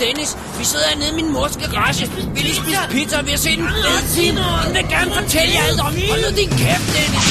Dennis. Vi sidder hernede i min mors garage. Vi lige spise pizza, og vi har set en fed film. Hun vil gerne fortælle jer alt om. Hold nu din kæft, Dennis.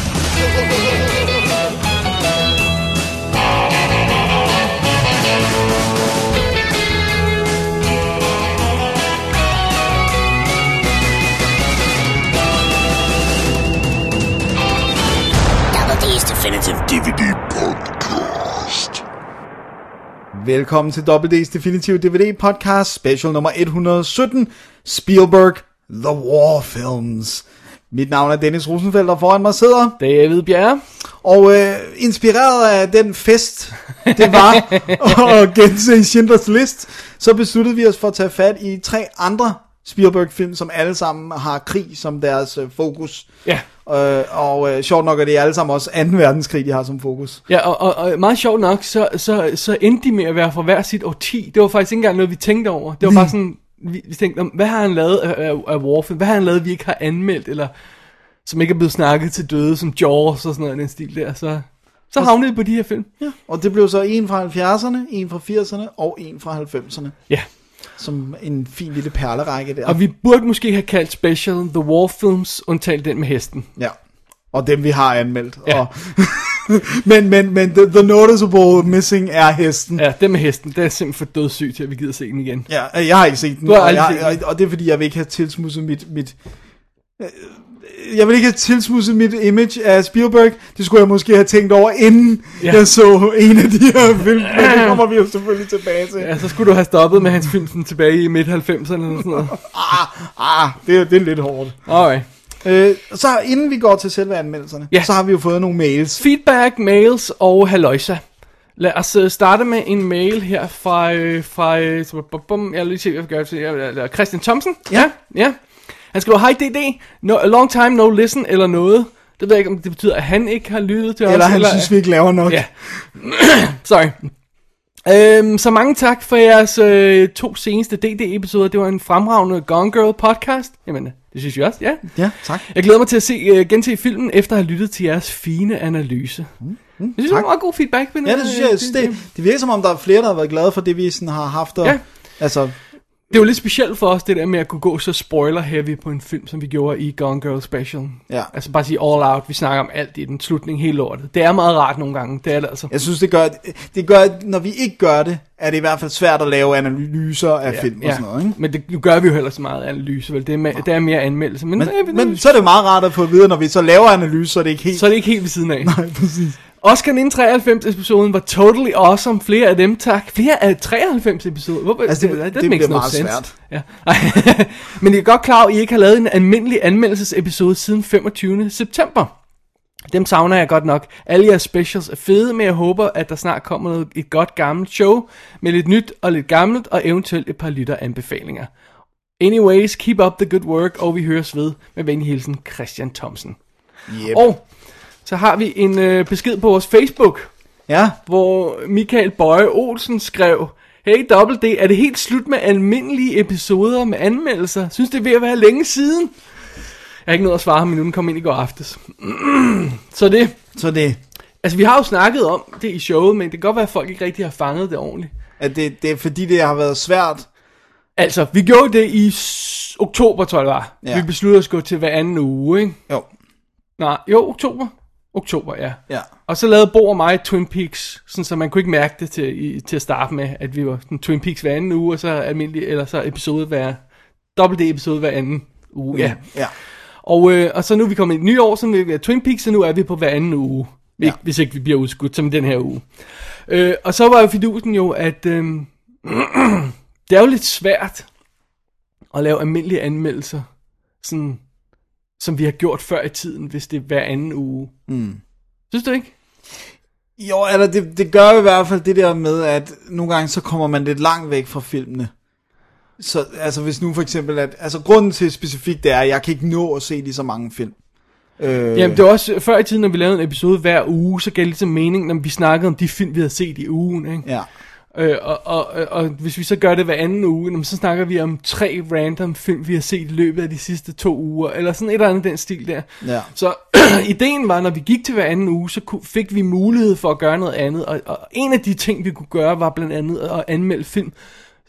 D's Definitive DVD Podcast. Velkommen til WD's Definitive DVD Podcast, special nummer 117, Spielberg The War Films. Mit navn er Dennis Rosenfeldt, og foran mig sidder David Bjerre. Og inspireret af den fest, det var at gense Schindlers List, så besluttede vi os for at tage fat i 3 andre Spielberg-film, som alle sammen har krig som deres fokus. Ja. Og sjovt nok er det alle sammen også 2. verdenskrig, de har som fokus. Ja, og meget sjovt nok, så endte de med at være fra hver sit årti. Det var faktisk ikke engang noget, vi tænkte over. Det var bare sådan, vi tænkte, hvad har han lavet af Warfare? Hvad har han lavet, vi ikke har anmeldt, eller som ikke er blevet snakket til døde, som Jaws og sådan noget, den stil der. Så havnede vi på de her film. Ja, og det blev så en fra 70'erne, en fra 80'erne og en fra 90'erne. Ja. Som en fin lille perlerække der. Og vi burde måske have kaldt special The War Films, undtaget den med hesten. Ja, og dem vi har anmeldt. Ja. Og men the noticeable missing er hesten. Ja, den med hesten, det er simpelthen for dødssyg til, at vi gider se den igen. Ja, jeg har ikke set den. Og det er fordi, jeg vil ikke have tilsmudset mit jeg vil ikke have tilsmudset mit image af Spielberg. Det skulle jeg måske have tænkt over, inden jeg så en af de her film. Men det kommer vi jo selvfølgelig tilbage til. Ja, så skulle du have stoppet med hans film sådan tilbage i midt-90'erne eller sådan noget. Det er lidt hårdt. Alright. Så inden vi går til selve anmeldelserne, så har vi jo fået nogle mails. Feedback, mails og halløjsa. Lad os starte med en mail her fra jeg vil lige se, hvad jeg gør til. Christian Thomsen. Ja. Han skriver, hej DD, a long time no listen eller noget. Det ved jeg ikke, om det betyder, at han ikke har lyttet til os. Eller han synes, vi ikke laver nok. Ja. Sorry. Så mange tak for jeres 2 seneste DD-episoder. Det var en fremragende Gone Girl podcast. Jamen, det synes jeg også, ja. Ja, tak. Jeg glæder mig til at gense filmen, efter at have lyttet til jeres fine analyse. Jeg synes, det var meget god feedback. Ja, det synes jeg. Det virker som om, der er flere, der har været glade for det, vi sådan har haft. Og, altså... Det var lidt specielt for os, det der med at kunne gå så spoiler-heavy på en film, som vi gjorde i Gone Girl Special. Ja. Altså bare sige all out, vi snakker om alt i den slutning, helt lortet. Det er meget rart nogle gange, det er det altså. Jeg synes, det gør, når vi ikke gør det, er det i hvert fald svært at lave analyser af film og sådan noget, ikke? Men det gør vi jo heller så meget analyse, vel? Det er mere anmeldelse. Men så er det meget rart at få at vide, når vi så laver analyse, så er det ikke helt... Så er det ikke helt ved siden af. Nej, præcis. Oscar 1993-episoden var totally awesome. Flere af dem, tak. Flere af 93-episoder. Altså, det bliver meget svært. Ja. Men I er godt klar, at I ikke har lavet en almindelig anmeldelsesepisode siden 25. september. Dem savner jeg godt nok. Alle jeres specials er fede, men jeg håber, at der snart kommer et godt gammelt show med lidt nyt og lidt gammelt, og eventuelt et par lytteranbefalinger. Anyways, keep up the good work, og vi høres ved. Med venlig hilsen, Christian Thomsen. Yep. Og så har vi en besked på vores Facebook, hvor Michael Bøje Olsen skrev, hey Double D, er det helt slut med almindelige episoder med anmeldelser? Synes det er ved at være længe siden? Jeg har ikke noget at svare ham, men nu den kom ind i går aftes. Så det. Altså vi har jo snakket om det i showet, men det kan godt være, at folk ikke rigtig har fanget det ordentligt. At det er fordi, det har været svært. Altså, vi gjorde det i oktober, tror jeg det var. Ja. Vi besluttede os at gå til hver anden uge, ikke? Oktober. Oktober, ja. Og så lavede Bo og mig Twin Peaks, sådan, så man kunne ikke mærke det til at starte med, at vi var sådan, Twin Peaks hver anden uge, og så almindelig, eller så episode dobbelt episode hver anden uge, ja. Og så nu er vi kommet i et nyt år, så vi er Twin Peaks, så nu er vi på hver anden uge, hvis ikke vi bliver udskudt, som den her uge. Og så var jo fidusen jo, at det er jo lidt svært at lave almindelige anmeldelser, sådan som vi har gjort før i tiden, hvis det er hver anden uge. Synes du ikke? Jo, eller det gør i hvert fald det der med, at nogle gange så kommer man lidt langt væk fra filmene. Så altså hvis nu for eksempel, altså grunden til specifikt det er, at jeg kan ikke nå at se lige så mange film. Jamen det var også, før i tiden, når vi lavede en episode hver uge, så gav det ligesom mening, når vi snakkede om de film, vi havde set i ugen, ikke? Ja. Og hvis vi så gør det hver anden uge, så snakker vi om 3 random film, vi har set i løbet af de sidste 2 uger, eller sådan et eller andet den stil der. Ja. Så ideen var, når vi gik til hver anden uge, så fik vi mulighed for at gøre noget andet, og en af de ting, vi kunne gøre, var blandt andet at anmelde film,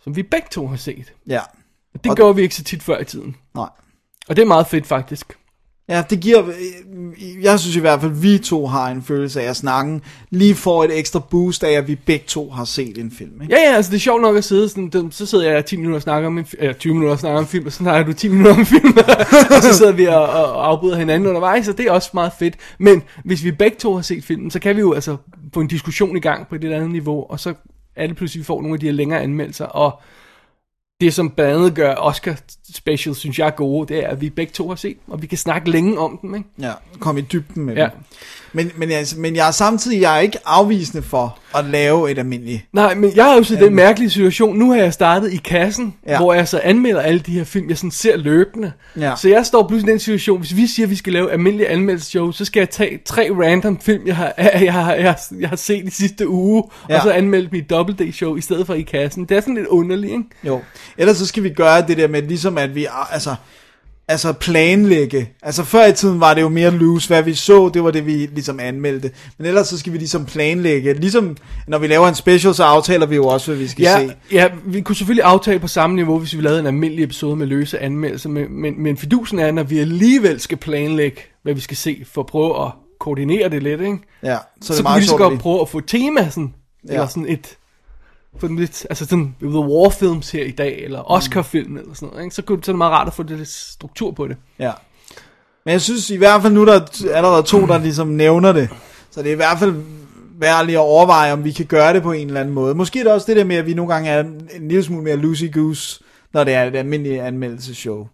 som vi begge to har set. Ja. Og det gjorde vi ikke så tit før i tiden. Nej. Og det er meget fedt, faktisk. Ja, det giver... Jeg synes i hvert fald, vi to har en følelse af at snakken lige får et ekstra boost af, at vi begge to har set en film, ikke? Ja, altså det er sjovt nok at sidde sådan... Så sidder jeg 10 minutter og snakker om 20 minutter og snakker om film, og så snakker du 10 minutter om film. Og så sidder vi og afbryder hinanden undervejs, og det er også meget fedt. Men hvis vi begge to har set filmen, så kan vi jo altså få en diskussion i gang på et eller andet niveau, og så er det pludselig, vi får nogle af de her længere anmeldelser, og... Det, som blandt andet gør Oscar Special, synes jeg er gode, det er, at vi begge to har set, og vi kan snakke længe om dem, ikke? Ja, komme i dybden med dem. Men jeg er samtidig ikke afvisende for at lave et almindeligt... Nej, men jeg har jo så den mærkelige situation. Nu har jeg startet i kassen, hvor jeg så anmelder alle de her film, jeg sådan ser løbende. Ja. Så jeg står pludselig i den situation, hvis vi siger, at vi skal lave almindelige anmeldelseshow, så skal jeg tage 3 random film, jeg har set i sidste uge, og så anmelde dem i Double-D-show, i stedet for i kassen. Det er sådan lidt underligt, ikke? Jo. Ellers så skal vi gøre det der med, ligesom at vi... Altså planlægge. Altså før i tiden var det jo mere loose. Hvad vi så, det var det vi ligesom anmeldte. Men ellers så skal vi ligesom planlægge. Ligesom når vi laver en special, så aftaler vi jo også, hvad vi skal se. Ja, vi kunne selvfølgelig aftale på samme niveau, hvis vi lavede en almindelig episode med løse anmeldelser. Men fidusen er, når vi alligevel skal planlægge, hvad vi skal se, for at prøve at koordinere det lidt, ikke? Ja, så kan vi lige så godt prøve at få tema sådan, eller sådan et... For lidt, altså sådan The War Films her i dag, eller Oscar-film eller sådan noget, ikke? Så er det meget rart at få lidt struktur på det. Ja. Men jeg synes i hvert fald nu, der er allerede 2, der ligesom nævner det. Så det er i hvert fald værd lige at overveje, om vi kan gøre det på en eller anden måde. Måske er det også det der med, at vi nogle gange er en lille smule mere loosey-goose, når det er et almindeligt anmeldelseshow.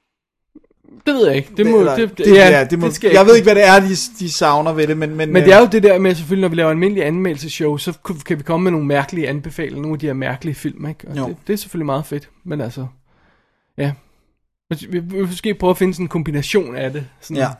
Det ved jeg ikke. Det må, jeg ved ikke, hvad det er, de savner ved det, men det er jo det der med, selvfølgelig, når vi laver almindelig anmeldelseshow, så kan vi komme med nogle mærkelige anbefalinger, nogle af de her mærkelige film, ikke? Og det er selvfølgelig meget fedt, men altså, ja. Vi vil måske prøve at finde sådan en kombination af det. Sådan. Ja.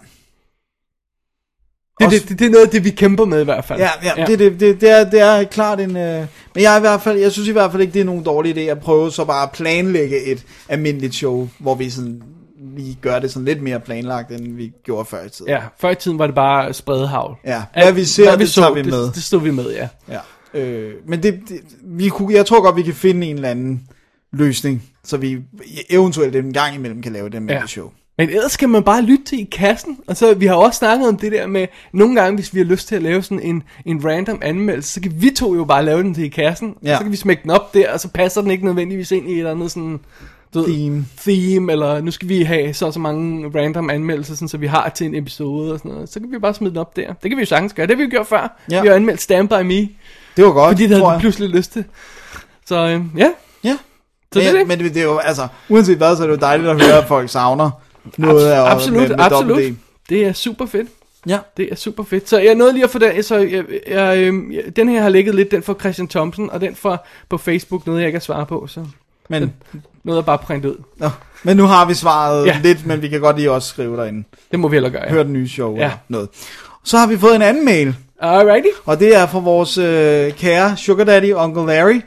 Det er noget af det, vi kæmper med i hvert fald. Ja. Det er klart en... Men jeg synes i hvert fald ikke, det er nogen dårlig idé at prøve så bare at planlægge et almindeligt show, hvor vi sådan... Vi gør det sådan lidt mere planlagt, end vi gjorde før i tiden. Ja, før i tiden var det bare spredhavl. Ja, hvad vi ser, det tager vi med. Det stod vi med, ja. Men jeg tror godt, vi kan finde en eller anden løsning, så vi eventuelt en gang imellem kan lave det med det show. Men ellers kan man bare lytte til i kassen. Og så vi har også snakket om det der med, nogle gange, hvis vi har lyst til at lave sådan en random anmeldelse, så kan vi to jo bare lave den til i kassen. Ja. Så kan vi smække den op der, og så passer den ikke nødvendigvis ind i et eller andet sådan... theme, eller nu skal vi have så mange random anmeldelser, sådan, så vi har til en episode og sådan noget. Så kan vi bare smide den op der. Det kan vi jo sagtens gøre. Det har vi jo gjort før. Vi har anmeldt Stand By Me. Det var godt, fordi det havde vi pludselig lyst til. Så ja. Så men det er jo, altså, uanset hvad, så er det jo dejligt at høre, at folk savner noget af absolut. Det er super fedt. Ja. Det er super fedt. Så jeg nåede lige at få den, så den her har ligget lidt, den for Christian Thomsen, og den for på Facebook, noget jeg ikke har svaret på, så... Men noget er bare printet ud. Nå, men nu har vi svaret lidt, men vi kan godt lige også skrive derinde. Det må vi heller gøre, Hør den nye show eller noget. Så har vi fået en anden mail. Alrighty. Og det er fra vores kære Sugar Daddy, Uncle Larry.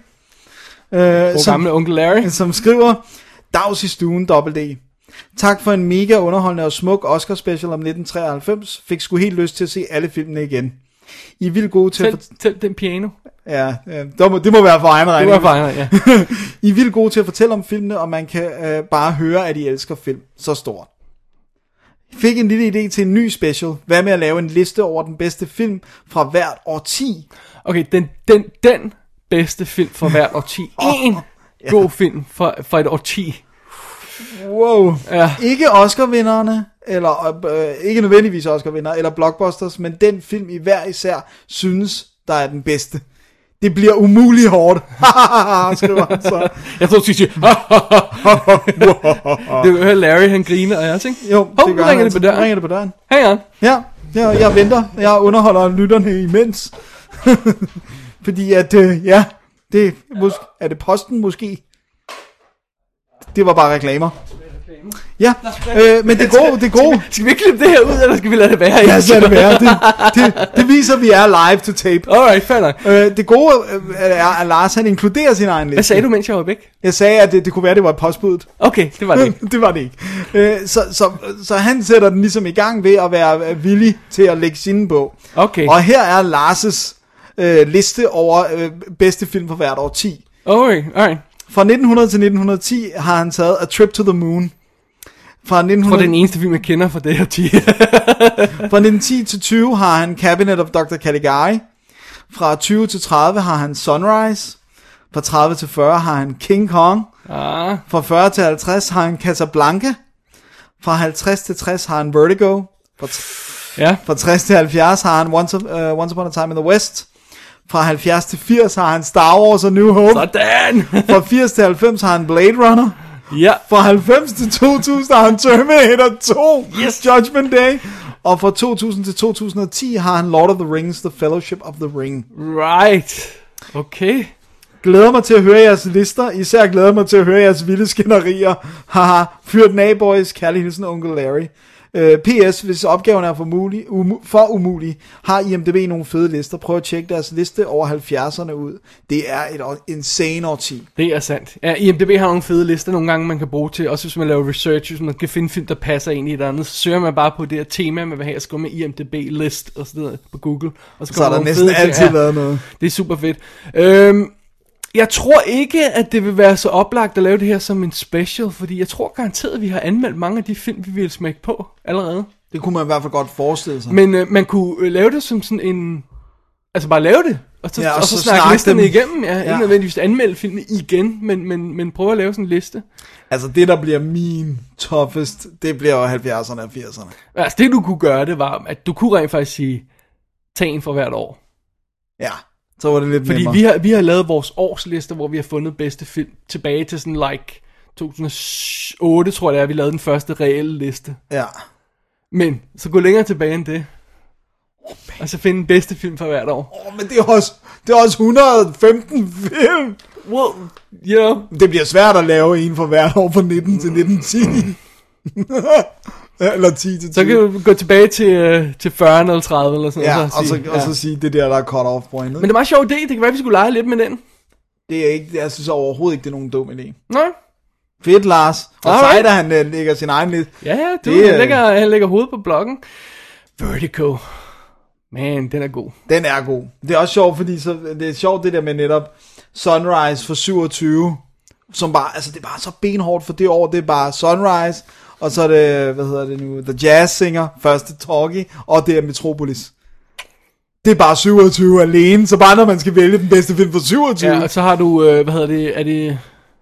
Gamle Onkel Larry. Som skriver, dags i stuen, D. Tak for en mega underholdende og smuk Oscar special om 1993. Fik sgu helt lyst til at se alle filmene igen. I er vildt gode til at... Tæl den piano. Ja, det må være for egen regning. Det må være for egen, ja. I er vildt gode til at fortælle om filmene, og man kan bare høre, at I elsker film så stort. Fik en lille idé til en ny special. Hvad med at lave en liste over den bedste film fra hvert årti? Okay, den bedste film fra hvert årti. En god film fra et årti. Wow. Ja. Ikke Oscar-vinderne, eller ikke nødvendigvis Oscar-vindere, eller blockbusters, men den film i hver især synes, der er den bedste. Det bliver umuligt hårdt. Skriver han så. Jeg tror, du skal sige, det vil høre Larry, han griner, og jeg tænker, jo, det gør ringer det på døren. Hang on. Ja, jeg venter. Jeg underholder lytterne imens. Fordi at, det er det posten måske. Det var bare reklamer. Ja, men det gode. Skal vi klippe det her ud, eller skal vi lade det være? Ja, så lad det være. Det viser, at vi er live to tape. Alright, fair nok. Det gode er, at Lars han inkluderer sin egen liste. Hvad sagde du, mens jeg var væk? Jeg sagde, at det kunne være, det var et postbud. Okay, det var det ikke. Det var det ikke. Så han sætter den ligesom i gang ved at være villig til at lægge sine på. Okay. Og her er Lars' liste over bedste film for hvert årti. Okay, alright. Fra 1900 til 1910 har han taget A Trip to the Moon. Fra 1900... Jeg tror, det er den eneste film, jeg kender fra det her 10. Fra 1910 til 20 har han Cabinet of Dr. Caligari. Fra 20 til 30 har han Sunrise. Fra 30 til 40 har han King Kong. Fra 40 til 50 har han Casablanca. Fra 50 til 60 har han Vertigo. Fra 60 til 70 har han Once Upon a Time in the West. Fra 70 til 80 har han Star Wars og New Hope. Sådan! Fra 80 til 90 har han Blade Runner. Ja. Fra 90 til 2000 har han Terminator 2. Yes. Judgment Day. Og fra 2000 til 2010 har han Lord of the Rings, The Fellowship of the Ring. Right. Okay. Glæder mig til at høre jeres lister. Især glæder mig til at høre jeres vilde skænderier. Haha. Fyr den af, boys. Kærlig hilsen, Onkel Larry. PS, hvis opgaven er for umulig, har IMDb nogle fede lister. Prøv at tjekke deres liste over 70'erne ud. Det er et insane årti. Det er sandt. Ja, IMDb har nogle fede lister, nogle gange man kan bruge til, også hvis man laver research, hvis man kan finde film, der passer ind i et andet, så søger man bare på det her tema, man vil have at skrive med IMDb list og sådan noget på Google. Og så er der næsten altid lavet noget. Det er super fedt. Jeg tror ikke, at det vil være så oplagt at lave det her som en special, fordi jeg tror garanteret, at vi har anmeldt mange af de film, vi ville smække på allerede. Det kunne man i hvert fald godt forestille sig. Men man kunne lave det som sådan en... Altså bare lave det, og så snakke listerne igennem. Ja, ikke nødvendigvis anmelde filmen igen, men prøve at lave sådan en liste. Altså det, der bliver min toughest, det bliver jo 70'erne og 80'erne. Altså det, du kunne gøre, det var, at du kunne rent faktisk sige, tag en for hvert år. Ja. Så var det lidt fordi nemmere. vi har lavet vores årslister, hvor vi har fundet bedste film tilbage til sådan 2008, tror jeg det er, vi lavede den første reelle liste. Ja. Men så gå længere tilbage end det. Og så finde den bedste film for hvert år. Men det er også 115 film. Well, you know. Det bliver svært at lave en for hvert år fra 19 til 1910. Eller 10 til 20. Så kan du gå tilbage til 40 eller 30 eller sådan noget. Og så sige, det der er cut-off pointet. Men det er meget sjov idé, det kan være, vi skulle lege lidt med den. Det er ikke, jeg synes overhovedet ikke, det er nogen dum idé. Nej. Fedt, Lars. Og sejt, at han lægger sin egen lidt. Ja, han lægger hovedet på blokken. Vertigo. Man, den er god. Den er god. Det er også sjovt, fordi det er sjovt det der med netop Sunrise for 27, som bare, altså det er bare så benhårdt for det år, det er bare Sunrise, og så er det, The Jazz Singer, første Talkie, og det er Metropolis. Det er bare 27 alene, så bare når man skal vælge den bedste film for 27. Ja, og så har du, er det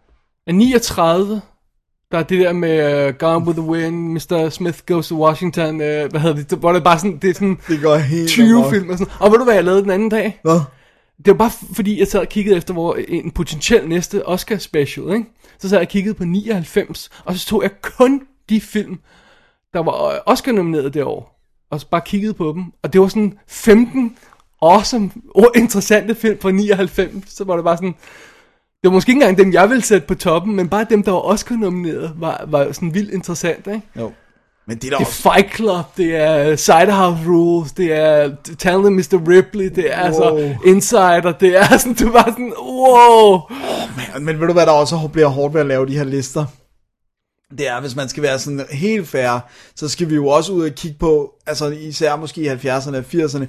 39, der er det der med Gone with the Wind, Mr. Smith Goes to Washington, hvor det bare sådan, det er sådan det går helt 20 film og sådan. Og ved du hvad jeg lavede den anden dag? Hvad? Det var bare fordi jeg sad og kiggede efter hvor en potentiel næste Oscar special, ikke? Så sad jeg og kiggede på 99, og så tog jeg kun de film, der var Oscar nomineret det år, og så bare kiggede på dem, og det var sådan 15 awesome, interessante film fra 99, så var det bare sådan, det var måske ikke engang dem, jeg ville sætte på toppen, men bare dem, der var Oscar-nomineret, var sådan vildt interessant, ikke? Jo. Men det er Fight Club, det er Ciderhouse Rules, det er Talented Mr. Ripley, det er altså Insider, det er sådan, du var sådan, wow. Men ved du hvad, der også bliver hårdt ved at lave de her lister? Det er, hvis man skal være sådan helt fair, så skal vi jo også ud og kigge på, altså især måske i 70'erne og 80'erne,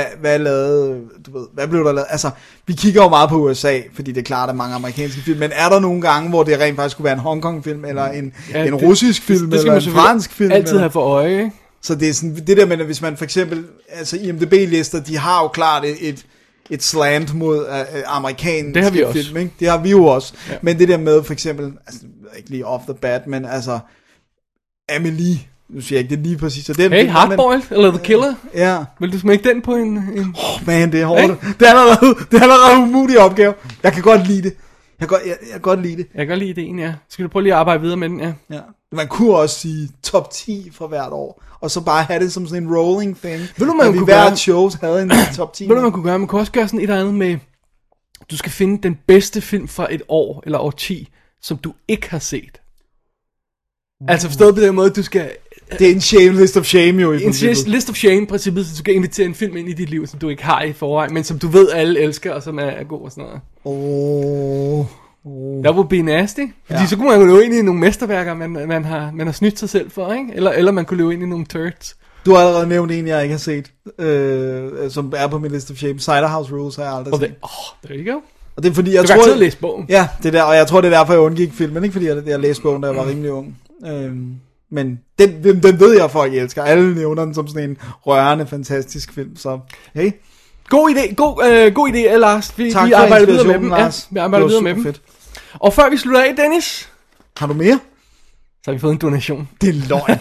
hvad blev der lavet? Altså, vi kigger jo meget på USA, fordi det er klart, at mange amerikanske film, men er der nogle gange, hvor det rent faktisk skulle være en Hong Kong film, eller en russisk film, eller en fransk film? Altid have for øje, ikke? Så det er sådan, det der med, at hvis man for eksempel, altså IMDb-lister, de har jo klart et slant mod amerikanske film, ikke? Det har vi jo også. Ja. Men det der med for eksempel, altså ikke lige off the bat, men altså Amelie, nu siger jeg ikke det lige præcis. Så den, Hardboiled, eller The Killer? Ja. Vil du smække den på en... Man, det er hårdt. Det er allerede en umulig opgave. Jeg kan godt lide det. Jeg kan godt lide det. Jeg kan godt lide ideen, ja. Skal du prøve lige at arbejde videre med den, ja. Ja. Man kunne også sige top 10 for hvert år, og så bare have det som sådan en rolling thing. Ved du, man kunne hvert shows havde en top 10. Ved du, man kunne gøre? Man kunne også gøre sådan et eller andet med, du skal finde den bedste film fra et år, eller årti, som du ikke har set. Altså forstået på den måde, du skal... Det er en shame, list of shame jo i princippet. En list of shame princippet, så du skal invitere en film ind i dit liv, som du ikke har i forvejen, men som du ved alle elsker, og som er god og sådan noget. Der would be nasty. Fordi så kunne man jo løbe ind i nogle mesterværker, man har snydt sig selv for, ikke? Eller man kunne løbe ind i nogle turds. Du har allerede nævnt en, jeg ikke har set, som er på min list of shame. Ciderhouse Rules har jeg aldrig set. There you go. Og det er fordi, jeg tror... Du kan læse bogen. Ja, det der, og jeg tror, det er derfor, jeg undgik filmen. Ikke fordi jeg læste bogen, da jeg var rimelig ung. Men den ved jeg, folk elsker. Alle nævner den som sådan en rørende, fantastisk film. Så hey. God idé, Lars. Vi arbejder videre med dem. Lars. Ja, vi arbejder videre med dem. Fedt. Og før vi slutter af, Dennis. Har du mere? Så har vi fået en donation. Det er løgn.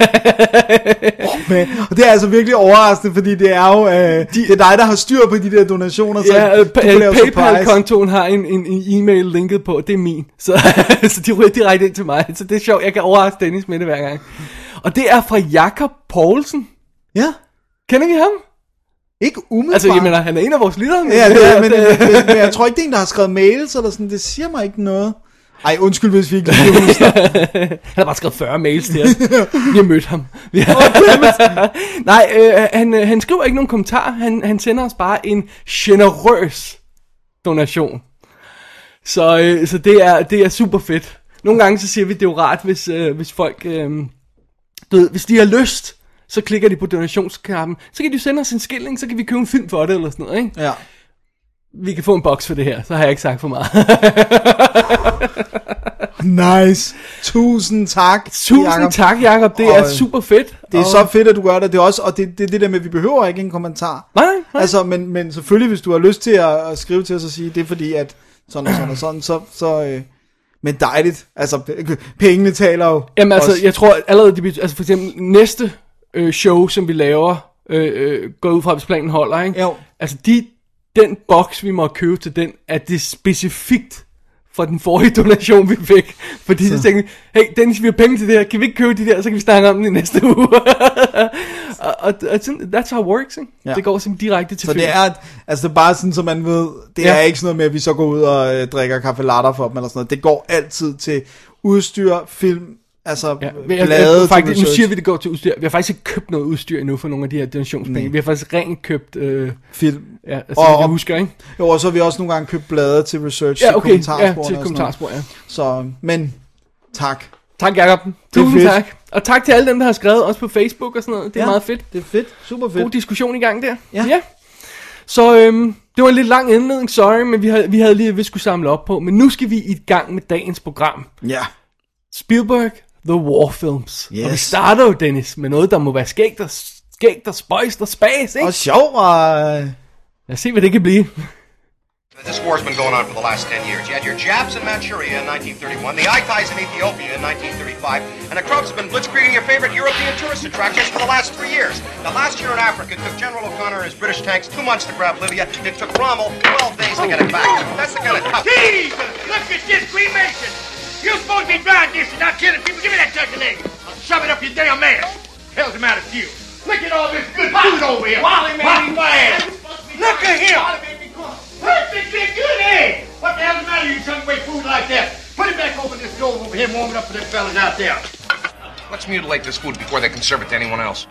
Og det er altså virkelig overraskende, fordi det er jo det er dig, der har styr på de der donationer. Ja, PayPal-kontoen har en e-mail linket på, det er min. Så de ryger direkte ind til mig. Så det er sjovt, jeg kan overraske Dennis med det hver gang. Og det er fra Jakob Poulsen. Ja. Kender I ham? Ikke umiddelbart. Altså, jeg mener, han er en af vores lyttere. Ja, men jeg tror ikke, det er en, der har skrevet mails eller sådan. Det siger mig ikke noget. Ej, undskyld, hvis vi ikke lige husker. Han har bare skrevet 40 mails til os. Vi har mødt ham. Nej, han skriver ikke nogen kommentar. Han sender os bare en generøs donation. Så det er super fedt. Nogle gange så siger vi, det er jo rart, hvis folk... hvis de har lyst, så klikker de på donationsknappen. Så kan de sende os en skilling, så kan vi købe en film for det, eller sådan noget, ikke? Ja. Vi kan få en boks for det her, så har jeg ikke sagt for meget. Nice. Tusind tak. Tusind tak, Jacob. Det er super fedt. Det er så fedt, at du gør det. Det er også, og det der med, at vi behøver ikke en kommentar. Nej. Altså, men selvfølgelig, hvis du har lyst til at skrive til os og sige, det er fordi, at sådan og sådan, så men dejligt. Altså, pengene taler jo. Jamen altså, jeg tror allerede, altså for eksempel næste show, som vi laver, går ud fra, hvis planen holder, ikke? Jo. Altså, den boks, vi må købe til den, er det specifikt for den forrige donation, vi fik. Fordi så tænkte vi, hey Dennis, vi har penge til det her, kan vi ikke købe de der, så kan vi snakke om den i næste uge. og that's how it works, ikke? Ja. Det går simpelthen direkte til film. Så det er, altså det er bare sådan, så man ved, det er ikke sådan noget med, at vi så går ud og drikker kaffe latte for dem, eller sådan noget. Det går altid til udstyr, film, altså blade. Faktisk, nu siger vi, det går til udstyr. Vi har faktisk ikke købt noget udstyr endnu for nogle af de her donationspenge. Vi har faktisk rent købt film. Ja, altså og, jeg husker, ikke? Jo, og så har vi også nogle gange købt blade til research, ja, okay, til kommentarspor, ja. Så, men tak. Tak, Jacob. Tusind tak. Og tak til alle dem, der har skrevet, også på Facebook og sådan noget. Det er meget fedt. Det er fedt. Super fedt. God diskussion i gang der. Ja. Så det var en lidt lang indledning, sorry, men vi havde lige, vi skulle samle op på. Men nu skal vi i gang med dagens program. Ja. Spielberg, The War Films. Yes. Og vi starter jo, Dennis, med noget, der må være skægt og spøjst og spas, ikke? Og sjov, Lad os se, hvad det kan blive. This war's been going on for the last 10 years. You had your Japs in Manchuria in 1931, the Aitais in Ethiopia in 1935, and the Krupps have been blitzkrieging your favorite European tourist attractions for the last 3 years. Now, last year in Africa, it took General O'Connor and his British tanks 2 months to grab Libya. It took Rommel 12 days to get it back. That's the kind of tough... Jesus! Look at this cremation! You're supposed to be drying this and not killing people. Give me that turkey leg. I'll shove it up your damn ass. Hell's the matter with you? Look at all this good food over here. Wally made me mad. Look at him. Perfectly good egg. What the hell's the matter with you throwing away food like that? Put it back over this stove over here, warm it up for them fellas out there. Let's mutilate this food before they can serve it to anyone else.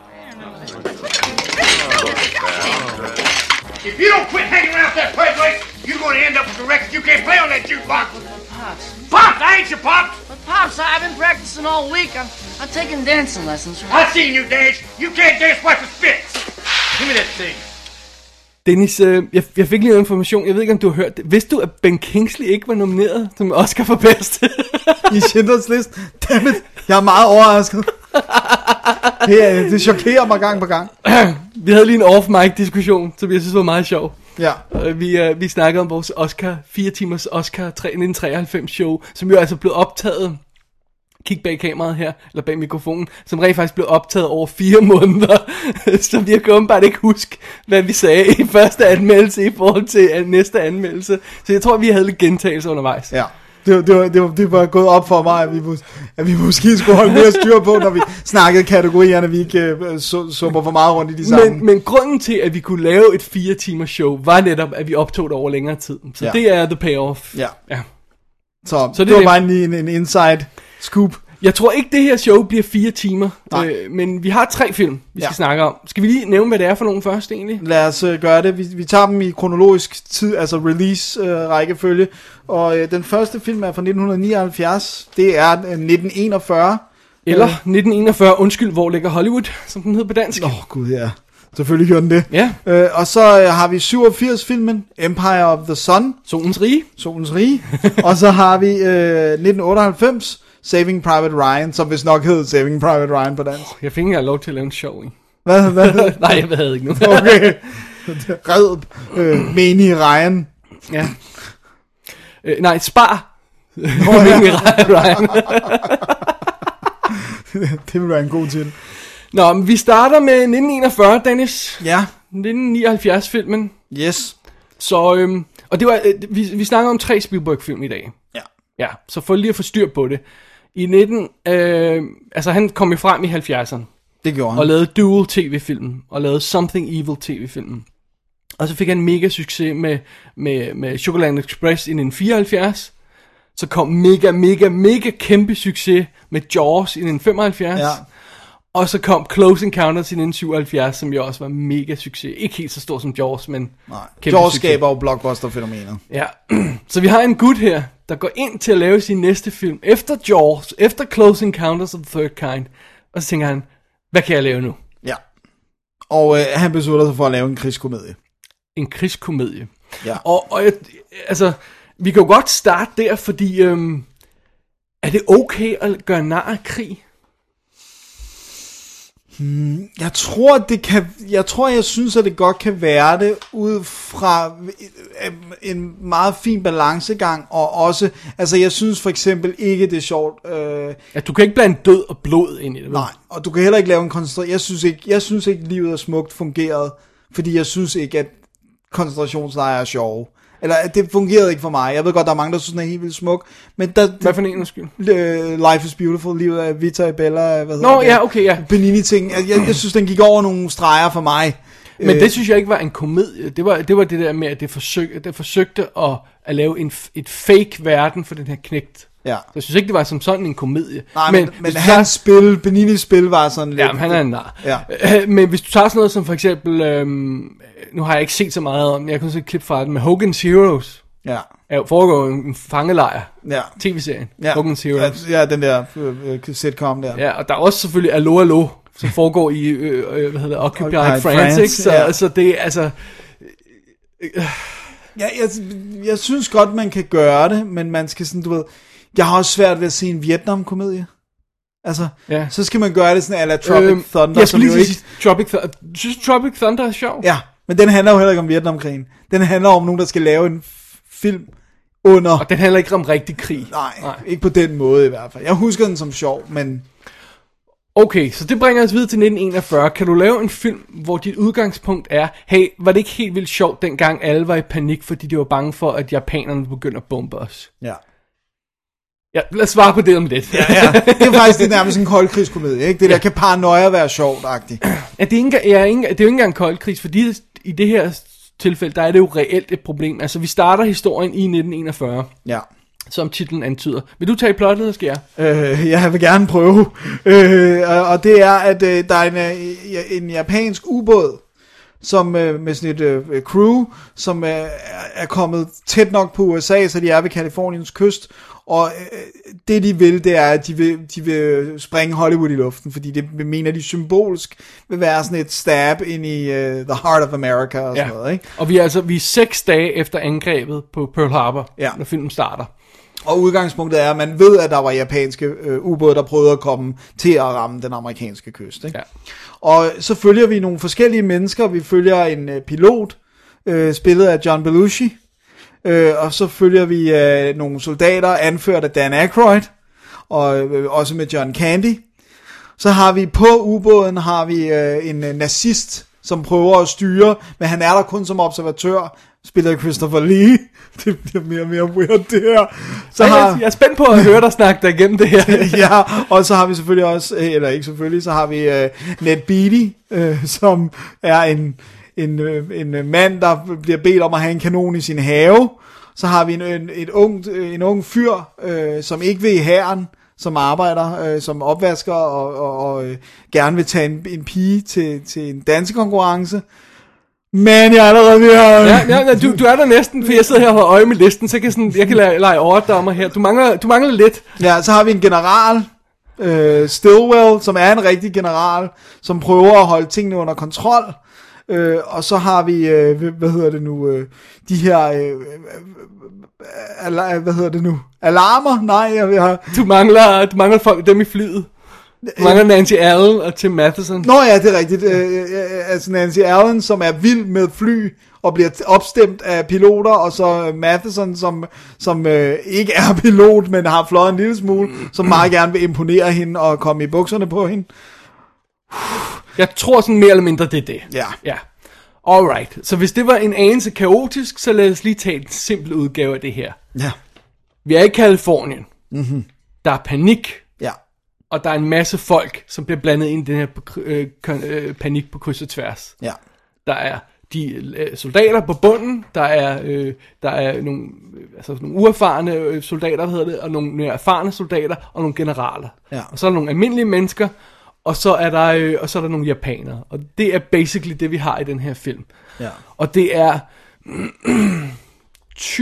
If you don't quit hanging around that place, you're going to end up with a record. You can't play on that jukebox. Pops. Pops, I ain't your pops. But Pops, I've been practicing all week. I'm taking dancing lessons. I've seen you dance. You can't dance worth a spit. Give me that thing. Dennis, jeg fik lige noget information. Jeg ved ikke, om du har hørt det. Vidste du, at Ben Kingsley ikke var nomineret som Oscar for bedste? I Schindlers List? Dammit, jeg er meget overrasket. Det chokerer mig gang på gang. Vi havde lige en off-mic diskussion, som jeg synes var meget sjov. Ja. Vi snakkede om vores Oscar, 4 timers Oscar 1993 show, som jo altså blev optaget, kig bag kameraet her, eller bag mikrofonen, som rent faktisk blev optaget over 4 måneder, så vi kan åbenbart ikke huske, hvad vi sagde i første anmeldelse i forhold til næste anmeldelse. Så jeg tror, vi havde lidt gentagelser undervejs. Ja. Det var gået op for mig, at vi måske skulle holde mere styr på, når vi snakkede kategorierne, vi ikke supper for meget rundt i de samme. Men grunden til, at vi kunne lave et 4 timers show, var netop, at vi optog det over længere tid. Så det er the payoff. Ja. Så det var bare en inside scoop. Jeg tror ikke, det her show bliver 4 timer, men vi har 3 film, vi skal snakke om. Skal vi lige nævne, hvad det er for nogen først egentlig? Lad os gøre det. Vi tager dem i kronologisk tid, altså release-rækkefølge. Og den første film er fra 1979. Det er 1941. Eller 1941, undskyld, hvor ligger Hollywood, som den hedder på dansk. Gud, ja. Selvfølgelig gjorde den det. Ja. Og så har vi 87-filmen Empire of the Sun. Solens Rige. Og så har vi 1998 Saving Private Ryan, som vist nok hed Saving Private Ryan på dansk. Jeg fik ikke lov til at lave en show, ikke? Hvad? Nej, jeg havde ikke noget. Okay. Red menig Ryan. Ja. Nej, Spar. Menig Ryan. Det vil være en god til. Nå, men vi starter med 1941, Dennis. Ja. 1979-filmen. Yes. Så, og det var, vi snakker om 3 Spielberg-film i dag. Ja. Ja, så for lige at få styr på det. Altså han kom jo frem i 70'erne. Det gjorde han. Og lavede Duel tv-filmen, og lavede Something Evil tv-filmen. Og så fik han mega succes med Sugarland Express i 1974. Så kom mega kæmpe succes med Jaws i 1975. Ja. Og så kom Close Encounters i 1977, som jo også var mega succes. Ikke helt så stor som Jaws, men Jaws skaber jo blockbuster-fænomenet. Ja, så vi har en gut her, der går ind til at lave sin næste film, efter Jaws, efter Close Encounters of the Third Kind. Og så tænker han, hvad kan jeg lave nu? Ja. Og han beslutter sig for at lave en krigskomedie. En krigskomedie. Ja. Og altså, vi kan jo godt starte der, fordi er det okay at gøre nar af krig? Jeg synes, at det godt kan være det, ud fra en meget fin balancegang, og også, altså jeg synes for eksempel ikke, det er sjovt. At du kan ikke blande død og blod ind i det. Nej, og du kan heller ikke lave en koncentration. Jeg synes ikke, livet er smukt fungeret, fordi jeg synes ikke, at koncentrationslejre er sjove. Eller det fungerede ikke for mig. Jeg ved godt, der er mange, der synes, den er helt vildt smuk. Men hvad for en skyld? Life is Beautiful, livet af Vita Bella, Benigni-ting. Jeg synes, den gik over nogle streger for mig. Men det synes jeg ikke var en komedie. Det var det der med, at det forsøgte at lave et fake verden for den her knægt. Ja. Så jeg synes ikke, det var som sådan en komedie. Nej, men hans spil, Beninis spil, var sådan lidt... Ja, men han er en nar. Ja. Men hvis du tager sådan noget som for eksempel... nu har jeg ikke set så meget om, jeg kunne se et klip fra det med Hogan's Heroes. Ja. Foregår en fangelejr. Ja. TV-serien. Ja. Hogan's Heroes. Ja, den der sitcom der. Ja, og der er også selvfølgelig Allo Allo, som foregår i, Occupied France, ikke? Så det er altså... Jeg synes godt, man kan gøre det, men man skal sådan, du ved... Jeg har også svært ved at se en Vietnam-komedie. Altså, så skal man gøre det sådan, ala Tropic Thunder. Jeg skulle lige sige Tropic Thunder. Synes du, Tropic Thunder er sjov? Ja, men den handler jo heller ikke om Vietnamkrigen. Den handler om nogen, der skal lave en film under... Og den handler ikke om rigtig krig. Nej, ikke på den måde i hvert fald. Jeg husker den som sjov, men... Okay, så det bringer os videre til 1941. Kan du lave en film, hvor dit udgangspunkt er, hey, var det ikke helt vildt sjovt, dengang alle var i panik, fordi de var bange for, at japanerne begyndte at bombe os? Ja. Ja, lad os svare på det om lidt. Ja. Det er faktisk det nærmest en koldkrigskomedie, ikke? Det der kan paranoia være sjovt-agtigt. Ja, det er jo ikke engang en koldkrigs, fordi i det her tilfælde, der er det jo reelt et problem. Altså, vi starter historien i 1941. Ja. Som titlen antyder. Vil du tage plottet, eller skal jeg? Jeg vil gerne prøve. Og det er, at der er en japansk ubåd, som med sådan et crew, som er kommet tæt nok på USA, så de er ved Californiens kyst. Og det de vil, det er, at de vil springe Hollywood i luften, fordi det mener de symbolsk vil være sådan et stab ind i the heart of America og sådan noget, ikke? Og vi er 6 dage efter angrebet på Pearl Harbor, når filmen starter. Og udgangspunktet er, at man ved, at der var japanske ubåde, der prøvede at komme til at ramme den amerikanske kyst, ikke? Ja. Og så følger vi nogle forskellige mennesker. Vi følger en pilot, spillet af John Belushi. Og så følger vi nogle soldater, anført af Dan Aykroyd, og også med John Candy. Så har vi på ubåden en nazist, som prøver at styre, men han er der kun som observatør, spiller Christopher Lee. Det bliver mere og mere weird, det her. Jeg er spændt på at høre dig snakke dig igennem det her. Ja, og så har vi selvfølgelig også, eller ikke selvfølgelig, så har vi Ned Beatty, som er en mand, der bliver bedt om at have en kanon i sin have. Så har vi en ung fyr, som ikke vil i hæren, som arbejder som opvasker og gerne vil tage en pige til en dansekonkurrence. Men jeg er allerede ved at... Ja, du er der næsten, for jeg sidder her og har øje med listen, så jeg kan lege overdommer her. Du mangler lidt. Ja, så har vi en general, Stilwell, som er en rigtig general, som prøver at holde tingene under kontrol. Og så har vi, hvad hedder det nu, de her, hvad hedder det nu, alarmer? Nej, jeg har... Du mangler folk, dem i flyet. Du mangler Nancy Allen og Tim Matheson. Nå ja, det er rigtigt. Altså Nancy Allen, som er vild med fly, og bliver opstemt af piloter, og så Matheson, som ikke er pilot, men har fløjet en lille smule, som meget gerne vil imponere hende og komme i bukserne på hende. Jeg tror sådan mere eller mindre, det er det. Ja. Alright, så hvis det var en anelse kaotisk, så lad os lige tage en simpel udgave af det her. Ja. Vi er i Californien. Mm-hmm. Der er panik. Ja. Og der er en masse folk, som bliver blandet ind i den her panik på kryds og tværs. Ja. Der er de soldater på bunden, der er nogle, nogle uerfarne soldater, hvad hedder det, og nogle erfarne soldater, og nogle generaler. Ja. Og så er der nogle almindelige mennesker, og så er der nogle japanere. Og det er basically det, vi har i den her film. Ja. Og det er 20-25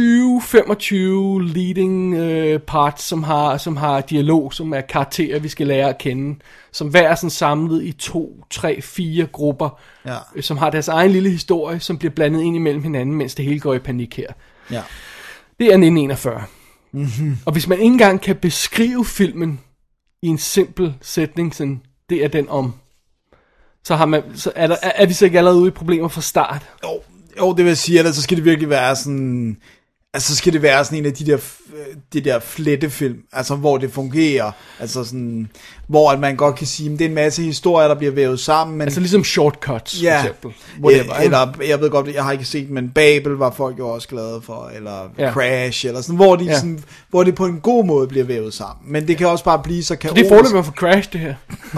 leading parts, som har dialog, som er karakterer, vi skal lære at kende, som hver er sådan samlet i 2, 3, 4 grupper, som har deres egen lille historie, som bliver blandet ind imellem hinanden, mens det hele går i panik her. Ja. Det er 1941. Mm-hmm. Og hvis man ikke engang kan beskrive filmen i en simpel sætning, sådan, det er den om, så er vi så ikke allerede ude i problemer fra start. Jo, det vil jeg sige, så skal det virkelig være sådan... Altså, så skal det være sådan en af de der flettefilm, altså hvor det fungerer, altså sådan, hvor at man godt kan sige, at det er en masse historier, der bliver vævet sammen. Men... Altså ligesom Shortcuts, ja, for eksempel. Eller, jeg ved godt, jeg har ikke set, men Babel var folk jo også glade for, eller Crash, eller sådan, hvor det på en god måde bliver vævet sammen. Men det kan også bare blive så kaotisk. Det er forløbet for Crash, det her.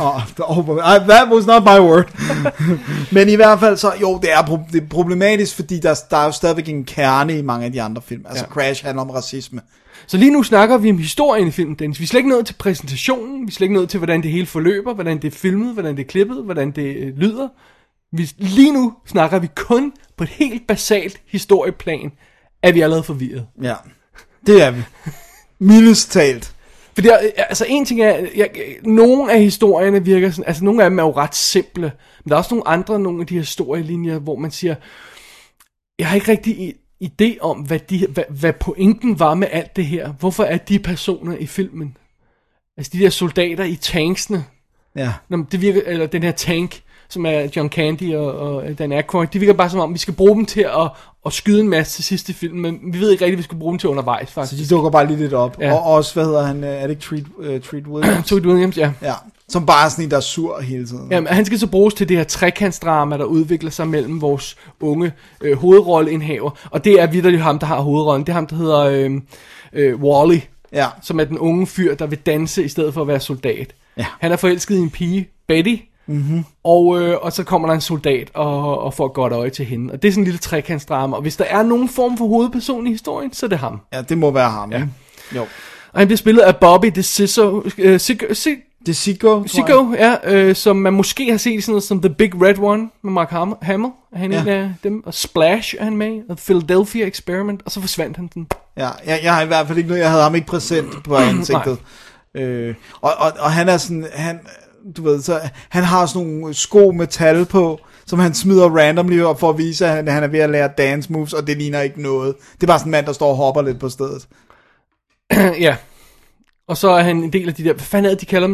That was not my word. Men i hvert fald så, jo, det er problematisk, fordi der er jo stadigvæk en kerne i mange af de andre film. Altså Crash handler om racisme. Så lige nu snakker vi om historien i filmen, Dennis. Vi er slet ikke nået til præsentationen, vi er slet ikke nået til, hvordan det hele forløber, hvordan det er filmet, hvordan det er klippet, hvordan det lyder. Lige nu snakker vi kun på et helt basalt historieplan, at vi er allerede forvirret. Ja, det er vi. Mildest talt. For altså en ting er, nogle af historierne virker sådan, altså nogle af dem er jo ret simple, men der er også nogle af de her historielinjer, hvor man siger, jeg har ikke rigtig idé om, hvad pointen var med alt det her. Hvorfor er de personer i filmen? Altså de der soldater i tanksene. Ja. Det virker, eller den her tank, som er John Candy og Dan Aykroyd, de virker bare som om, vi skal bruge dem til at skyde en masse til sidste film, men vi ved ikke rigtig, vi skal bruge dem til undervejs, faktisk. Så de dukker bare lige lidt op. Ja. Og også, hvad hedder han, er det ikke Treat Williams? Treat Williams, ja. Som bare er sådan en, der er sur hele tiden. Ja, han skal så bruges til det her trekantsdrama, der udvikler sig mellem vores unge hovedrolleindhaver, og det er vitterligt ham, der har hovedrollen. Det er ham, der hedder Wally, som er den unge fyr, der vil danse i stedet for at være soldat. Ja. Han er forelsket i en pige, Betty, og så kommer der en soldat og får et godt øje til hende. Og det er sådan en lille trekantsdrama, og hvis der er nogen form for hovedperson i historien, så er det ham. Ja, det må være ham. Ja. Jo. Og han bliver spillet af Bobby DeSico, som man måske har set i sådan noget som The Big Red One med Mark Hamill, er han en af dem, og Splash er han med, og Philadelphia Experiment, og så forsvandt han den. Ja, jeg har i hvert fald ikke noget, jeg havde ham ikke præsent på ansigtet. Og han er sådan, du ved, så han har sådan nogle sko med tal på, som han smider randomly for at vise, at han er ved at lære dance moves, og det ligner ikke noget. Det er bare sådan en mand, der står og hopper lidt på stedet. Ja. Og så er han en del af de der, hvad fanden er det, de kalder dem?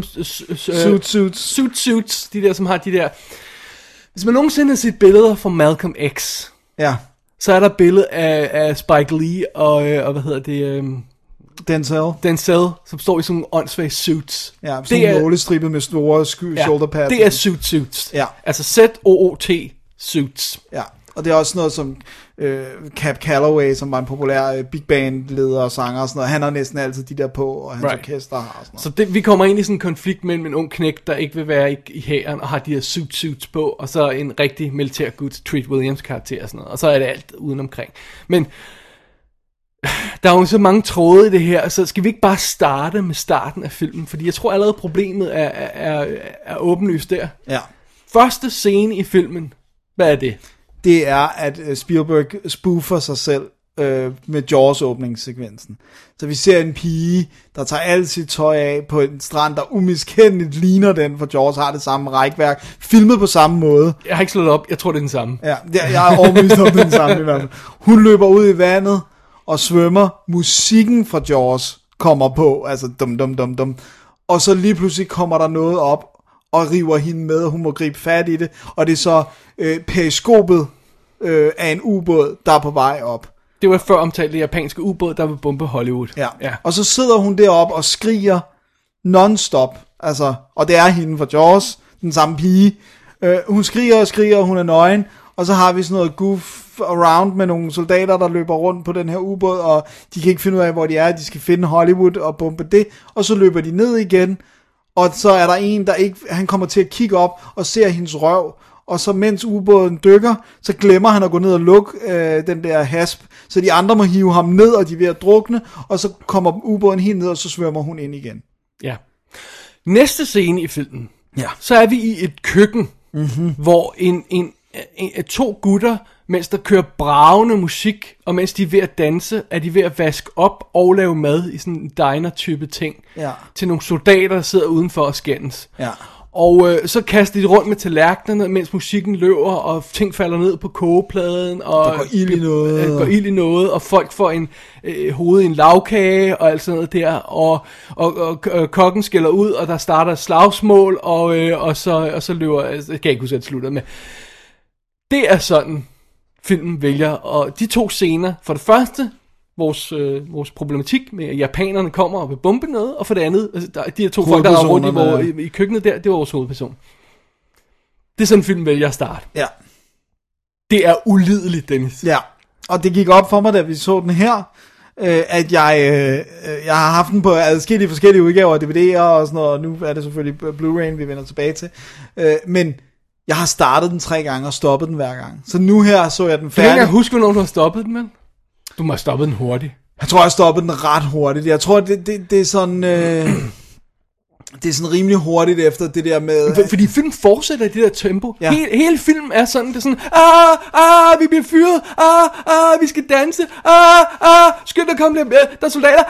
Suits. De der, som har de der. Hvis man nogensinde har set billeder fra Malcolm X, så er der billede af Spike Lee og hvad hedder det? Denzel, som står i sådan nogle åndssvage suits. Ja, sådan nogle nålestribet med store shoulder pads. Det er suits. Ja. Altså Z-O-O-T suits. Ja. Og det er også noget som Cab Calloway, som var en populær big band leder og sanger og sådan noget. Han har næsten altid de der på, og hans orkester har og sådan noget. Så vi kommer ind i sådan en konflikt mellem en ung knægt, der ikke vil være i hæren og har de her suits på, og så en rigtig militærgud, Treat Williams karakter og sådan noget. Og så er det alt udenomkring. Men der er jo så mange tråde i det her, så skal vi ikke bare starte med starten af filmen? Fordi jeg tror allerede problemet er åbenlyst der. Ja. Første scene i filmen, hvad er det? Det er, at Spielberg spoofer sig selv med Jaws åbningssekvensen. Så vi ser en pige, der tager alt sit tøj af på en strand, der umiskendeligt ligner den, for Jaws har det samme rækværk, filmet på samme måde. Jeg har ikke slået op, jeg tror det er den samme. Ja, jeg er overbevist om den samme i hvert fald. Hun løber ud i vandet og svømmer. Musikken fra Jaws kommer på, altså dum. Og så lige pludselig kommer der noget op og river hende med, og hun må gribe fat i det, og det er så periskopet af en ubåd, der er på vej op. Det var før omtalt det japanske ubåd, der vil bombe Hollywood. Ja. Og så sidder hun deroppe og skriger non-stop, altså, og det er hende fra Jaws, den samme pige. Hun skriger, og hun er nøgen, og så har vi sådan noget goof around med nogle soldater, der løber rundt på den her ubåd, og de kan ikke finde ud af, hvor de er, de skal finde Hollywood og bombe det, og så løber de ned igen, og så er der en, der ikke, han kommer til at kigge op og ser hendes røv, og så mens ubåden dykker, så glemmer han at gå ned og lukke den der hasp, så de andre må hive ham ned, og de er ved at drukne, og så kommer ubåden helt ned, og så svømmer hun ind igen. Ja. Næste scene i filmen, så er vi i et køkken, hvor to gutter, mens der kører bragende musik, og mens de er ved at danse, er de ved at vaske op og lave mad i sådan en diner-type ting, til nogle soldater, der sidder udenfor og skændes. Ja. Og så kaster de rundt med tallerkenerne, mens musikken løber, og ting falder ned på kogepladen, og der går ild i noget, og folk får hovedet i en lavkage, og alt sådan noget der, og kokken skælder ud, og der starter et slagsmål, og så løber, altså, jeg kan ikke huske, at det slutter med. Det er sådan, filmen vælger, og de to scener, for det første, vores problematik med, at japanerne kommer og vil bombe noget, og for det andet, altså, de her to folk, der er rundt i køkkenet der, det var vores hovedperson. Det er sådan, filmen vælger at starte. Ja. Det er ulideligt, Dennis. Ja, og det gik op for mig, da vi så den her, at jeg har haft den på adskillige forskellige udgaver, DVD'er og sådan noget, og nu er det selvfølgelig Blu-ray, vi vender tilbage til. Men jeg har startet den 3 gange og stoppet den hver gang. Så nu her så jeg den færdig. Kan du ikke huske, hvornår du har stoppet den, men? Du må have stoppet den hurtigt. Jeg tror, jeg stoppede den ret hurtigt. Jeg tror, det er sådan... det er sådan rimelig hurtigt efter det der med... Fordi filmen fortsætter i det der tempo. Ja. Hele filmen er sådan, det er sådan... vi bliver fyret. Vi skal danse. Skynd dig, kom, der er soldater.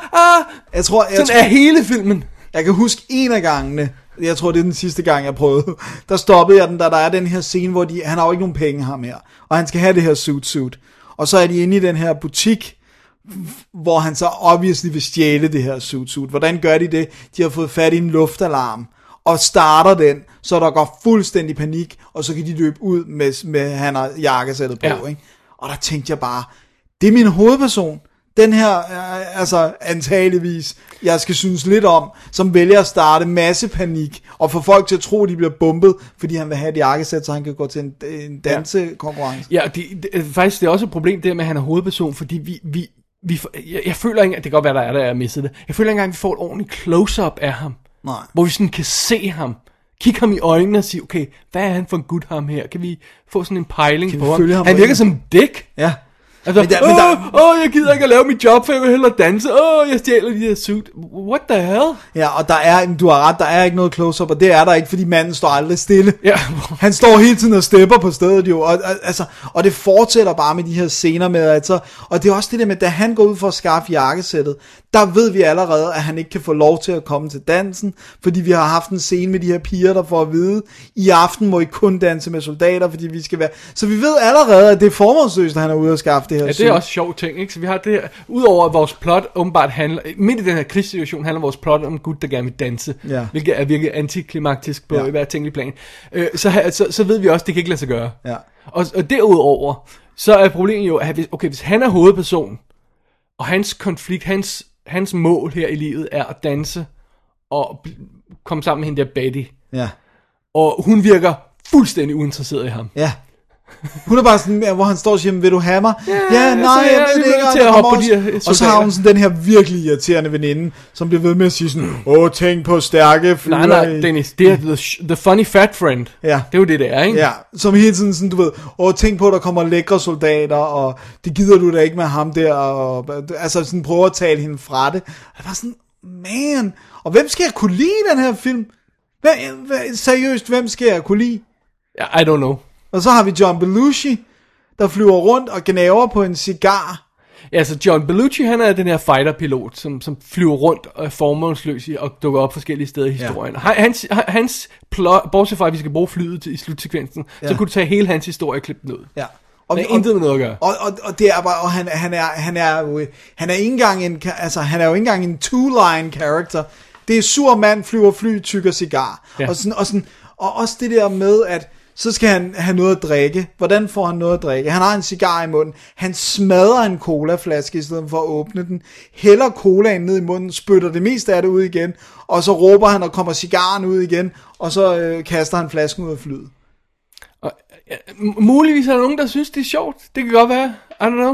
Sådan er hele filmen. Jeg kan huske en af gangene, jeg tror det er den sidste gang jeg prøvede, der stoppede jeg den, da der er den her scene, hvor han har jo ikke nogen penge ham her, og han skal have det her suit. Og så er de inde i den her butik, hvor han så obviously vil stjæle det her suit. Hvordan gør de det? De har fået fat i en luftalarm, og starter den, så der går fuldstændig panik, og så kan de løbe ud med han har jakkesættet på, ikke? Og der tænkte jeg bare, det er min hovedperson, den her, altså antageligvis, jeg skal synes lidt om, som vælger at starte masse panik, og få folk til at tro, at de bliver bombet, fordi han vil have et jakkesæt, så han kan gå til en dansekonkurrence. Ja, faktisk det er også et problem der med, at han er hovedperson, fordi jeg føler ikke, at det kan godt være, der er misset det. Jeg føler ikke engang, at vi får et ordentligt close-up af ham. Nej. Hvor vi sådan kan se ham, kigge ham i øjnene og sige, okay, hvad er han for en gut ham her? Kan vi få sådan en pejling på ham? Han virker som en dick. Ja. Altså, jeg gider ikke at lave mit job, for jeg vil hellere danse. Jeg stjæler de her suit. What the hell? Ja, og du har ret, der er ikke noget close-up, og det er der ikke, fordi manden står aldrig stille. Ja. Han står hele tiden og stepper på stedet jo, og det fortsætter bare med de her scener med, altså, og det er også det der med, da han går ud for at skaffe jakkesættet, der ved vi allerede, at han ikke kan få lov til at komme til dansen, fordi vi har haft en scene med de her piger, der får at vide, i aften må I kun danse med soldater, fordi vi skal være... Så vi ved allerede, at det er formålsløst, at han er ude at skaffe det her. Ja, det er også sjov ting, ikke? Så vi har det her, udover at vores plot åbenbart handler, midt i den her krigssituation, handler vores plot om en gut, der gerne vil danse, hvilket er virkelig antiklimaktisk på hver tænkelig plan. Så ved vi også, at det kan ikke lade sig gøre. Ja. Og derudover, så er problemet jo, at hvis han er hovedperson, og hans konflikt, hans mål her i livet er at danse og komme sammen med hende der Betty. Ja. Og hun virker fuldstændig uinteresseret i ham. Ja. Hun er bare sådan, hvor han står og siger, vil du have mig? Nej, jeg ved det ikke. Og så har hun sådan den her virkelig irriterende veninde, som bliver ved med at sige sådan, tænk på stærke fyre. Nej, Dennis, det er the funny fat friend. Ja. Det er jo det er, ikke? Ja, som hele tiden sådan, du ved, tænk på, at der kommer lækre soldater, og det gider du da ikke med ham der, og altså sådan prøver at tale hende fra det. Det var sådan, man, og hvem skal jeg kunne lide den her film? Seriøst, hvem skal jeg kunne lide? I don't know. Og så har vi John Belushi, der flyver rundt og gnaver på en cigar, Altså, John Belushi, han er den her fighter-pilot, som flyver rundt og er formålsløs og dukker op forskellige steder i historien. Hans plot, bortset fra, at vi skal bruge flyet i slutsekvensen, så kunne du tage hele hans historie og klippe den ud. Ja. Og det er intet med noget at gøre. Og det er bare, og han er ikke engang en, altså han er jo ikke engang en two-line character. Det er sur mand, flyver fly, tykker cigar. Ja. Og også det der med, at så skal han have noget at drikke. Hvordan får han noget at drikke? Han har en cigar i munden. Han smadrer en colaflaske i stedet for at åbne den. Hælder colaen ned i munden, spytter det meste af det ud igen. Og så råber han, og kommer cigaren ud igen. Og så kaster han flasken ud af flyet. Muligvis er der nogen, der synes, det er sjovt. Det kan godt være. I don't know.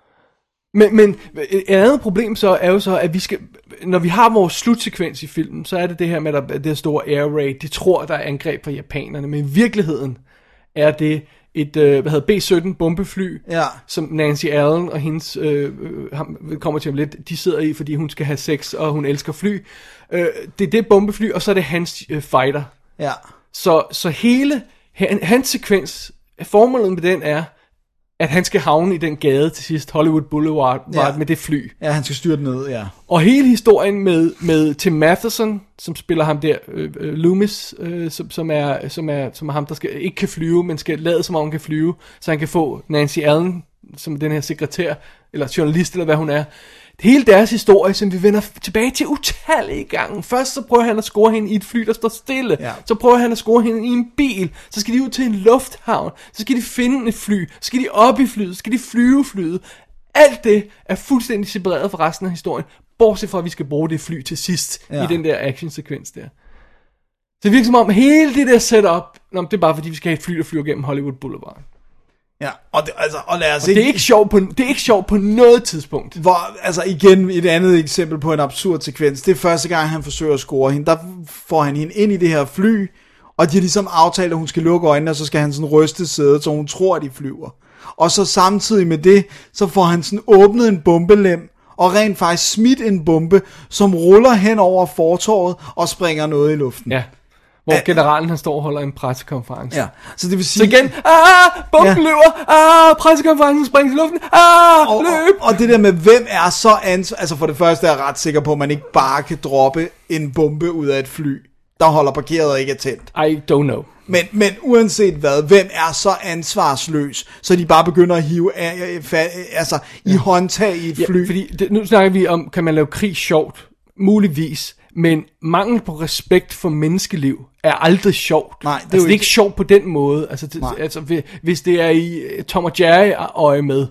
Men et andet problem så er jo så, at vi skal, når vi har vores slutsekvens i filmen, så er det her med det der store air raid. De tror, der er angreb fra japanerne, men i virkeligheden er det et B-17 bombefly, som Nancy Allen og hendes, kommer til om lidt, de sidder i, fordi hun skal have sex, og hun elsker fly. Det er det bombefly, og så er det hans fighter. Ja. Så hele hans sekvens, formålet med den er, at han skal havne i den gade til sidst, Hollywood Boulevard, med det fly. Ja, han skal styrte ned, ja. Og hele historien med Tim Matheson, som spiller ham der, Loomis, som er ham, der ikke kan flyve, men skal lade som om han kan flyve, så han kan få Nancy Allen, som den her sekretær, eller journalist, eller hvad hun er. Hele deres historie, som vi vender tilbage til utallige gange. Først så prøver han at score hende i et fly, der står stille. Ja. Så prøver han at score hende i en bil. Så skal de ud til en lufthavn. Så skal de finde et fly. Så skal de op i flyet. Så skal de flyve flyet. Alt det er fuldstændig separeret fra resten af historien. Bortset fra, at vi skal bruge det fly til sidst i den der actionsekvens der. Så det virker som om hele det der setup, det er bare fordi, vi skal have et fly, der flyver gennem Hollywood Boulevard. Ja, og lad os ikke... Det er ikke sjovt på noget tidspunkt. Altså igen, et andet eksempel på en absurd sekvens. Det er første gang, han forsøger at score hende. Der får han hende ind i det her fly, og de har ligesom aftalt, at hun skal lukke øjnene, og så skal han sådan ryste sædet, så hun tror, at de flyver. Og så samtidig med det, så får han sådan åbnet en bombelem, og rent faktisk smidt en bombe, som ruller hen over fortovet og springer noget i luften. Ja. Hvor generalen han står og holder en pressekonference. Ja, så det vil sige... Så igen, bomben løber, pressekonferencen springer til luften, løb! Og det der med, hvem er så altså for det første er jeg ret sikker på, at man ikke bare kan droppe en bombe ud af et fly, der holder parkeret og ikke er tændt. I don't know. Men uanset hvad, hvem er så ansvarsløs, så de bare begynder at hive i håndtag i et fly? Fordi nu snakker vi om, kan man lave krig sjovt? Muligvis. Men mangel på respekt for menneskeliv er aldrig sjovt. Nej, det er jo ikke sjovt på den måde. Altså, hvis det er i Tom og Jerry øje med,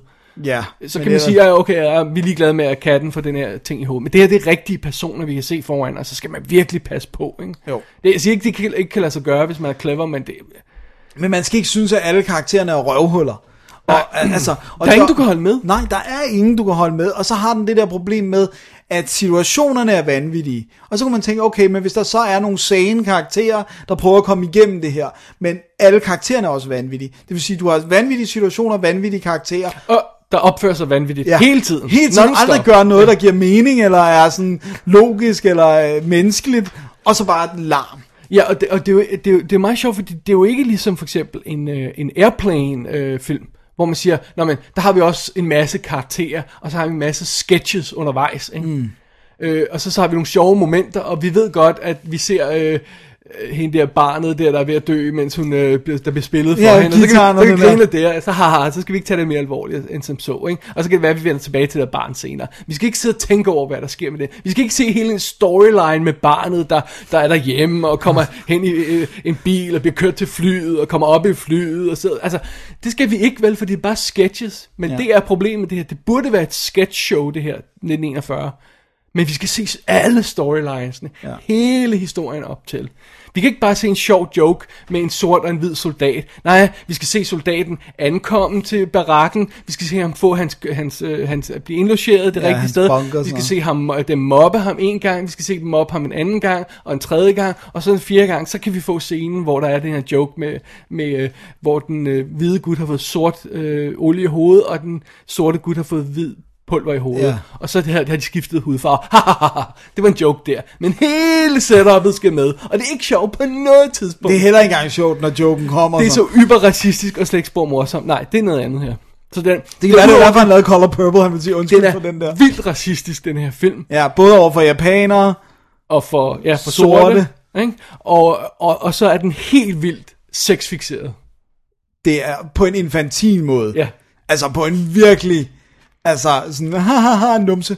så kan man sige, at okay, vi er ligeglade med at katten for den her ting i hovedet. Men det her det er rigtige personer, vi kan se foran, og så skal man virkelig passe på. Ikke? Jo. Jeg siger ikke, det ikke kan lade sig gøre, hvis man er clever, men det... Men man skal ikke synes, at alle karaktererne er røvhuller. Og der er ingen, du kan holde med. Nej, der er ingen, du kan holde med. Og så har den det der problem med, at situationerne er vanvittige. Og så kan man tænke, okay, men hvis der så er nogle sane karakterer, der prøver at komme igennem det her, men alle karaktererne er også vanvittige. Det vil sige, du har vanvittige situationer, vanvittige karakterer. Og der opfører sig vanvittigt hele tiden. Hele tiden aldrig gør noget, der giver mening, eller er sådan logisk, eller menneskeligt, og så bare et larm. Ja, og det er meget sjovt, fordi det er jo ikke ligesom for eksempel en Airplane-film, hvor man siger, men der har vi også en masse karakterer, og så har vi en masse sketches undervejs, ikke? Og så har vi nogle sjove momenter, og vi ved godt, at vi ser hende der barnet der er ved at dø, mens hun der bliver spillet for hende, og så kan vi grine der, så skal vi ikke tage det mere alvorligt end som så, ikke? Og så kan det være, at vi vender tilbage til det barn senere. Vi skal ikke sidde og tænke over, hvad der sker med det. Vi skal ikke se hele en storyline med barnet, der er derhjemme, og kommer hen i en bil, og bliver kørt til flyet, og kommer op i flyet, og så, altså, det skal vi ikke vel, for det er bare sketches, men det er problemet det her. Det burde være et sketch show, det her, 1941. Men vi skal se alle storylinesene, hele historien op til. Vi kan ikke bare se en sjov joke med en sort og en hvid soldat. Nej, vi skal se soldaten ankomme til barakken. Vi skal se ham få hans blive indlogeret det rigtige sted. Vi skal se dem mobbe ham en gang. Vi skal se dem mobbe ham en anden gang og en tredje gang og så en fjerde gang. Så kan vi få scenen, hvor der er den her joke med hvor den hvide gut har fået sort olie i hovedet, og den sorte gut har fået hvid pulver i hovedet, og så har de skiftet hudfarve. Det var en joke der. Men hele setupet skal med, og det er ikke sjovt på noget tidspunkt. Det er heller ikke engang sjovt, når joken kommer. Det er så yberracistisk og slet ikke spor morsomt. Nej, det er noget andet her. Så den, det kan være, det er derfor, han lavede Color Purple, han vil sige undskyld for den der. Den er vildt racistisk, den her film. Ja, både over for japanere og for sorte. Ikke? Og så er den helt vildt sexfixeret. Det er på en infantil måde. Ja. Altså på en virkelig, altså sådan, hahaha, numse.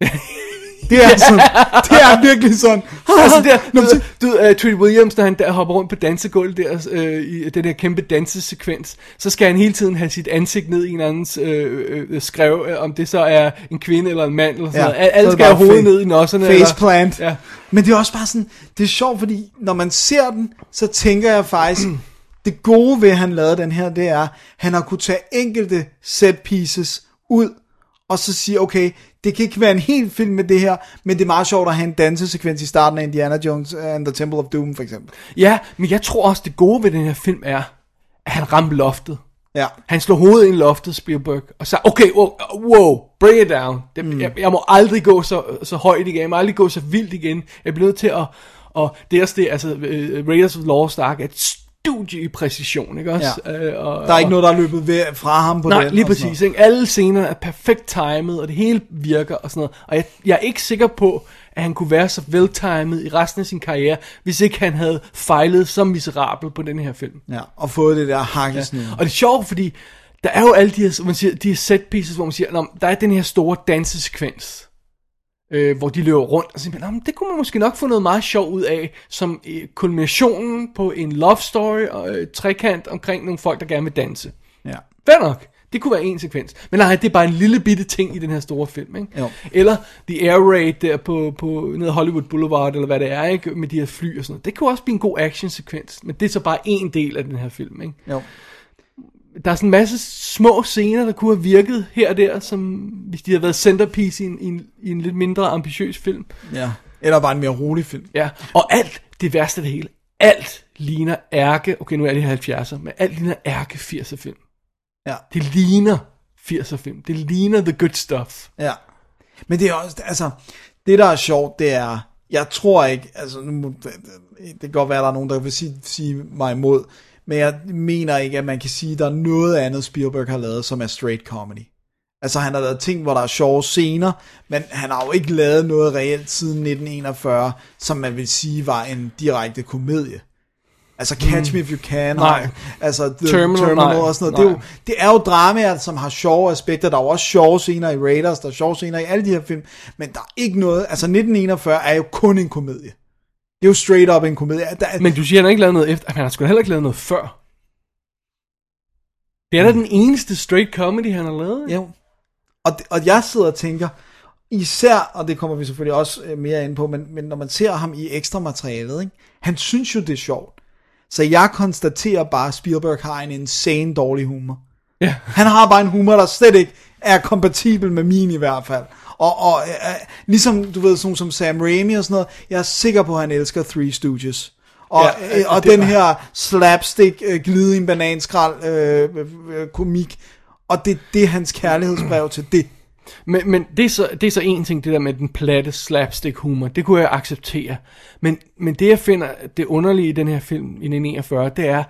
Det er virkelig sådan. Altså Treat Williams, når han der hopper rundt på dansegulvet der, i den der kæmpe dansesekvens, så skal han hele tiden have sit ansigt ned i en andens skrev, om det så er en kvinde eller en mand, eller sådan noget. Alle skal have hovedet ned i nosserne. Faceplant. Ja. Men det er også bare sådan, det er sjovt, fordi når man ser den, så tænker jeg faktisk, det gode ved, at han lavede den her, det er, han har kunne tage enkelte set pieces ud, og så sige, okay, det kan ikke være en hel film med det her, men det er meget sjovt at have en dansesekvens i starten af Indiana Jones and the Temple of Doom, for eksempel. Ja, men jeg tror også, det gode ved den her film er, at han ramte loftet. Ja. Han slog hovedet ind i loftet, Spielberg, og sagde, okay, wow, bring it down. Jeg må aldrig gå så højt igen, jeg må aldrig gå så vildt igen. Jeg bliver nødt til at det er også det, altså Raiders of the Lost Ark er et studie i præcision, ikke også? Ja. Der er ikke noget, der er løbet fra ham på den. Nej, lige præcis. Ikke? Alle scener er perfekt timet, og det hele virker og sådan noget. Og jeg er ikke sikker på, at han kunne være så veltimet i resten af sin karriere, hvis ikke han havde fejlet så miserabelt på den her film. Ja, og fået det der hakkesnit. Ja. Og det er sjovt, fordi der er jo alle de her, man siger, de her set pieces, hvor man siger, der er den her store dansesekvens, hvor de løber rundt, og siger, det kunne man måske nok få noget meget sjov ud af, som kulminationen på en love story og trekant omkring nogle folk, der gerne vil danse. Ja. Fair nok. Det kunne være en sekvens. Men nej, det er bare en lille bitte ting i den her store film, ikke? Jo. Eller The Air Raid der på nede Hollywood Boulevard, eller hvad det er, ikke? Med de her fly og sådan noget. Det kunne også blive en god action-sekvens, men det er så bare en del af den her film, ikke? Jo. Der er sådan en masse små scener, der kunne have virket her og der, som hvis de havde været centerpiece i en lidt mindre ambitiøs film. Ja, eller bare en mere rolig film. Ja, og alt, det værste af det hele, alt ligner okay, nu er det 70'er, men alt ligner 80'er film. Ja. Det ligner 80'er film. Det ligner the good stuff. Ja. Men det er også, altså, det der er sjovt, det er, jeg tror ikke, altså, det kan godt være, der er nogen, der vil sige mig imod, men jeg mener ikke, at man kan sige, at der er noget andet, Spielberg har lavet, som er straight comedy. Altså, han har lavet ting, hvor der er sjove scener, men han har jo ikke lavet noget reelt siden 1941, som man vil sige var en direkte komedie. Altså Catch Me If You Can, altså Terminal og sådan noget. Det er jo dramaer, som har sjove aspekter. Der er jo også sjove scener i Raiders, der er sjove scener i alle de her film, men der er ikke noget, altså 1941 er jo kun en komedie. Det er jo straight up en komedie. Men du siger, han har ikke lavet noget efter, han har sgu heller ikke lavet noget før. Det er da den eneste straight comedy, han har lavet. Jo. Og jeg sidder og tænker, især, og det kommer vi selvfølgelig også mere ind på, men når man ser ham i ekstra materialet, ikke? Han synes jo, det er sjovt. Så jeg konstaterer bare, at Spielberg har en insane dårlig humor. Ja. Han har bare en humor, der slet ikke er kompatibel med min i hvert fald. Og ligesom, du ved, sådan som Sam Raimi og sådan noget, jeg er sikker på, at han elsker Three Stooges. Og den her slapstick, glide i en bananskrald komik. Og det er hans kærlighedsbrev til det. Men det er så en ting, det der med den platte slapstick humor, det kunne jeg acceptere. Men det jeg finder det underlige i den her film i 1941, det er,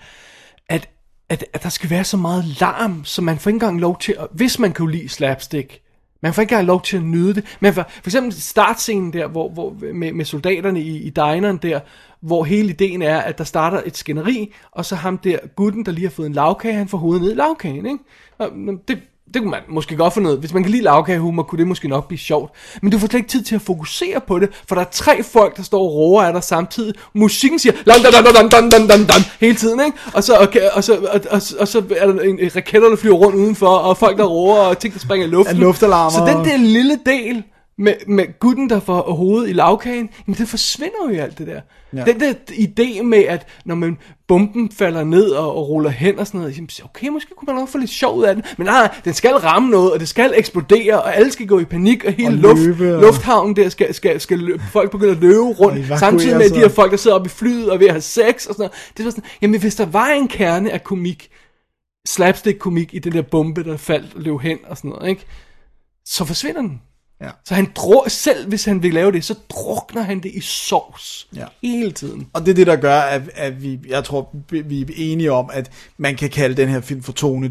at der skal være så meget larm, så man får ikke engang lov til, hvis man kan lide slapstick, man får ikke engang lov til at nyde det. Men for eksempel startscenen der, hvor med soldaterne i dineren der, hvor hele ideen er, at der starter et skænderi, og så ham der gutten, der lige har fået en lavkage, han får hovedet ned i lavkagen, ikke? Det kunne man måske godt få noget. Hvis man kan lide lavkagehumor, kunne det måske nok blive sjovt. Men du får slet ikke tid til at fokusere på det, for der er 3 folk, der står og råber af dig samtidig. Musikken siger hele tiden, ikke? Og så er der raketter, der flyver rundt udenfor, og folk, der råber, og ting, der springer i luften. Luftalarmer. Så den der lille del med gutten, der får hovedet i lavkagen, jamen det forsvinder jo i alt det der. Ja. Den der idé med, at når man bomben falder ned og ruller hen og sådan noget, jamen, okay, måske kunne man nok få lidt sjov ud af den, men nej, den skal ramme noget, og det skal eksplodere, og alle skal gå i panik, og hele lufthavnen der skal folk begynde at løbe rundt, samtidig med de her folk, der sidder oppe i flyet og ved at have sex og sådan noget. Det var sådan, jamen hvis der var en kerne af komik, slapstick komik i den der bombe, der faldt og løb hen og sådan noget, ikke? Så forsvinder den. Ja. Så han selv hvis han vil lave det, så drukner han det i sovs hele tiden. Og det er det, der gør, at jeg tror, vi er enige om, at man kan kalde den her film for tonedøv.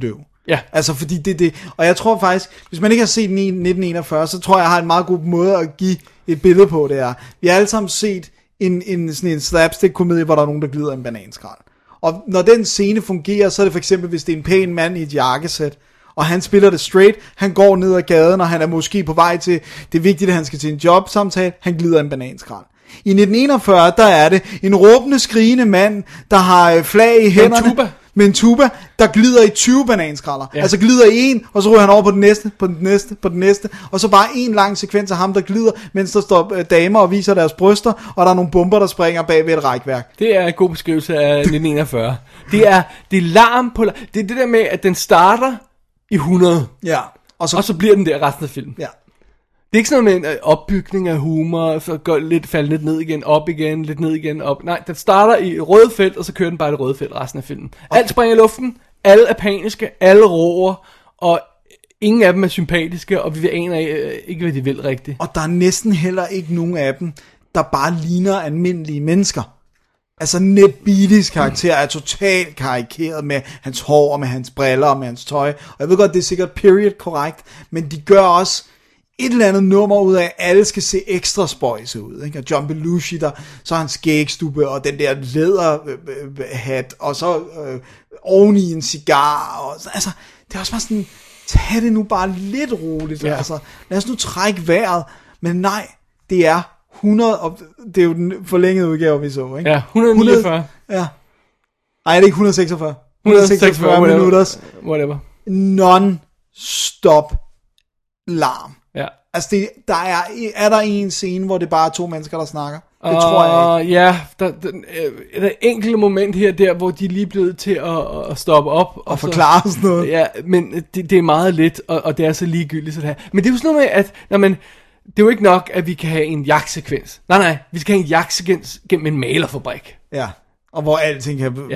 Ja. Altså fordi det, og jeg tror faktisk, hvis man ikke har set den i 1941, så tror jeg har en meget god måde at give et billede på det er. Vi har alle sammen set sådan en slapstick-komedie, hvor der er nogen, der glider en bananskrald. Og når den scene fungerer, så er det for eksempel, hvis det er en pæn mand i et jakkesæt, og han spiller det straight, han går ned ad gaden, og han er måske på vej til, det er vigtigt, at han skal til en jobsamtale, han glider en bananskrald. I 1941, der er det en råbende, skrigende mand, der har flag i hænderne. Med en tuba, der glider i 20 bananskralder. Ja. Altså glider i en, og så ryger han over på den næste, på den næste, og så bare en lang sekvens af ham, der glider, mens der står damer og viser deres bryster, og der er nogle bomber, der springer bag ved et rækværk. Det er en god beskrivelse af 1941. Det er larm på... Det er det der med, at den starter i 100. Ja. Og så bliver den der resten af filmen. Ja. Det er ikke sådan noget med en opbygning af humor, så falde lidt ned igen, op igen, lidt ned igen, op. Nej, den starter i røde felt, og så kører den bare i det røde felt resten af filmen. Okay. Alt springer i luften, alle er paniske, alle råber, og ingen af dem er sympatiske, og vi aner ikke, hvad de vil rigtigt. Og der er næsten heller ikke nogen af dem, der bare ligner almindelige mennesker. Altså Ned Beattys karakter er totalt karikeret med hans hår, og med hans briller, og med hans tøj. Og jeg ved godt, det er sikkert period korrekt, men de gør også et eller andet nummer ud af, at alle skal se ekstra spøjse ud, ikke? Og John Belushi, så har han skægstube, og den der læderhat, og så oveni en cigar, og altså, det er også bare sådan, tag det nu bare lidt roligt, ja. Altså, lad os nu trække vejret, men nej, det er 100, og det er jo den forlængede udgave, vi så, ikke? Ja, 149. Ja. Ej, det er ikke 146. 146 minutters. Whatever. Non-stop larm. Ja. Altså, er der en scene, hvor det bare er to mennesker, der snakker? Det tror jeg ikke. Ja, der er et enkelt moment her der, hvor de er lige blevet til at stoppe op. Og forklare sådan noget. Ja, men det er meget lidt, og det er så ligegyldigt sådan her. Men det er jo sådan noget med, at det er jo ikke nok, at vi kan have en jagtsekvens. Nej, vi skal have en jagtsekvens gennem en malerfabrik. Ja, og hvor alting kan... Ja.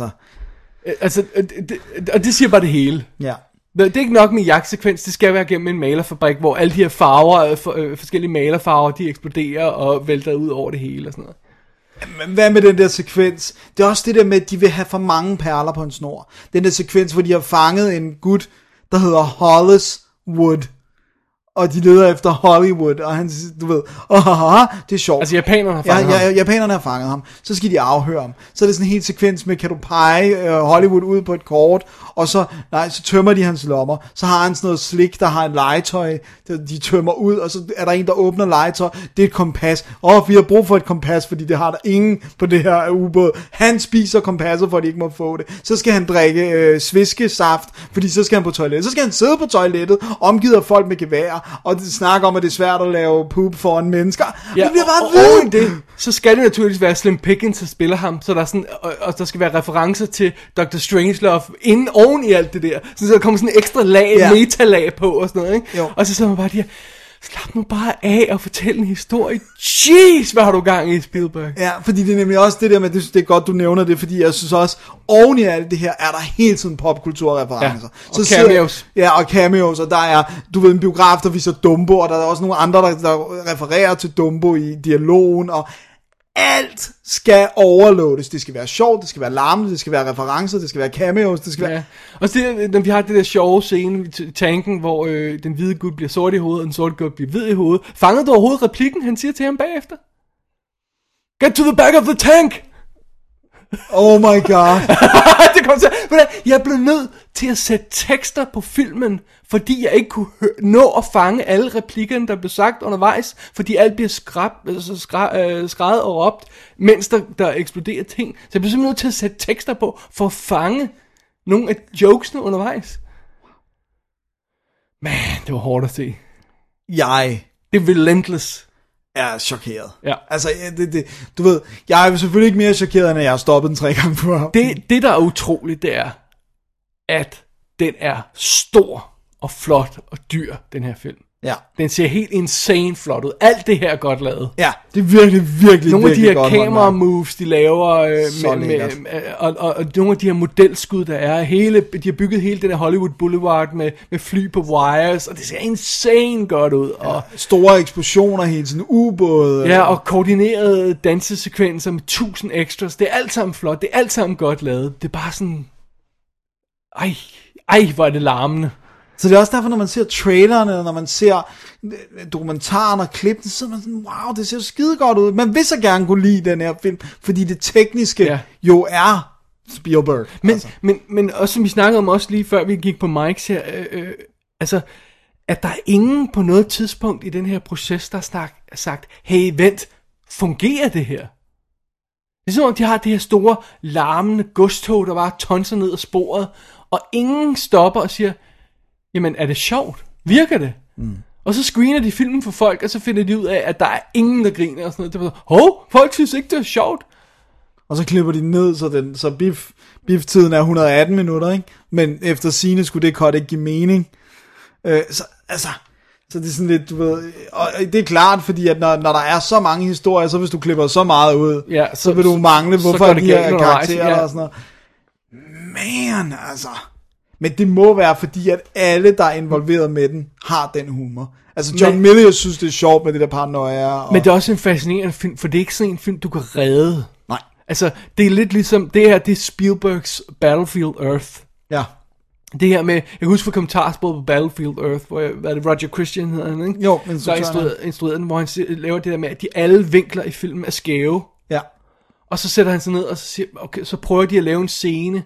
Altså, og det siger bare det hele. Ja. Det er ikke nok med jagtsekvens, det skal være gennem en malerfabrik, hvor alle de her farver, forskellige malerfarver, de eksploderer og vælter ud over det hele og sådan noget. Men hvad med den der sekvens? Det er også det der med, at de vil have for mange perler på en snor. Den der sekvens, hvor de har fanget en gut, der hedder Hollis Wood. Og de leder efter Hollywood, og han, du ved, det er sjovt. Altså japanerne har fanget ham. Japanerne har fanget ham. Så skal de afhøre ham. Så er det sådan en helt sekvens med, kan du pege Hollywood ud på et kort, og så tømmer de hans lommer. Så har han sådan noget slik, der har en legetøj, de tømmer ud, og så er der en, der åbner legetøj. Det er et kompas. Vi har brug for et kompas, fordi det har der ingen på det her ubåd. Han spiser kompasset, for at de ikke må få det. Så skal han drikke sviskesaft, fordi så skal han på toilettet. Så skal han sidde på toilettet, omgivet af folk med gevær, og det snakker om, at det er svært at lave poop foran mennesker. Ja, det bliver bare vildt. Så skal det naturligvis være Slim Pickens, der spiller ham, så der er sådan, og der skal være referencer til Dr. Strangelove inden oven i alt det der. Så der kommer sådan en ekstra lag, metalag på og sådan noget, ikke? Jo. Og så sidder man bare der, slap nu bare af og fortæl en historie. Jeez, hvad har du gang i, Spielberg? Ja, fordi det er nemlig også det der med, det er godt, du nævner det, fordi jeg synes også, oven i alt det her, er der hele tiden popkulturreferencer. Ja, og cameos. Og cameos, og der er, du ved, en biograf, der viser Dumbo, og der er også nogle andre, der refererer til Dumbo i dialogen, og alt skal overloades. Det skal være sjovt, det skal være larmende, det skal være referencer, det skal være cameos, det skal være... Og så når vi har det der sjove scene i tanken, hvor den hvide gut bliver sort i hovedet, og den sorte gut bliver hvid i hovedet. Fangede du overhovedet replikken, han siger til ham bagefter? Get to the back of the tank! Oh my god. Det kom til. Jeg blev nødt til at sætte tekster på filmen, fordi jeg ikke kunne nå at fange alle replikkerne, der blev sagt undervejs, fordi alt bliver skrædet og råbt, mens der eksploderer ting. Så jeg blev simpelthen nødt til at sætte tekster på, for at fange nogle af jokesene undervejs. Man, det var hårdt at se. Det er relentless. Er chokeret. Ja. Altså, du ved, jeg er selvfølgelig ikke mere chokeret, end at jeg har stoppet den 3 gange før. Det, der er utroligt, det er, at den er stor og flot og dyr, den her film. Ja. Den ser helt insane flot ud. Alt det her er godt lavet. Ja, det er virkelig nogle af de her camera moves, de laver, og nogle af de her modelskud, der er, de har bygget hele den her Hollywood Boulevard med fly på wires, og det ser insane godt ud. Ja, og store eksplosioner, hele sådan ubåde. Ja, og koordinerede dansesekvenser med 1000 extras. Det er alt sammen flot, det er alt sammen godt lavet. Det er bare sådan... hvor er det larmende. Så det er også derfor, når man ser trailerne, eller når man ser dokumentaren og klippene, så er man sådan, wow, det ser skide godt ud. Man vil så gerne kunne lide den her film, fordi det tekniske jo er Spielberg. Men også som vi snakkede om også lige før vi gik på mics her, altså, at der er ingen på noget tidspunkt i den her proces, der har sagt, hey, vent, fungerer det her? Det er som om, de har det her store, larmende godstog, der bare tonser ned ad sporet, og ingen stopper og siger, jamen, er det sjovt? Virker det? Og så screener de filmen for folk, og så finder de ud af, at der er ingen, der griner og sådan noget. Det er bare, folk synes ikke, det er sjovt. Og så klipper de ned, så biff-tiden er 118 minutter, ikke? Men efter sigende skulle det kort ikke give mening. Så det er sådan lidt, du ved, og det er klart, fordi at når der er så mange historier, så hvis du klipper så meget ud, så vil du mangle, hvorfor de her karakterer og sådan noget. Man, altså. Men det må være, fordi at alle, der er involveret med den, har den humor. Altså John Milius synes, det er sjovt med det der paranoia. Men det er også en fascinerende film, for det er ikke sådan en film, du kan redde. Nej. Altså, det er lidt ligesom, det her, det er Spielbergs Battlefield Earth. Ja. Det her med, jeg kan huske for kommentarspor på Battlefield Earth, hvor hvad er det, Roger Christian hedder han, ikke? Jo, men der instruerede den, hvor han laver det der med, at de alle vinkler i filmen er skæve. Ja. Og så sætter han sig ned, og så siger, okay, så prøver de at lave en scene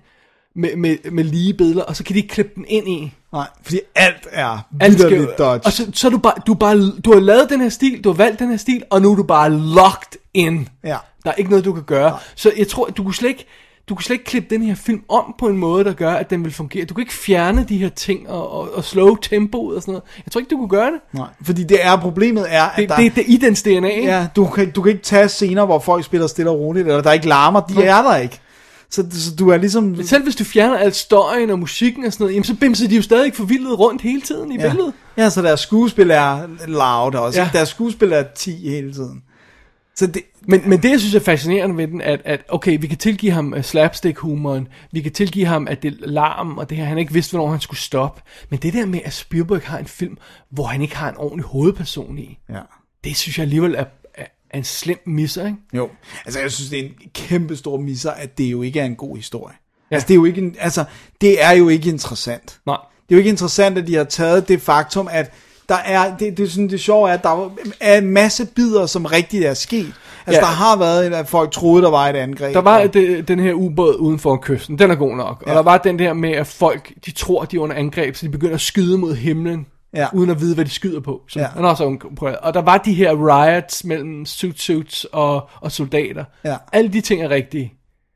med lige billeder, og så kan de ikke klippe den ind i. Nej, fordi alt er vitterligt dodge. Og så du har lavet den her stil, du har valgt den her stil, og nu er du bare locked in. Ja. Der er ikke noget, du kan gøre. Nej. Så jeg tror, du kunne slet ikke klippe den her film om på en måde, der gør, at den vil fungere. Du kan ikke fjerne de her ting og slow tempoet og sådan noget. Jeg tror ikke, du kunne gøre det. Nej, fordi problemet er, at det er i dens DNA, ikke? Ja, du kan ikke tage scener, hvor folk spiller stille og roligt, eller der ikke larmer. De er der ikke. Så du er ligesom... Men selv hvis du fjerner al støjen og musikken og sådan noget, jamen så bimser de jo stadig forvildet rundt hele tiden i billedet. Ja, så deres skuespil er loud også. Ja. Deres skuespil er 10 hele tiden. Så det... Men det, jeg synes er fascinerende ved den, at okay, vi kan tilgive ham slapstick-humoren, vi kan tilgive ham, at det er larm, og det her, han ikke vidste, hvornår han skulle stoppe. Men det der med, at Spielberg har en film, hvor han ikke har en ordentlig hovedperson i, det synes jeg alligevel er en slem misser, ikke? Jo, altså jeg synes, det er en kæmpe stor misser, at det jo ikke er en god historie. Ja. Altså, det er jo ikke det er jo ikke interessant. Nej. Det er jo ikke interessant, at de har taget det faktum, at der er, det er sådan, det sjove er, at der er en masse bidder, som rigtigt er sket. Altså, der har været, at folk troede, der var et angreb. Der var den her ubåd uden for kysten, den er god nok. Og der var den der med, at folk, de tror, de er under angreb, så de begynder at skyde mod himlen. Ja. Uden at vide, hvad de skyder på. Og der var de her riots mellem suits og soldater. Ja. Alle de ting er rigtige.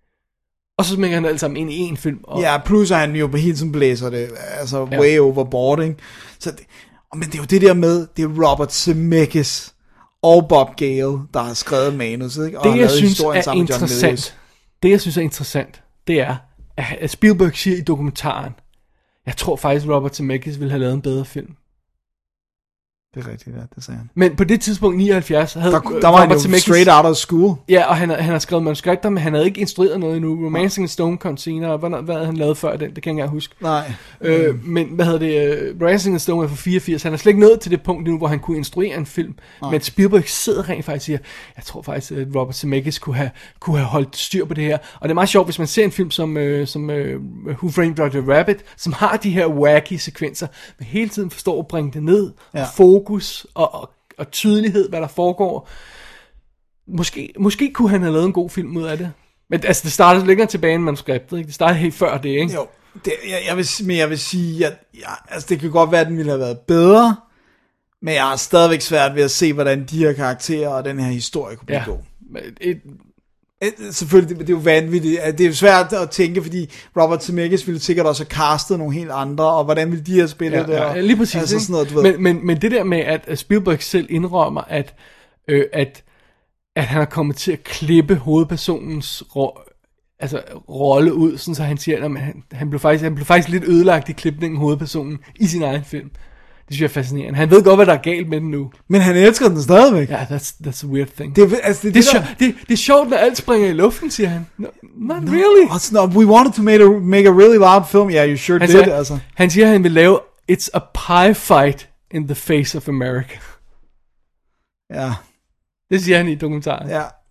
Og så smænger han alt sammen ind i en film. Ja, plus at han jo på hele tiden blæser det. Altså way overboard, ikke? Så men det er jo det der med, det er Robert Zemeckis og Bob Gale, der har skrevet manuset, ikke? Og det jeg synes er interessant, det er, at Spielberg siger i dokumentaren, jeg tror faktisk, Robert Zemeckis ville have lavet en bedre film. Det er rigtigt, ja, det sagde han. Men på det tidspunkt, 79, havde der var han jo straight out of school. Ja, og han har skrevet manuskripter, men han havde ikke instrueret noget endnu. Romancing the Stone kom senere. Hvad havde han lavet før den? Det kan jeg ikke engang huske. Nej. Men hvad hedder det? Romancing the Stone er fra 84. Han er slet ikke nået til det punkt nu, hvor han kunne instruere en film. Nej. Men Spielberg sidder rent faktisk og siger, jeg tror faktisk, at Robert Zemeckis kunne have holdt styr på det her. Og det er meget sjovt, hvis man ser en film som Who Framed Roger Rabbit, som har de her wacky sekvenser, men hele tiden forstår at bringe det ned og fokus og tydelighed, hvad der foregår. Måske kunne han have lavet en god film ud af det. Men altså, det startede længere tilbage end manuskriptet, ikke? Det startede helt før det, ikke? Jo, jeg vil sige, at altså, det kan godt være, at den ville have været bedre, men jeg har stadigvæk svært ved at se, hvordan de her karakterer og den her historie kunne blive god. Selvfølgelig, det er jo vanvittigt. Det er jo svært at tænke, fordi Robert Zemeckis ville sikkert også have castet nogle helt andre, og hvordan ville de have spillet det? Ja, lige præcis. Altså, sådan noget, du ved. Men det der med, at Spielberg selv indrømmer, at han er kommet til at klippe hovedpersonens rolle ud, sådan så han siger, at han blev faktisk lidt ødelagt i klipningen af hovedpersonen i sin egen film. Det synes jeg er fascinerende. Han ved godt, hvad der er galt med den nu. Men han elsker den stadigvæk. Ja, that's a weird thing. Det er sjovt, når alt springer i luften, siger han. Not really. We wanted to make a really loud film. Yeah, you sure did. Altså. Han siger, at han vil lave It's a pie fight in the face of America. Ja. Det siger han i dokumentaren. Ja.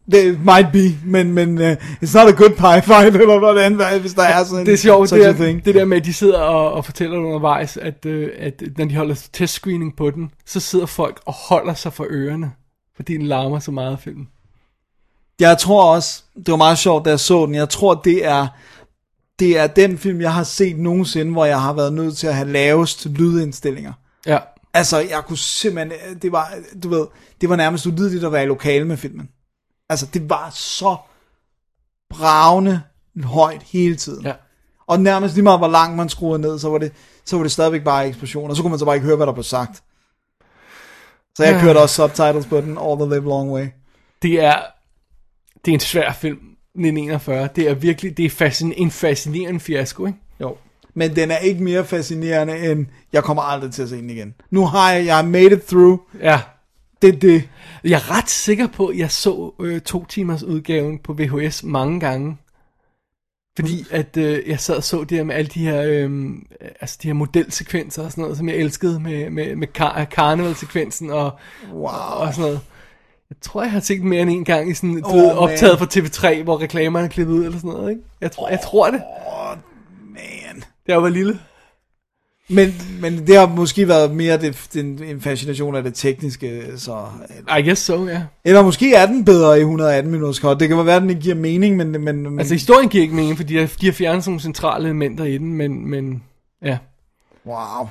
It might be, men it's not a good pie fight, eller hvordan, hvis der er sådan det er sjovt, det der med, at de sidder og fortæller undervejs, at når de holder testscreening på den, så sidder folk og holder sig for ørerne, fordi den larmer så meget af filmen. Jeg tror også, det var meget sjovt, da jeg så den, jeg tror, det er den film, jeg har set nogensinde, hvor jeg har været nødt til at have lavest lydindstillinger. Ja. Altså, jeg kunne simpelthen, det var, du ved, det var nærmest ulydeligt at være i lokale med filmen. Altså, det var så bravende højt hele tiden. Ja. Og nærmest lige meget, hvor langt man skruede ned, så var det stadigvæk bare eksplosioner, og så kunne man så bare ikke høre, hvad der blev sagt. Så jeg kørte også subtitles på den, All the Live Long Way. Det er en svær film, 1941. Det er virkelig, det er en fascinerende fiasko, ikke? Jo. Men den er ikke mere fascinerende end, jeg kommer aldrig til at se den igen. Nu har jeg made it through. Ja. Det. Jeg er ret sikker på, at jeg så 2 timers udgaven på VHS mange gange. Fordi at jeg sad og så det her med alle de her, de her modelsekvenser og sådan noget, som jeg elskede med karnevalsekvensen og sådan noget. Jeg tror, jeg har set mere end en gang i sådan optaget fra TV3, hvor reklamerne er klippet ud eller sådan noget, ikke? Jeg tror det. Man. Det var lille. Men det har måske været mere en fascination af det tekniske, så... I guess so, ja. Eller måske er den bedre i 118 minutters cut. Det kan være, at den ikke giver mening, men... Altså, historien giver ikke mening, fordi de har fjernet sådan nogle centrale elementer i den, men ja. Wow.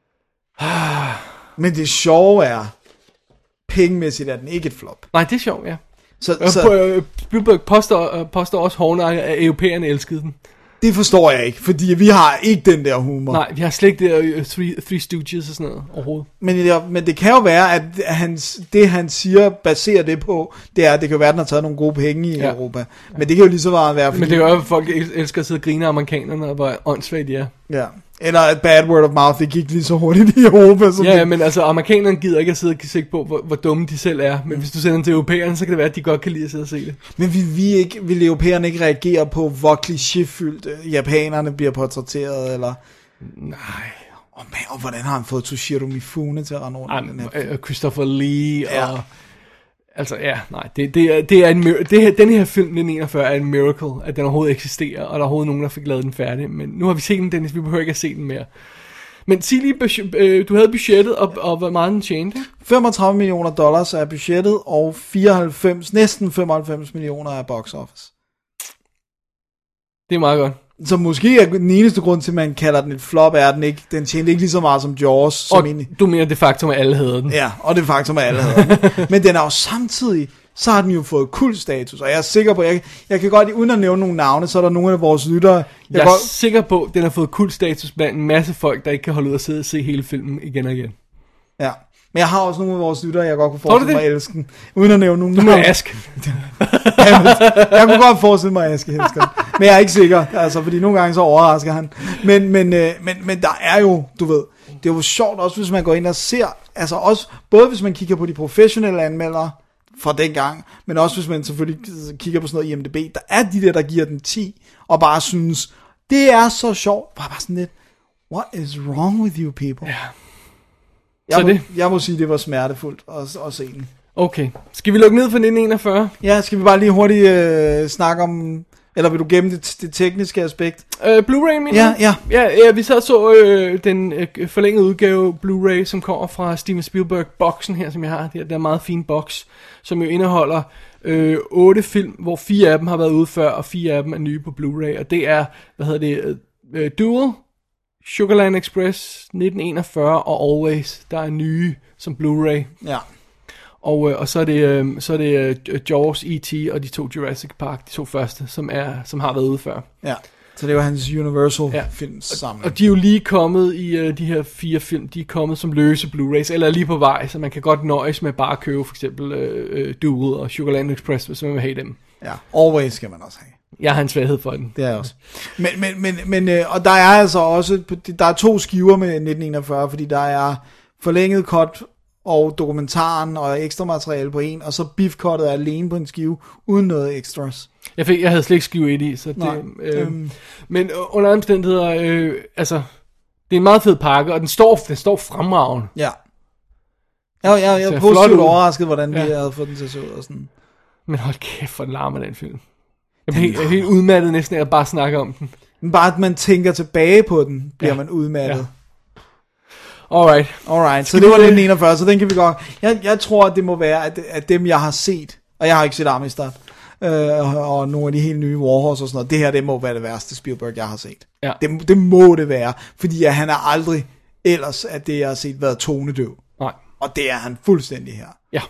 Men det sjove er, pengemæssigt er den ikke et flop. Nej, det er sjovt, ja. Så Spielberg påstår også hårdnakket, at europæerne elskede den. Det forstår jeg ikke, fordi vi har ikke den der humor. Nej, vi har slet ikke det Three Stooges og sådan noget overhovedet. Men det kan jo være, at det han siger, baserer det på, det er, at det kan være, at den har taget nogle gode penge i Europa. Men det kan jo lige så meget være, fordi... Men det gør jo, at folk elsker at sidde og grine af amerikanerne, og hvor åndssvagt de er. Ja. Eller et bad word of mouth, det gik lige så hurtigt i Europa. Ja, men altså, amerikanerne gider ikke at sidde og kigge på, hvor dumme de selv er. Men hvis du sender dem til europæerne, så kan det være, at de godt kan lide at sidde og se det. Men vil europæerne ikke reagere på, hvor klichéfyldt japanerne bliver portrætteret, eller... Nej. Og hvordan har han fået Toshiro Mifune til at rende rundt i den her? Christopher Lee og... Altså, ja, nej, den her film, 1941, er en miracle, at den overhovedet eksisterer, og der er overhovedet nogen, der fik lavet den færdig. Men nu har vi set den, Dennis, vi behøver ikke at se den mere. Men sig lige, du havde budgettet, og hvor meget den tjente? $35 million er budgettet, og næsten 95 millioner er box office. Det er meget godt. Så måske er den eneste grund til, at man kalder den et flop, er den ikke. Den tjente ikke lige så meget som Jaws. Som og du mener det faktum, at alle havde den. Ja, og det faktum, at alle havde den. Men den er jo samtidig, så har den jo fået kultstatus, og jeg er sikker på, jeg kan godt, uden at nævne nogle navne, så er der nogle af vores lyttere. Jeg er sikker på, at den har fået kultstatus blandt en masse folk, der ikke kan holde ud at sidde og se hele filmen igen og igen. Ja. Men jeg har også nogle af vores lyttere, jeg godt kunne forestille mig at elske den, uden at nævne nogen. Du må Ask. Jeg kunne godt forestille mig at Ask elsker den. Men jeg er ikke sikker, altså, fordi nogle gange så overrasker han. Men der er jo, du ved, det er jo sjovt også, hvis man går ind og ser, altså også, både hvis man kigger på de professionelle anmeldere fra dengang, men også hvis man selvfølgelig kigger på sådan noget IMDb, der er de der giver den 10, og bare synes, det er så sjovt, bare sådan lidt, what is wrong with you people? Ja. Jeg må sige, det var smertefuldt at se den. Okay. Skal vi lukke ned for 1941? Ja, skal vi bare lige hurtigt snakke om... Eller vil du gemme det tekniske aspekt? Blu-ray, mener Ja. Ja, vi så den forlængede udgave Blu-ray, som kommer fra Steven Spielberg-boksen her, som jeg har. Det er en meget fin boks, som jo indeholder 8 film, hvor 4 af dem har været ude før, og 4 af dem er nye på Blu-ray. Og det er, Duel, Sugarland Express, 1941 og Always, der er nye som Blu-ray. Ja. Og så er det Jaws, E.T. og de 2 Jurassic Park, de 2 første, som har været ude før. Ja, så det var hans Universal film sammen. Og de er jo lige kommet i de her 4 film, de er kommet som løse Blu-rays, eller lige på vej, så man kan godt nøjes med bare at købe for eksempel Duel og Sugarland Express, hvis man vil have dem. Ja, Always skal man også have. Jeg har en svaghed for den. Det er jeg også. Men og der er altså også, der er 2 skiver med 1941, fordi der er forlænget cut og dokumentaren og ekstra materiale på en, og så beef-cuttet er alene på en skive, uden noget extras. Jeg havde slet ikke skive 1 i, så det... Men under omstændigheder, altså, det er en meget fed pakke, og den står fremragende. Ja. Jeg er positivt overrasket, hvordan vi havde fået den til at se ud og sådan. Men hold kæft, hvor larmer den film. Jeg er helt udmattet næsten af at bare snakke om den. Bare at man tænker tilbage på den, bliver man udmattet. Ja. Alright. Så det var 1941, så den kan vi godt... Jeg tror, at det må være, at dem, jeg har set, og jeg har ikke set Amistad, og nogle af de helt nye Warhorse og sådan noget, det her, det må være det værste Spielberg, jeg har set. Ja. Det må det være, fordi at han er aldrig ellers, at det, jeg har set, været tonedøv. Nej. Og det er han fuldstændig her. Ja.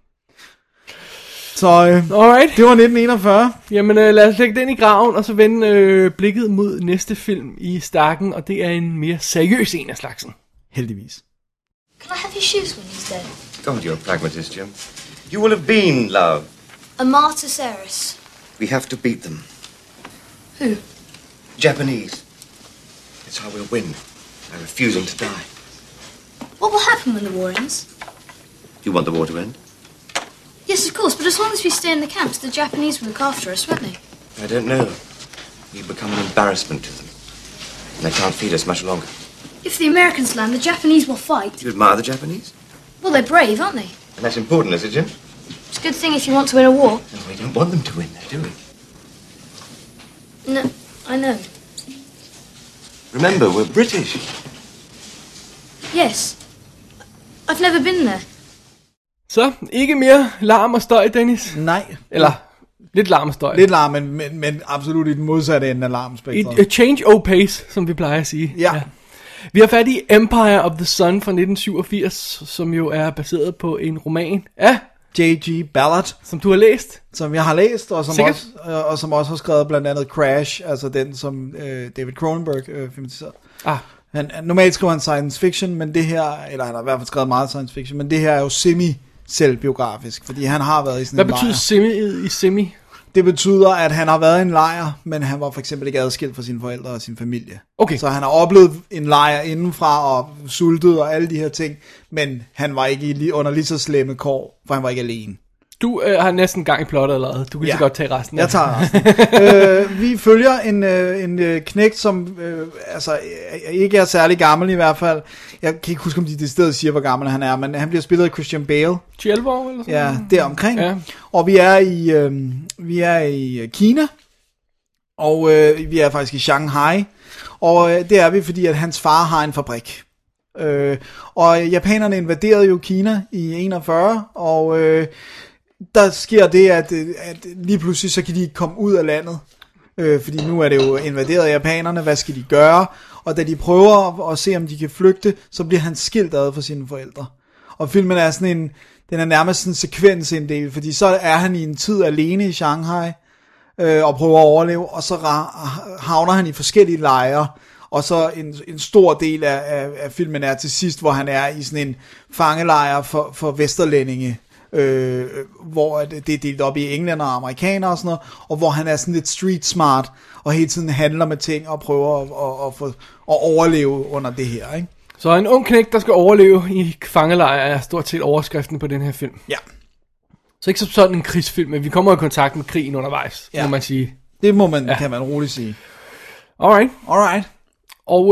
Så alright. Det var 1941. Jamen lad os lægge den i graven, og så vende blikket mod næste film i stakken, og det er en mere seriøs en af slagsen. Heldigvis. Can I have your shoes when he's dead? God, you're a pragmatist, Jim. You will have been, love. A martyr Ceres. We have to beat them. Who? Japanese. It's how we'll win. By refusing to die. What will happen when the war ends? You want the war to end? Yes, of course, but as long as we stay in the camps, the Japanese will look after us, won't they? I don't know. We become an embarrassment to them. And they can't feed us much longer. If the Americans land, the Japanese will fight. You admire the Japanese? Well, they're brave, aren't they? And that's important, is it, Jim? It's a good thing if you want to win a war. No, we don't want them to win, do we? No, I know. Remember, we're British. Yes. I've never been there. Så, ikke mere larm og støj, Dennis? Nej. Eller, lidt larm og støj. Lidt larm, men absolut i den modsatte ende af larmspektret. A change of pace, som vi plejer at sige. Ja. Vi har fat i Empire of the Sun fra 1987, som jo er baseret på en roman af J.G. Ballard, som du har læst. Som jeg har læst, og som også har skrevet blandt andet Crash, altså den, som David Cronenberg filmatiserede. Normalt skriver han science fiction, men det her, eller han har i hvert fald skrevet meget science fiction, men det her er jo semi-selvbiografisk, fordi han har været i sådan en lejr. Hvad betyder semi? Det betyder, at han har været i en lejr, men han var for eksempel ikke adskilt fra sine forældre og sin familie. Okay. Så han har oplevet en lejr indenfra og sultet og alle de her ting, men han var ikke under lige så slemme kår, for han var ikke alene. Du har næsten gang i plottet allerede. Du kan så godt tage resten. Jeg tager resten. Vi følger en knægt, som ikke er særlig gammel i hvert fald. Jeg kan ikke huske, om de stedet siger, hvor gammel han er, men han bliver spillet af Christian Bale. 12 år eller sådan. Ja, deromkring. Ja. Og vi er i Kina, og vi er faktisk i Shanghai. Og det er vi, fordi at hans far har en fabrik. Og japanerne invaderede jo Kina i 41, og der sker det, at lige pludselig så kan de ikke komme ud af landet, fordi nu er det jo invaderet af japanerne. Hvad skal de gøre? Og da de prøver at se, om de kan flygte, så bliver han skilt ad fra sine forældre. Og filmen er sådan den er nærmest en sekvensinddel, fordi så er han i en tid alene i Shanghai, og prøver at overleve, og så havner han i forskellige lejre. Og så en stor del af filmen er til sidst, hvor han er i sådan en fangelejr for vesterlændinge, hvor det er delt op i englænder og amerikanere og sådan noget, og hvor han er sådan lidt street smart, og hele tiden handler med ting og prøver at overleve under det her, ikke? Så en ung knægt, der skal overleve i fangelejr, er stort set overskriften på den her film. Ja. Så ikke som sådan en krigsfilm, men vi kommer i kontakt med krigen undervejs, må man sige. Det må man, kan man roligt sige. Alright. Og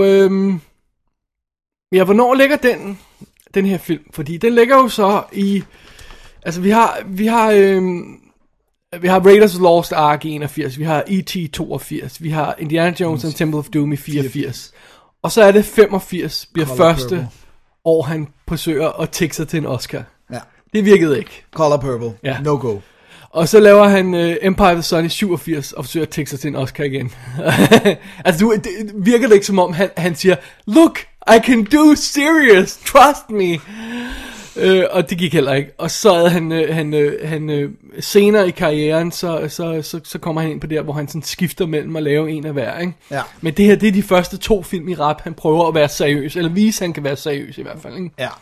hvornår ligger den her film? Fordi den ligger jo så i, altså vi har Raiders of the Lost Ark i 81, vi har E.T. 82, vi har Indiana Jones and Temple of Doom i 84. Og så er det 85, bliver Color første Purple. År, han forsøger at tække sig til en Oscar. Ja. Det virkede ikke. Color Purple, no go. Og så laver han Empire of the Sun i 87 og forsøger at tække sig til en Oscar igen. Altså virker det ikke som om han siger, look, I can do serious, trust me. Og det gik heller ikke. Og så er han senere i karrieren, så kommer han ind på der, hvor han sådan skifter mellem at lave en af hver, ikke? Ja. Men det her, det er de første 2 film i rap, han prøver at være seriøs, eller vise, han kan være seriøs i hvert fald, ikke? Ja.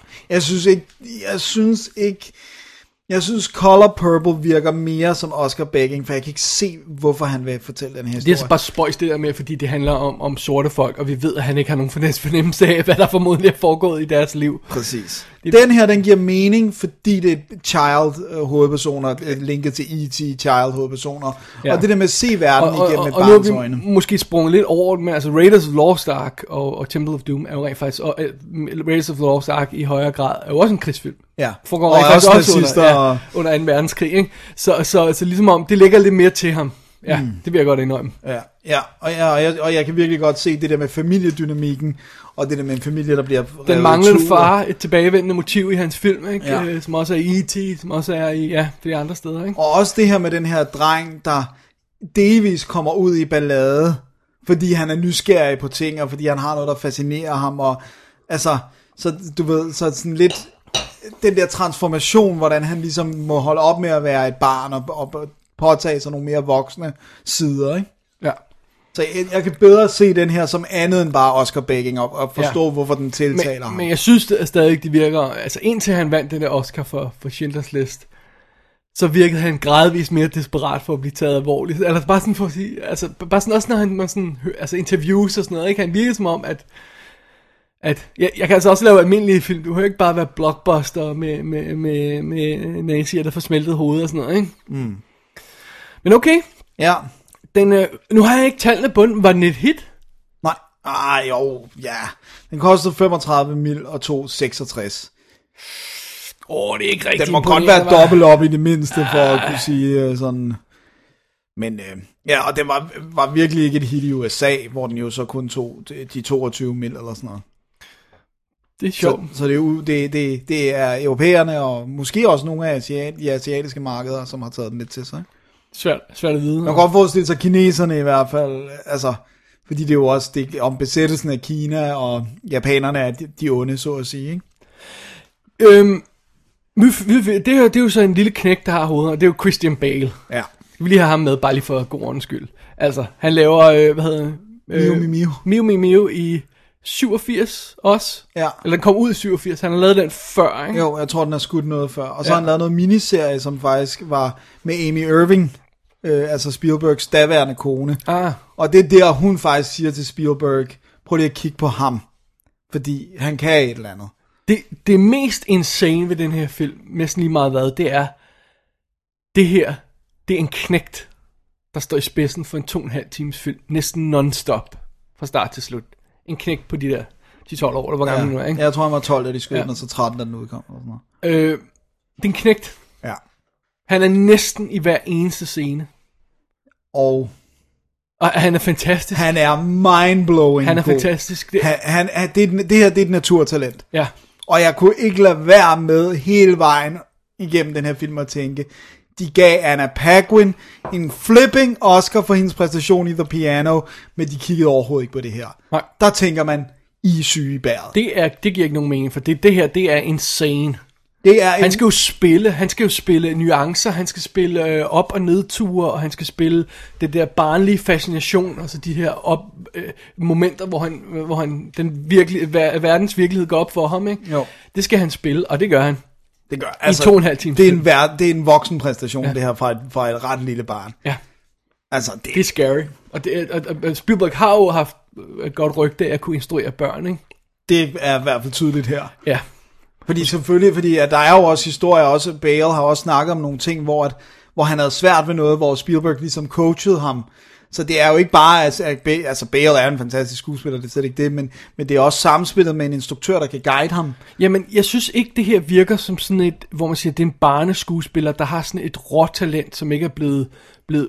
Jeg synes Color Purple virker mere som Oscar Begging, for jeg kan ikke se, hvorfor han vil fortælle den her historie. Det er bare spøjs det der med, fordi det handler om sorte folk, og vi ved, at han ikke har nogen fornemmelse af, hvad der formodentlig er foregået i deres liv. Præcis. Den her, den giver mening, fordi det er child-hovedpersoner, linket til E.T. child-hovedpersoner, og det der med at se verden igennem et barns øjne. Og nu har vi måske sprunget lidt over, men altså Raiders of the Lost Ark og Temple of Doom er jo rent faktisk, og Raiders of the Lost Ark i højere grad er jo også en krigsfilm. Ja, og også under 2. verdenskrig, ikke? Så ligesom om, det ligger lidt mere til ham. Ja, det vil jeg godt indrømme. Og jeg kan virkelig godt se det der med familiedynamikken, og det der med en familie, der bliver den manglende far, et tilbagevendende motiv i hans film, ikke? Ja. Som også er i E.T., som også er i flere andre steder, ikke? Og også det her med den her dreng, der delvis kommer ud i ballade, fordi han er nysgerrig på ting, og fordi han har noget, der fascinerer ham, og altså, så du ved, så sådan lidt den der transformation, hvordan han ligesom må holde op med at være et barn, og påtage sig nogle mere voksne sider, ikke? Ja. Så jeg kan bedre se den her som andet end bare Oscar backing og forstå, hvorfor den tiltaler ham. Men jeg synes det stadig, det virker, altså indtil han vandt den der Oscar for Schindlers List, så virkede han gradvist mere desperat for at blive taget alvorligt. Eller bare sådan for at sige, altså bare sådan også når han sådan, altså interviews og sådan noget, ikke? Han virker som om, at jeg kan altså også lave almindelige film. Du kan ikke bare være blockbuster med nazier, der får smeltet hovedet og sådan noget, ikke? Mm. Men okay. Ja. Nu har jeg ikke tallene på den. Var den et hit? Nej. Den kostede 35 mil og tog 66. Det er ikke rigtigt. Den må godt være dobbelt op i det mindste, for at kunne sige sådan. Men og den var virkelig ikke et hit i USA, hvor den jo så kun tog de 22 mil eller sådan noget. Det er sjovt. Så det er europæerne, og måske også nogle af de asiatiske markeder, som har taget den lidt til sig. Svært at vide. Man kan godt forestille sig kineserne i hvert fald, altså, fordi det er jo også om besættelsen af Kina, og japanerne er de onde, så at sige, ikke? Det er jo så en lille knæk, der har hovedet, og det er jo Christian Bale. Ja. Vi vil lige have ham med, bare lige for god ordens skyld. Altså, han laver, hvad hedder Miu Miu i 87 også. Ja. Eller den kom ud i 87, han har lavet den før, ikke? Jo, jeg tror, den har skudt noget før. Og så har han lavet noget miniserie, som faktisk var med Amy Irving, altså Spielbergs daværende kone. Og det er der, hun faktisk siger til Spielberg, prøv lige at kigge på ham, fordi han kan et eller andet. Det mest insane ved den her film, næsten lige meget hvad, det er en knægt, der står i spidsen for en 2,5 times film, næsten non-stop, fra start til slut. En knægt på de der 10-12 år, eller hvor gammel nu er, ikke? Jeg tror, han var 12, da de skød den, og så 13, da den udkom. Det er en knægt. Ja. Han er næsten i hver eneste scene. Og han er fantastisk. Han er mindblowing. Han er fantastisk. Det her, det er et naturtalent. Ja. Og jeg kunne ikke lade være med hele vejen igennem den her film at tænke, de gav Anna Paquin en flipping Oscar for hendes præstation i The Piano, men de kiggede overhovedet ikke på det her. Nej. Der tænker man, I er syge i bæret. Det giver ikke nogen mening, for det her, det er insane. Han skal jo spille nuancer, han skal spille op- og nedture, og han skal spille det der barnlige fascination, altså de her momenter, hvor han den verdens virkelighed går op for ham, ikke? Jo. Det skal han spille, og det gør han. Det gør altså, i 2,5 timer. Det er en voksen præstation, det her fra et ret lille barn. Ja. Altså, det er scary. Og Spielberg har jo haft et godt rygte af at kunne instruere børn, ikke? Det er i hvert fald tydeligt her. Ja. Fordi at der er jo også historier, også Bale har også snakket om nogle ting, hvor han havde svært ved noget, hvor Spielberg ligesom coachede ham. Så det er jo ikke bare, altså Bale er en fantastisk skuespiller, det er slet ikke det, men det er også samspillet med en instruktør, der kan guide ham. Jamen, jeg synes ikke, det her virker som sådan et, hvor man siger, det er en barneskuespiller, der har sådan et råtalent, som ikke er blevet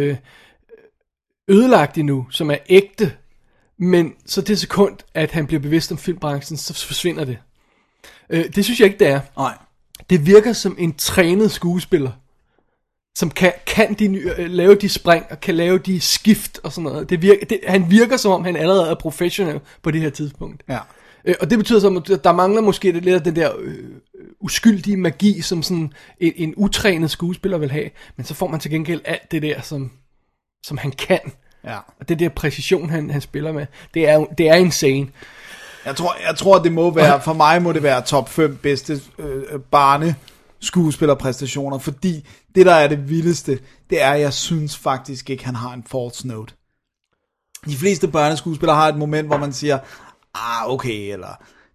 ødelagt endnu, som er ægte. Men så det sekund, at han bliver bevidst om filmbranchen, så forsvinder det. Det synes jeg ikke, det er. Nej. Det virker som en trænet skuespiller, som kan lave de spring, og kan lave de skift og sådan noget. Han virker som om, han allerede er professionel på det her tidspunkt. Ja. Og det betyder så, at der mangler måske lidt af den der uskyldige magi, som sådan en utrænet skuespiller vil have. Men så får man til gengæld alt det der, som han kan. Ja. Og det der præcision, han spiller med. Det er insane. Jeg tror, det må være, for mig må det være top 5 bedste barneskuespillerpræstationer, fordi det, der er det vildeste, det er, at jeg synes faktisk ikke, han har en false note. De fleste børneskuespillere har et moment, hvor man siger, okay, eller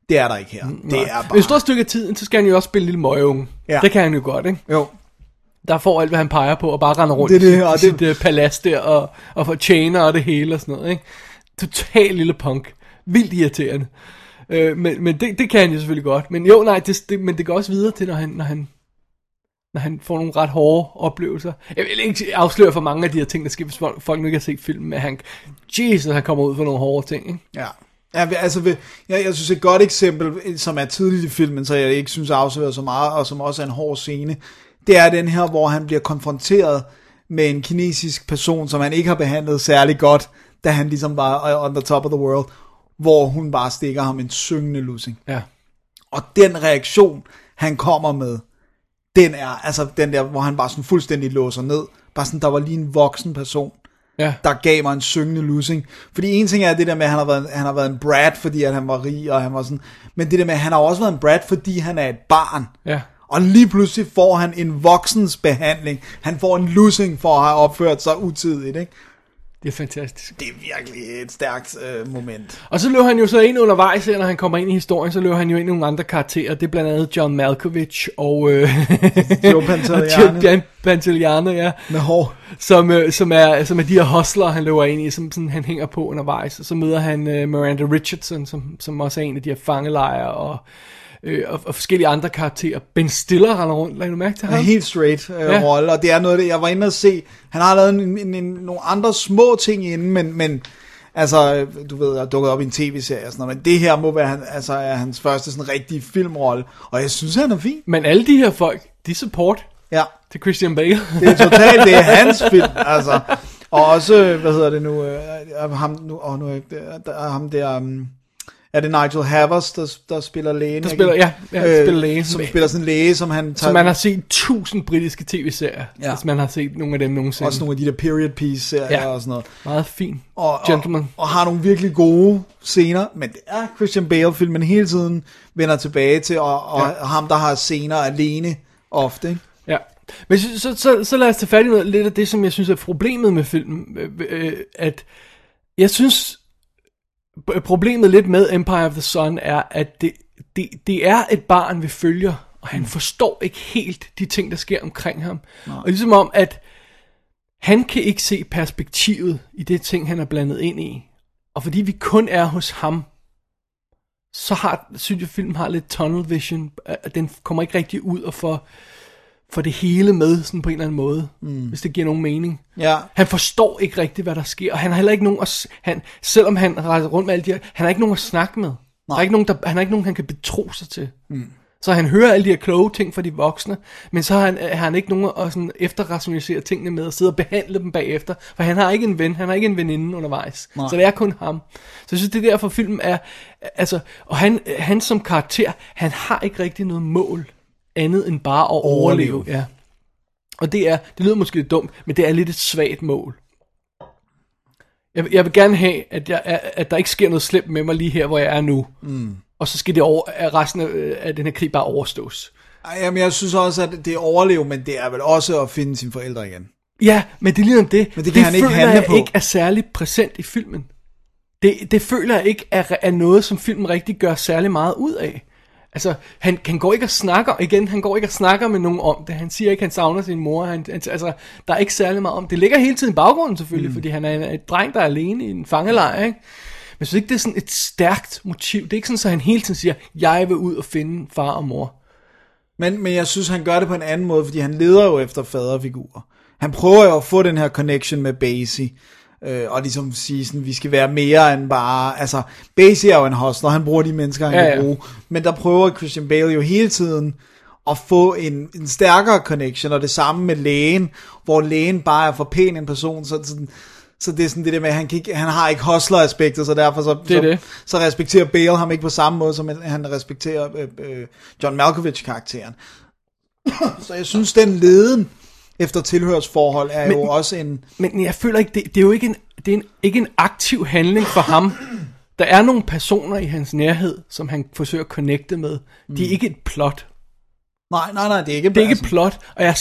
Det er der ikke her. Det er bare... Et stort stykke af tiden, så skal han jo også spille lille møgeunge. Ja. Det kan han jo godt, ikke? Jo. Der får alt, hvad han peger på, og bare render rundt i sit palads der, og får tjener og det hele og sådan noget, ikke? Total lille punk. Vildt irriterende. Men det kan han jo selvfølgelig godt. Men jo, nej, men det går også videre til, når han får nogle ret hårde oplevelser. Jeg vil ikke afsløre for mange af de her ting, der sker, hvis folk nu ikke har set filmen, men han kommer ud for nogle hårde ting, ikke? Ja. Ja, altså, jeg synes et godt eksempel, som er tidligt i filmen, så jeg ikke synes afslører så meget, og som også er en hård scene, det er den her, hvor han bliver konfronteret med en kinesisk person, som han ikke har behandlet særlig godt, da han ligesom var on the top of the world, hvor hun bare stikker ham en syngende lussing. Ja. Og den reaktion, han kommer med, den er, altså den der, hvor han bare sådan fuldstændig låser ned, bare sådan, der var lige en voksen person, der gav mig en syngende lussing. Fordi en ting er det der med, at han har været en brat, fordi at han var rig, og han var sådan, men det der med, at han har også været en brat, fordi han er et barn. Ja. Og lige pludselig får han en voksens behandling. Han får en lussing for at have opført sig utidigt, ikke? Det er fantastisk. Det er virkelig et stærkt moment. Og så løber han jo så ind undervejs, når han kommer ind i historien, så løber han jo ind i nogle andre karakterer. Det er blandt andet John Malkovich og Joe Pantoliano, ja. Med hår. Som er de her hustler, han løber ind i, som sådan, han hænger på undervejs. Og så møder han Miranda Richardson, som også er en af de her fangelejre, og forskellige andre karakterer. Ben Stiller render rundt, lad du mærke til ham? Helt straight rolle, og det er noget af det, jeg var inde og se. Han har lavet nogle andre små ting inden, men altså, du ved, jeg er dukket op i en tv-serie og sådan noget, men det her må være er hans første sådan rigtige filmrolle, og jeg synes, han er fin. Men alle de her folk, de support til Christian Bale. Det er totalt, det er hans film, altså. Og også, hvad hedder det nu, ham der... Er det Nigel Havers, der spiller lægen? Der spiller lægen. Som spiller sådan en læge, som han tager... Så man har set 1000 britiske tv-serier, hvis man har set nogle af dem nogensinde. Også nogle af de der period piece-serier og sådan noget. Meget fint. Gentleman. Og har nogle virkelig gode scener, men det er Christian Bale-filmen hele tiden vender tilbage til, og ham, der har scener alene ofte, ikke? Ja. Men så lad os tage fat i lidt af det, som jeg synes er problemet med filmen. At jeg synes... Problemet lidt med Empire of the Sun er, at det er et barn, vi følger, og han forstår ikke helt de ting, der sker omkring ham. Nej. Og ligesom om, at han kan ikke se perspektivet i det ting, han er blandet ind i. Og fordi vi kun er hos ham, så synes jeg, filmen har lidt tunnel vision. Den kommer ikke rigtig ud og får det hele med sådan på en eller anden måde, hvis det giver nogen mening. Ja. Han forstår ikke rigtigt, hvad der sker, og han har heller ikke nogen selvom han rejser rundt med alle de her, han har ikke nogen at snakke med. Der er ikke nogen, han har ikke nogen, han kan betro sig til. Så han hører alle de her kloge ting fra de voksne, men så har han ikke nogen at sådan efterrationalisere tingene med, og sidde og behandle dem bagefter, for han har ikke en ven, han har ikke en veninde undervejs. Nej. Så det er kun ham. Så jeg synes, det er derfor filmen er, altså, og han som karakter, han har ikke rigtig noget mål, andet end bare at overleve. Ja. Og det lyder måske lidt dumt, men det er lidt et svagt mål. Jeg vil gerne have, at der ikke sker noget slemt med mig lige her, hvor jeg er nu. Og så skal resten af den her krig bare overstås. Jamen, jeg synes også, at det er overleve, men det er vel også at finde sine forældre igen. Ja, men det er lige om det. Men det kan han ikke handle på. Ikke er særligt præsent i filmen. Det føler jeg ikke er noget, som filmen rigtig gør særlig meget ud af. Altså, han går ikke og snakker, igen, han går ikke og snakker med nogen om det. Han siger ikke, han savner sin mor. Altså, der er ikke særlig meget om det. Ligger hele tiden i baggrunden selvfølgelig, fordi han er et dreng, der er alene i en fangelejr, ikke? Men jeg synes ikke, det er sådan et stærkt motiv. Det er ikke sådan, at han hele tiden siger, jeg vil ud og finde far og mor. Men jeg synes, han gør det på en anden måde, fordi han leder jo efter faderfigurer. Han prøver jo at få den her connection med Basie. Og ligesom sige sådan, vi skal være mere end bare, altså Basie er jo en hustler, han bruger de mennesker, han kan bruge, men der prøver Christian Bale jo hele tiden at få en stærkere connection, og det samme med lægen, hvor lægen bare er for pæn en person, så det er sådan det der med, han har ikke hustler-aspekter, så derfor så respekterer Bale ham ikke på samme måde, som han respekterer John Malkovich-karakteren. Så jeg synes, den leden efter tilhørsforhold er jo også en... Men jeg føler ikke, det er jo ikke ikke en aktiv handling for ham. Der er nogle personer i hans nærhed, som han forsøger at connecte med. De er ikke et plot. Nej, det er ikke. Det er ikke et plot, og jeg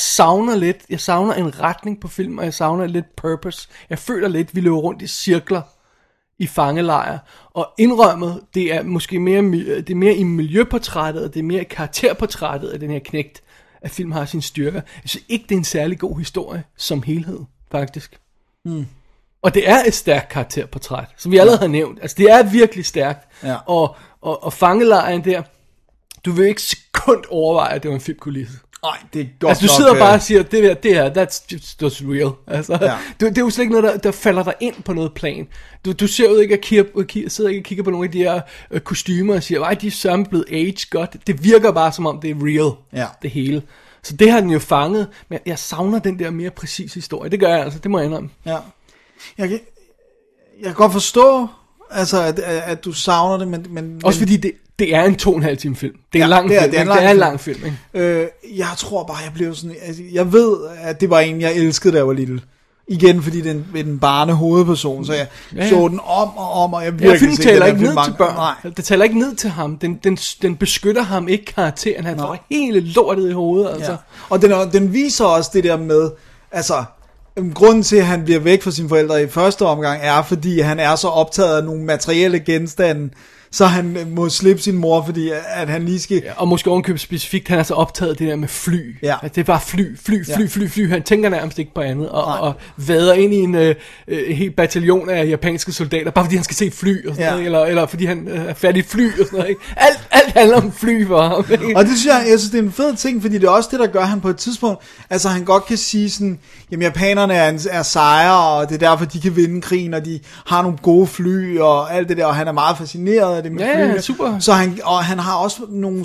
savner en retning på film, og jeg savner lidt purpose. Jeg føler lidt, vi løber rundt i cirkler i fangelejr, og indrømmet, det er måske mere i miljøportrættet, og det er mere i karakterportrættet af den her knægt, at film har sin styrker. Jeg synes ikke, det er en særlig god historie som helhed, faktisk. Og det er et stærkt karakterportræt, som vi allerede har nævnt. Altså, det er virkelig stærkt. Ja. Og fangelejren der, du vil ikke sekund overveje, at det var en filmkulisse. Nej, det er godt. Altså, du sidder bare og siger, det her, that's just real. Altså, det er jo slet ikke noget, der falder dig ind på noget plan. Du ser jo ikke sidder ikke og kigger på nogle af de her kostymer og siger, de er sammen blevet aged godt. Det virker bare som om, det er real, det hele. Så det har den jo fanget, men jeg savner den der mere præcis historie. Det gør jeg altså, det må jeg indrømme. Ja. Jeg kan godt forstå, altså, at du savner det, men også fordi det er en 2,5 time film. Det er en lang film. Det er en lang film, ikke? Jeg tror bare, jeg blev sådan... Altså, jeg ved, at det var en, jeg elskede, da jeg var lille. Igen, fordi den barne hovedperson, så jeg så den om, og jeg virkelig... Filmen taler ikke ned til børn. Nej. Det taler ikke ned til ham. Den beskytter ham ikke karakteren. Han får hele lortet i hovedet, altså. Ja. Og den viser også det der med... Altså... Grunden til, at han bliver væk fra sine forældre i første omgang, er, fordi han er så optaget af nogle materielle genstande, så han må slippe sin mor, fordi at han lige skal... Ja, og måske ovenkøbet specifikt, han er så optaget af det der med fly. Ja. At det er bare fly. Han tænker nærmest ikke på andet, og vader ind i en helt bataljon af japanske soldater, bare fordi han skal se fly, og sådan noget, eller fordi han er færdig fly, og sådan noget, ikke? Alt handler om fly for ham, ikke? Og det synes jeg synes, det er en fed ting, fordi det er også det, der gør han på et tidspunkt, altså han godt kan sige sådan, jamen japanerne er sejre, og det er derfor, de kan vinde krigen, og de har nogle gode fly, og alt det der, og han er meget fascineret af det med flyene. Super. Så han har også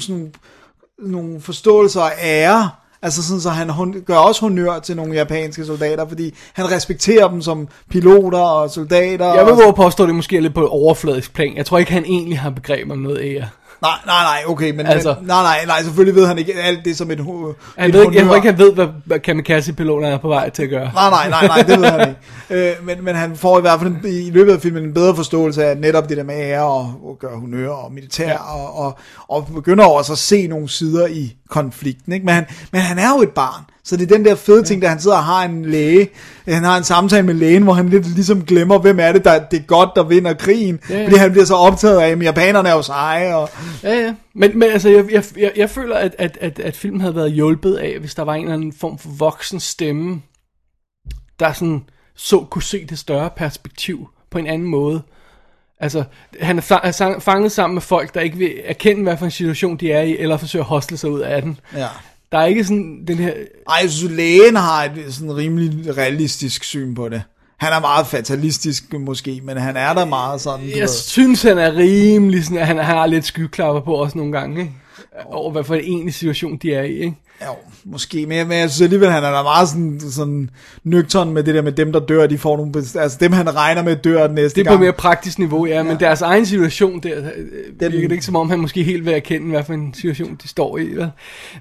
nogle forståelser af ære, altså sådan, så han gør også honør til nogle japanske soldater, fordi han respekterer dem som piloter og soldater. Jeg vil våge påstå, det måske er lidt på et overfladisk plan. Jeg tror ikke, han egentlig har begreb om noget ære. Nej, okay, men, altså, nej, selvfølgelig ved han ikke alt det som et jeg tror ikke, han ved, hvad kamikaze-piloter er på vej til at gøre. Nej, det ved han ikke. Men han får i hvert fald i løbet af filmen en bedre forståelse af netop det der med ære og gøre honør og militær, og begynder også at se nogle sider i konflikten, ikke? Men han er jo et barn, så det er den der fede ting, da han sidder og har en læge, han har en samtale med lægen, hvor han lidt ligesom glemmer, hvem er det, det er godt, der vinder krigen, fordi han bliver så optaget af, at japanerne er jo seje. Og... Ja. Men altså, jeg føler, at filmen havde været hjulpet af, hvis der var en eller anden form for voksen stemme, der sådan kunne se det større perspektiv på en anden måde. Altså, han er fanget sammen med folk, der ikke vil erkende, hvad for en situation de er i, eller forsøger at hostle sig ud af den. Ja. Der er ikke sådan den her... Ej, jeg synes, lægen har et sådan rimelig realistisk syn på det. Han er meget fatalistisk måske, men han er der meget sådan... Jeg synes, han er rimelig sådan... Han har lidt skyklapper på også nogle gange, ikke? Over hvad for en egentlig situation, de er i, ikke? Jo, måske, men jeg synes alligevel, han er der meget sådan nøgtern med det der med dem, der dør, de får nogle... Altså dem, han regner med, dør den næste gang. Det er på mere praktisk niveau, ja, men deres egen situation, der virker det ikke som om, han måske helt vil erkende, hvad for en situation de står i. Eller?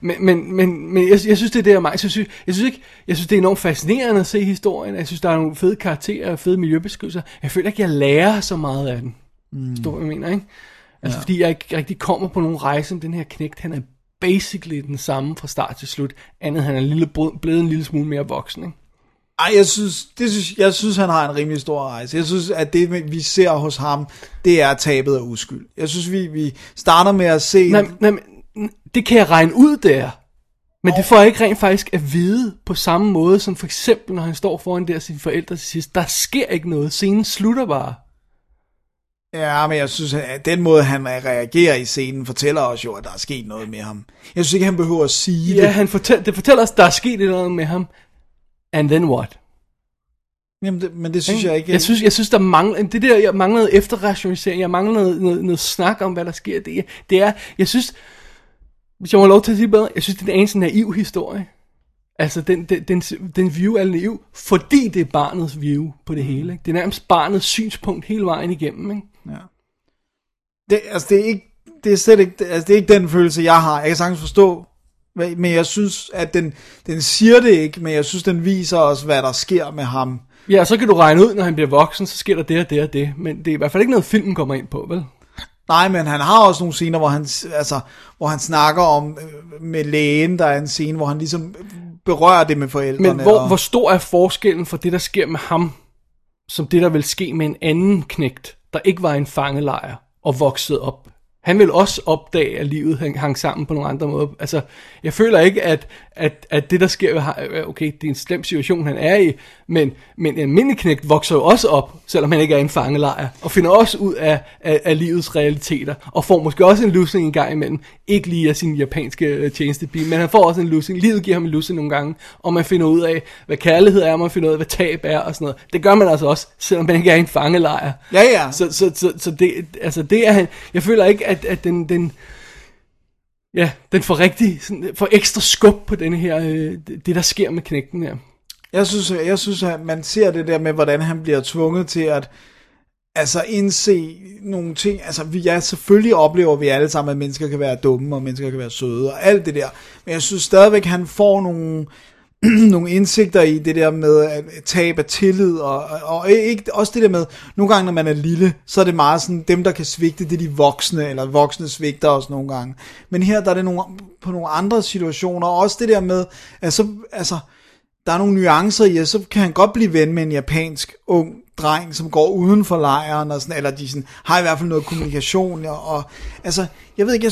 Men jeg synes, det er det, jeg synes, det er enormt fascinerende at se historien. Jeg synes, der er nogle fede karakterer og fede miljøbeskrivelser. Jeg føler ikke, jeg lærer så meget af den. Forstår hvad jeg mener, ikke? Altså, fordi jeg ikke rigtig kommer på nogen rejse om den her knægt. Han er basically den samme fra start til slut, andet han er blevet en lille smule mere voksen, ikke? Ej, jeg synes, han har en rimelig stor rejse. Jeg synes, at det, vi ser hos ham, det er tabet af uskyld. Jeg synes, vi starter med at se... Nej, det kan jeg regne ud der. Men det får jeg ikke rent faktisk at vide på samme måde, som for eksempel, når han står foran der sine forældre til sidst. Der sker ikke noget. Scenen slutter bare. Ja, men jeg synes, at den måde, han reagerer i scenen, fortæller os jo, at der er sket noget med ham. Jeg synes ikke, han behøver at sige det. Ja, det fortæller os, at der er sket noget med ham. And then what? Jamen, men det synes jeg ikke. Jeg synes, der mangler... Det der, jeg manglede efterrationalisering. Jeg manglede noget snak om, hvad der sker. Det er... Jeg synes... Hvis jeg må lov til at sige bedre, jeg synes, det er en eneste naiv historie. Altså, den view er naiv, fordi det er barnets view på det hele. Ikke? Det er nærmest barnets synspunkt hele vejen igennem, ikke? Ja. Det er slet ikke, altså det er ikke den følelse, jeg har. Jeg kan sagtens forstå, men jeg synes, at den siger det ikke, men jeg synes, den viser os, hvad der sker med ham. Ja, så kan du regne ud, når han bliver voksen, så sker der det og det og det, men det er i hvert fald ikke noget, filmen kommer ind på, vel? Nej, men han har også nogle scener, hvor han snakker om med lægen, der er en scene, hvor han ligesom berører det med forældrene. Men hvor stor er forskellen for det, der sker med ham, som det, der vil ske med en anden knægt, der ikke var en fangelejr og voksede op. Han ville også opdage, at livet hang sammen på nogle andre måder. Altså, jeg føler ikke, at det, der sker, okay, det er en slem situation, han er i, men en almindelig knægt vokser jo også op, selvom han ikke er i en fangelejr, og finder også ud af livets realiteter, og får måske også en lussing en gang imellem. Ikke lige af sin japanske tjenestebil, men han får også en lussing. Livet giver ham en lussing nogle gange, og man finder ud af, hvad kærlighed er, man finder ud af, hvad tab er, og sådan noget. Det gør man altså også, selvom man ikke er i en fangelejr. Ja. Så det er han. Jeg føler ikke, at den får rigtig, sådan, får ekstra skub på denne her, det der sker med knægten her. Jeg synes, at man ser det der med, hvordan han bliver tvunget til at indse nogle ting. Altså, selvfølgelig oplever vi alle sammen, at mennesker kan være dumme, og mennesker kan være søde, og alt det der. Men jeg synes stadigvæk, han får nogle indsigter i det der med at tab af tillid, og ikke, også det der med, nogle gange når man er lille, så er det meget sådan, dem der kan svigte, det er de voksne, eller voksne svigter også nogle gange. Men her der er det på nogle andre situationer, og også det der med, altså der er nogle nuancer i, at så kan han godt blive ven med en japansk ung dreng, som går uden for lejren, og sådan, eller de sådan, har i hvert fald noget kommunikation, og altså, jeg ved ikke,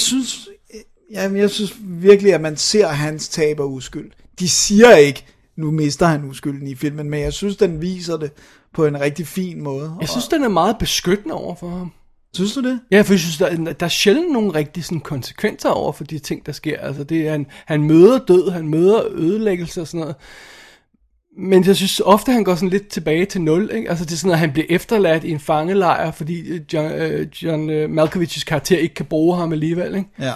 jeg synes virkelig, at man ser hans tab af uskyld. De siger ikke, nu mister han uskylden i filmen, men jeg synes, den viser det på en rigtig fin måde. Jeg synes, den er meget beskyttende over for ham. Synes du det? Ja, for jeg synes, der er sjældent nogle rigtig sådan, konsekvenser over for de ting, der sker. Altså, det er, han møder død, han møder ødelæggelse og sådan noget. Men jeg synes ofte, han går sådan lidt tilbage til 0, ikke? Altså, det er sådan, at han bliver efterladt i en fangelejr, fordi John Malkovich's karakter ikke kan bruge ham alligevel, ikke? Ja.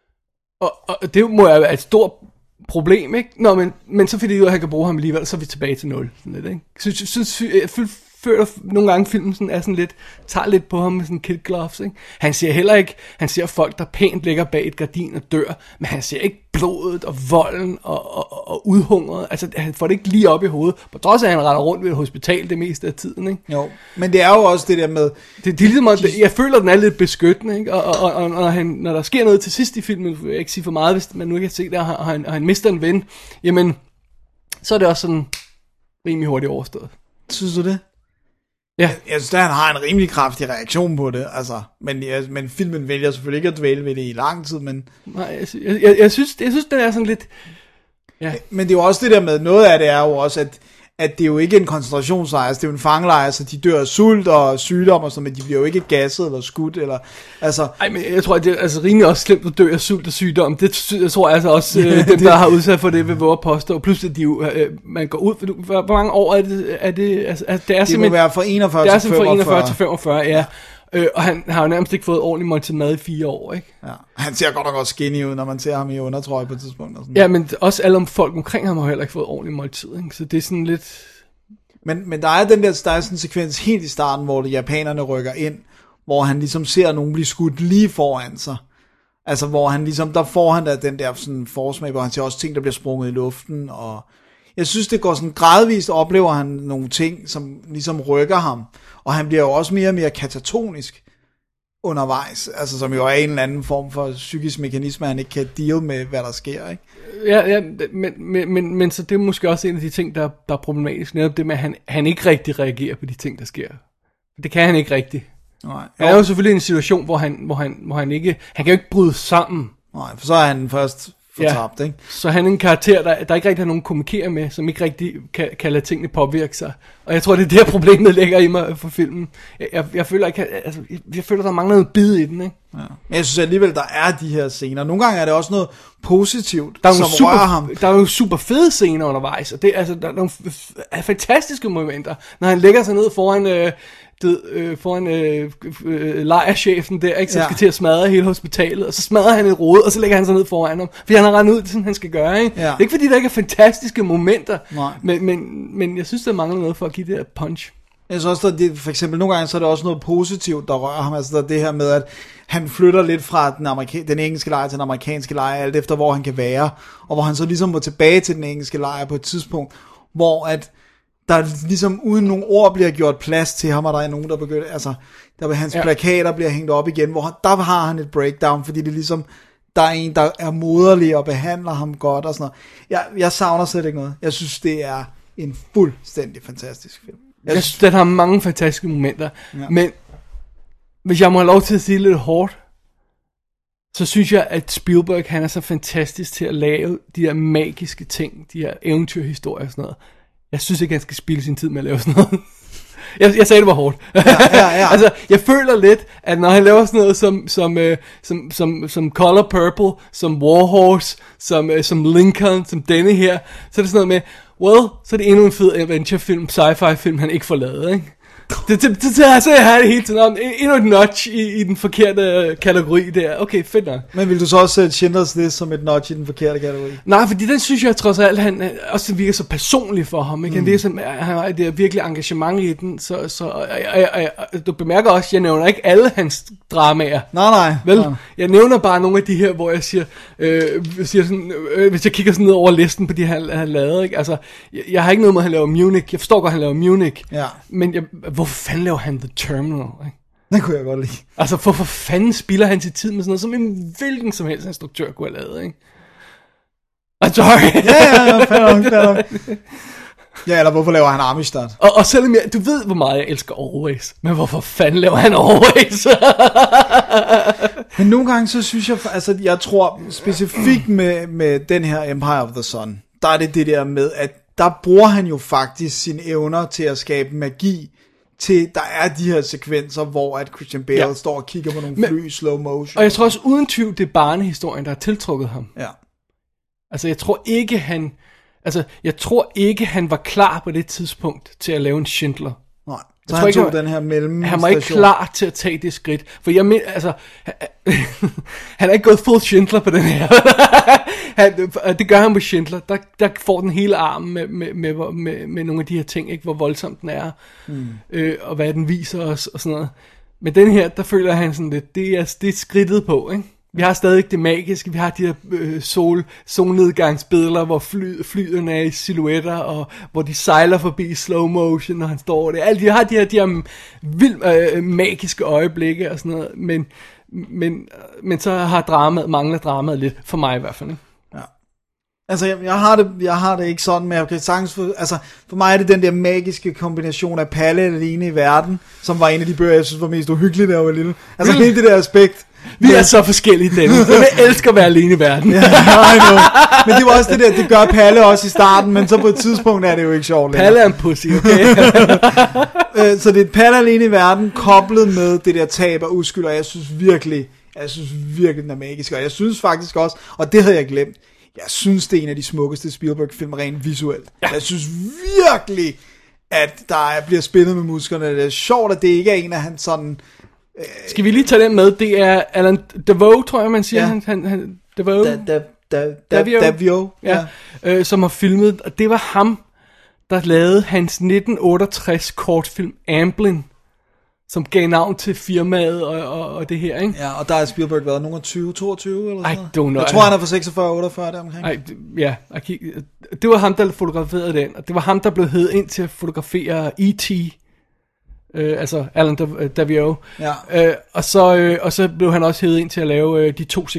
Og det må jo være et stort problem, ikke? Nå, men så fordi han kan bruge ham alligevel, så er vi tilbage til 0. Sådan lidt, ikke? Så jeg føler nogle gange filmen sådan, er sådan lidt, tager lidt på ham med sådan kid gloves, ikke? Han ser heller ikke, han ser folk, der pænt ligger bag et gardin og dør, men han ser ikke blodet og volden og udhungret. Altså, han får det ikke lige op i hovedet, på trods af, at han render rundt ved et hospital det meste af tiden, ikke? Jo, men det er jo også det der med... Det er ligesom, jeg føler, den er lidt beskyttende, ikke? Og når der sker noget til sidst i filmen, vil jeg ikke sige for meget, hvis man nu ikke kan se det, og han mister en ven, jamen, så er det også sådan rimelig hurtigt overstået. Synes du det? Ja. Jeg synes, at han har en rimelig kraftig reaktion på det, altså. Men filmen vælger selvfølgelig ikke at dvæle ved det i lang tid, men... Nej, jeg synes, den er sådan lidt... Ja. Men det er jo også det der med, noget af det er jo også, at det er jo ikke en koncentrationslejr, altså det er jo en fangelejr, så de dør af sult og sygdom og sådan, men de bliver jo ikke gasset eller skudt, eller, altså... Ej, men jeg tror, at det er altså rimelig også slemt at dø af sult og sygdom, det jeg tror altså også, dem der har udsat for det, vil våge at påstå, og pludselig de jo, man går ud, hvor mange år er det altså, det er det må være fra 41 til 45. Det er fra 41 til 45, ja. Og han har jo nærmest ikke fået ordentligt måltid mad i 4 år, ikke? Ja. Han ser godt nok også skinny ud, når man ser ham i undertrøje på et tidspunkt. Og sådan. Ja, men også alle folk omkring ham har heller ikke fået ordentligt måltid, ikke? Så det er sådan lidt... Men der er sådan en sekvens helt i starten, hvor de japanerne rykker ind, hvor han ligesom ser nogen blive skudt lige foran sig. Altså, hvor han ligesom, der får han da den der sådan forsmag, hvor han ser også ting, der bliver sprunget i luften, og jeg synes, det går sådan gradvist, oplever han nogle ting, som ligesom rykker ham, og han bliver jo også mere og mere katatonisk undervejs, altså som jo er en eller anden form for psykisk mekanisme, han ikke kan deal med, hvad der sker, ikke? Ja, men så det er måske også en af de ting, der er problematisk, netop det med, at han ikke rigtig reagerer på de ting, der sker. Det kan han ikke rigtig. Nej. Han er jo selvfølgelig i en situation, hvor han ikke, han kan jo ikke bryde sammen. Nej, for så er han først fortabt, ikke? Så han er en karakter, der ikke rigtig har nogen at kommunikere med, som ikke rigtig kan lade tingene påvirke sig. Og jeg tror, det er der problemet ligger i mig for filmen. Jeg føler ikke, altså, jeg føler, der mangler noget bid i den, ikke? Ja. Men jeg synes alligevel, der er de her scener. Nogle gange er det også noget positivt, som rører ham. Der er jo super fede scener undervejs, og det, altså, der er nogle fantastiske momenter, når han lægger sig ned foran lejrchefen der, ikke, som skal til at smadre hele hospitalet, og så smadrer han et rode, og så lægger han sig ned foran ham, fordi han har rendt ud, det sådan han skal gøre, ikke? Ja. Det er ikke fordi, der ikke er fantastiske momenter, men jeg synes, der mangler noget for at give det her punch. Jeg synes også, at det, for eksempel nogle gange, så er det også noget positivt, der rører ham, altså der er det her med, at han flytter lidt fra den engelske lejr til den amerikanske lejr, alt efter hvor han kan være, og hvor han så ligesom må tilbage til den engelske lejr på et tidspunkt, hvor at der ligesom uden nogle ord bliver gjort plads til ham, og der er nogen, der begynder, altså, der hans plakater bliver hængt op igen, hvor der har han et breakdown, fordi det ligesom, der er en, der er moderlig og behandler ham godt og sådan noget. Jeg savner slet ikke noget. Jeg synes, det er en fuldstændig fantastisk film. Jeg synes, den har mange fantastiske momenter, men Hvis jeg må have lov til at sige lidt hårdt, så synes jeg, at Spielberg, han er så fantastisk til at lave de her magiske ting, de her eventyrhistorier og sådan noget. Jeg synes ikke, han skal spilde sin tid med at lave sådan noget. Jeg sagde, det var hårdt. Ja. Altså, jeg føler lidt, at når han laver sådan noget som Color Purple, som Warhorse, som Lincoln, som denne her, så er det sådan noget med, så er det endnu en fed adventure-film, sci-fi film, han ikke får lavet, ikke? Så jeg har det hele tiden om endnu et notch i den forkerte kategori der. Okay, fedt nok. Men vil du så også sætte Schindler's List som et notch i den forkerte kategori? Nej, fordi den synes jeg trods alt, han også virker så personlig for ham. Ikke? Det er sådan, han har det virkelig engagement i den. Så du bemærker også, jeg nævner ikke alle hans dramaer. Nej. Vel? Nej. Jeg nævner bare nogle af de her, hvor jeg siger sådan, hvis jeg kigger sådan ned over listen på de han har lavet. Ikke? Altså, jeg har ikke noget med, at han laver Munich. Jeg forstår godt, at han laver Munich. Ja. Men hvorfor fanden laver han The Terminal? Ikke? Det kunne jeg godt lide. Altså, hvorfor fanden spilder han til tid med sådan noget, som en hvilken som helst instruktør kunne have lavet, ikke? Sorry. Ja, fair. Ja, eller hvorfor laver han Amistad? Og selvom du ved, hvor meget jeg elsker Always, men hvorfor fanden laver han Always? Men nogle gange, så synes jeg, altså, jeg tror specifikt med den her Empire of the Sun, der er det der med, at der bruger han jo faktisk sine evner til at skabe magi, til der er de her sekvenser, hvor at Christian Bale står og kigger på nogle fly i slow motion. Og jeg tror også uden tvivl, det er barnehistorien, der har tiltrukket ham. Ja. Altså jeg tror ikke han var klar på det tidspunkt til at lave en Schindler. Nej. Så han tog den her mellem. Han var ikke klar til at tage det skridt. For jeg mener, altså, han er ikke gået full Schindler på den her. Det gør han på Schindler. Der får den hele armen med nogle af de her ting, ikke, hvor voldsomt den er. Og hvad den viser os og sådan noget. Men den her, der føler han sådan lidt, det er skridtet på, ikke? Vi har stadig det magiske, vi har de her solnedgangsbilleder, hvor flyene er i silhuetter, og hvor de sejler forbi i slow motion, når han står der. Vi har de her vildt magiske øjeblikke og sådan noget, men så har mangler dramaet lidt, for mig i hvert fald, ikke? Ja. Altså, jeg har det ikke sådan, men jeg kan sagtens for mig er det den der magiske kombination af Palle alene i verden, som var en af de bøger, jeg synes var mest uhyggelige, da jeg var lille. Altså, hele det der aspekt. Vi er så forskellige, Dennis. Jeg elsker at være alene i verden. Ja, men det var også det der, det gør Palle også i starten, men så på et tidspunkt er det jo ikke sjovt længere. Palle er en pussy, okay? Så det er Palle alene i verden, koblet med det der tab af uskyld, og jeg synes virkelig, den er magisk, og jeg synes faktisk også, og det havde jeg glemt, jeg synes, det er en af de smukkeste Spielberg-film rent visuelt. Ja. Jeg synes virkelig, at der bliver spillet med musklerne. Det er sjovt, at det ikke er en af hans sådan... Skal vi lige tage den med? Det er Alan Davio, tror jeg, man siger. Ja. Han Davio. Davio. Ja. Som har filmet, og det var ham, der lavede hans 1968 kortfilm Amblin, som gav navn til firmaet og det her, ikke? Ja, og der er Spielberg været nogen af 22 eller sådan noget? I don't know. Jeg tror, han er fra 46, 48 der omkring. Det var ham, der fotograferede den, og det var ham, der blev heddet ind til at fotografere E.T., altså Alan Davio. Ja. Og så blev han også hævet ind til at lave de to af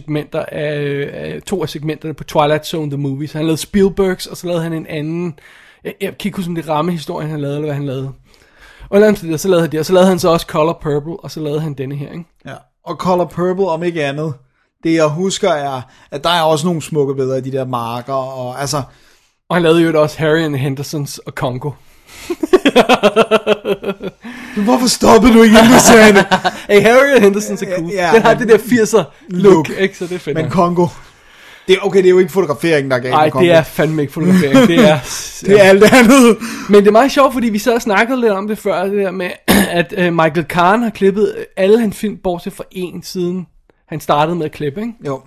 segmenterne på Twilight Zone The Movie. Så han lavede Spielbergs, og så lavede han en anden. Jeg kan ikke huske, om det rammehistorien han lavede, eller hvad han lavede. Og så lavede han det, og så lavede han så også Color Purple, og så lavede han denne her, ikke? Ja. Og Color Purple, om ikke andet, det jeg husker er, at der er også nogle smukke billeder af de der marker, og altså... Og han lavede jo også Harry and Hendersons og Congo. Men hvorfor stoppede du ikke, inden du sagde det? Hey, Harry and Hendersons er cool. Den har det der 80'er look, ikke? Så det er fedt. Men Congo... Det er jo ikke fotograferingen, der er galt med Congo. Nej, det er fandme ikke fotografering. Det er alt andet. Men det er meget sjovt, fordi vi så snakkede lidt om det før, det der med, at Michael Kahn har klippet alle hans film, bortset fra en siden han startede med at klippe, ikke? Jo.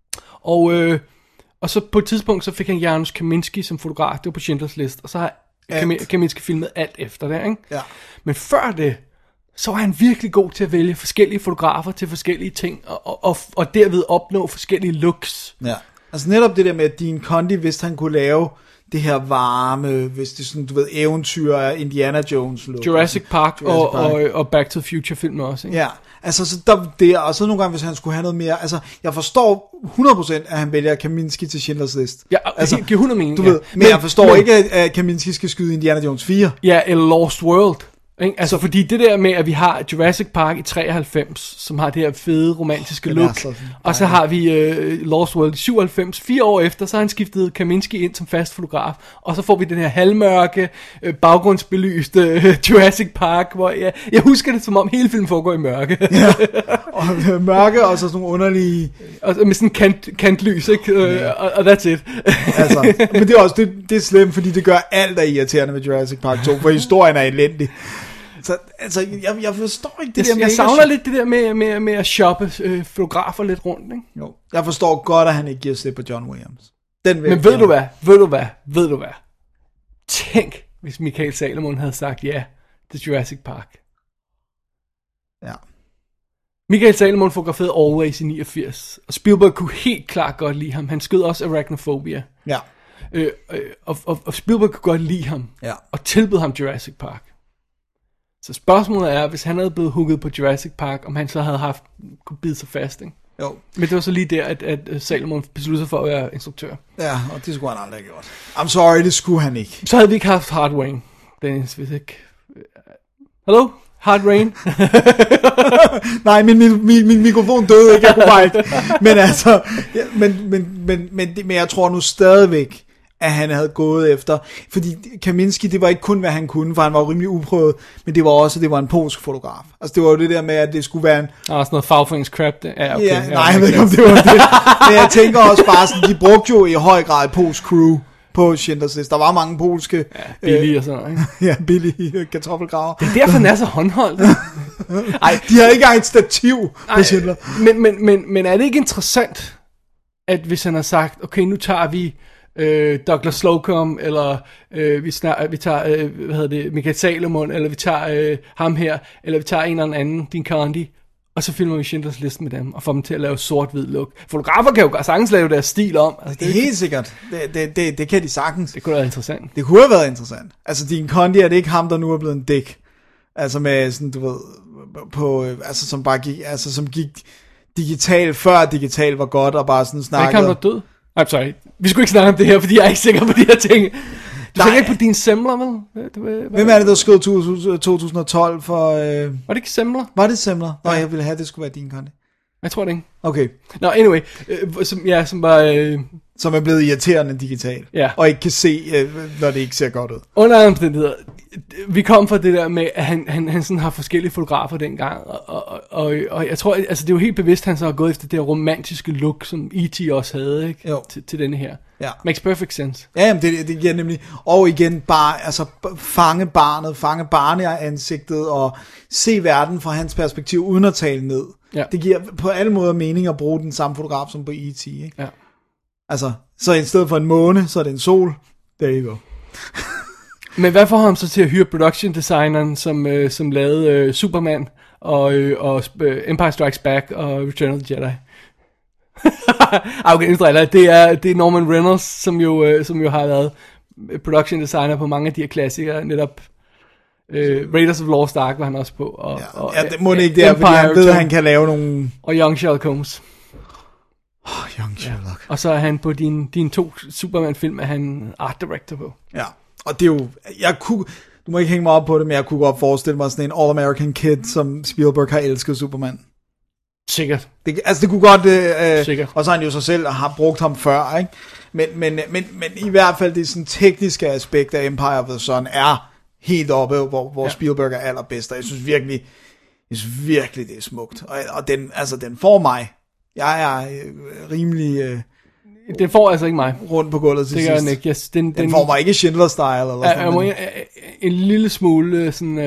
Og så på et tidspunkt, så fik han Janusz Kaminski som fotograf, det var på Schindlers List, og så har Kaminski filmet alt efter det, ikke? Ja. Men før det, så var han virkelig god til at vælge forskellige fotografer til forskellige ting, og derved opnå forskellige looks. Ja, altså netop det der med, at Dean Condy vidste, han kunne lave det her varme, hvis det sådan, du ved, eventyr af Indiana Jones look. Jurassic Park. Og Back to the Future film også, ikke? Ja, altså så der, og så nogle gange, hvis han skulle have noget mere, altså jeg forstår 100% at han vælger Kaminski til Schindlers List. Ja, altså, det giver 100 mening. Du ved, men jeg forstår ikke, at Kaminski skal skyde Indiana Jones 4. Ja, eller Lost World. Altså fordi det der med, at vi har Jurassic Park i 93, som har det her fede romantiske look, og så har vi Lost World i 97, 4 år efter, så har han skiftet Kaminski ind som fast fotograf, og så får vi den her halvmørke, baggrundsbelyste Jurassic Park, hvor jeg husker det som om hele filmen foregår i mørke. Ja, og mørke, og så sådan nogle underlige... Og med sådan kantlys, ikke? Og that's it. Altså, men det er også, det er slemt, fordi det gør alt, der er irriterende med Jurassic Park 2, for historien er elendig. Så, altså, jeg forstår ikke det der med... Jeg savner lidt det der med at shoppe fotografer lidt rundt, ikke? Jo, jeg forstår godt, at han ikke giver slip på John Williams. Men ved du hvad? Tænk, hvis Michael Salomon havde sagt ja til Jurassic Park. Ja. Michael Salomon fotograferede Always i 89, og Spielberg kunne helt klart godt lide ham. Han skød også Arachnophobia. Ja. Og Spielberg kunne godt lide ham, ja. Og tilbød ham Jurassic Park. Så spørgsmålet er, hvis han havde blevet hugget på Jurassic Park, om han så havde kunne bide sig fast, ikke? Jo. Men det var så lige der, at Salomon besluttede sig for at være instruktør. Ja, og det skulle han aldrig have gjort. I'm sorry, det skulle han ikke. Så havde vi ikke haft Hard Rain, Dennis, hvis ikke... Hello? Hard Rain? Nej, min mikrofon døde ikke, jeg kunne bare ikke. Men altså, men jeg tror nu stadigvæk, at han havde gået efter, fordi Kaminski, det var ikke kun, hvad han kunne, for han var jo rimelig uprøvet, men det var også, det var en polsk fotograf. Altså, det var jo det der med, at det skulle være en... sådan noget fagforeningscrap, det. Ja, okay. Ja, nej, jeg ved ikke, om det var det. Men jeg tænker også bare sådan, de brugte jo i høj grad et polsk crew på Schindlers List. Der var mange polske... Ja, billige og sådan noget, ikke? Ja, billige kartoffelgraver. Det er derfor, den er så håndholdt. Ej, de havde ikke engang et stativ på Schindler. Men er det ikke interessant, at hvis han har sagt, okay, nu tager vi Douglas Slocum, eller vi tager Michael Salomon, eller vi tager ham her, eller vi tager en eller anden, Dean Condy, og så filmer vi Schindlers List med dem, og får dem til at lave sort-hvid look. Fotografer kan jo sagtens lave deres stil om. Altså, det er helt sikkert. Det kan de sagtens. Det kunne have været interessant. Det kunne have været interessant. Altså, Dean Condy, er det ikke ham, der nu er blevet en dick? Altså med sådan, du ved, på, altså som bare gik, altså som gik digital, før digital var godt, og bare sådan snakkede. Er ikke ham, der død? I'm sorry. Vi skulle ikke snakke om det her, fordi jeg er ikke sikker på de her ting. Du tænker ikke på Dean Semler, vel? Hvem er det, der skrev 2012 for... Var det ikke Semler? Var det Semler? Nå, jeg ville have, at det skulle være Dean Condy. Jeg tror det ikke. Okay. Nå, anyway. Som var... som er blevet irriterende digital. Ja. Og ikke kan se, når det ikke ser godt ud. Under omstændigheder. Vi kom fra det der med, at han sådan har forskellige fotografer dengang. Og jeg tror, altså det er jo helt bevidst, han så har gået efter det romantiske look, som E.T. også havde, ikke? Til denne her. Ja. Makes perfect sense. Ja, men det giver nemlig, og igen bare, altså fange barneansigtet, og se verden fra hans perspektiv, uden at tale ned. Ja. Det giver på alle måder mening at bruge den samme fotograf som på E.T., ikke? Ja. Altså, så i stedet for en måne, så er det en sol. There you go. Men hvad får ham så til at hyre production designeren, som lavede Superman, og Empire Strikes Back, og Return of the Jedi? Okay, det er Norman Reynolds, som jo har været production designer på mange af de her klassikere, netop Raiders of Lost Ark var han også på. Det må ikke der, fordi han ved, at han kan lave nogle... Og Young Sherlock Holmes. Young Sherlock. Ja. Og så er han på din 2 Superman-film, er han art director på. Ja, og det er jo... Du må ikke hænge mig op på det, men jeg kunne godt forestille mig sådan en All-American Kid, som Spielberg har elsket Superman. Sikkert. Det kunne godt... Sikkert. Og så han jo sig selv har brugt ham før, ikke? Men i hvert fald det sådan tekniske aspekt af Empire of the Sun er helt oppe, hvor Spielberg er allerbedst. Og jeg synes virkelig, det er smukt. Og den får mig. Jeg er rimelig... den får altså ikke mig. Rundt på gulvet til sidst. Det gør den ikke. Yes, den får mig ikke Schindler Style eller sådan. En lille smule sådan...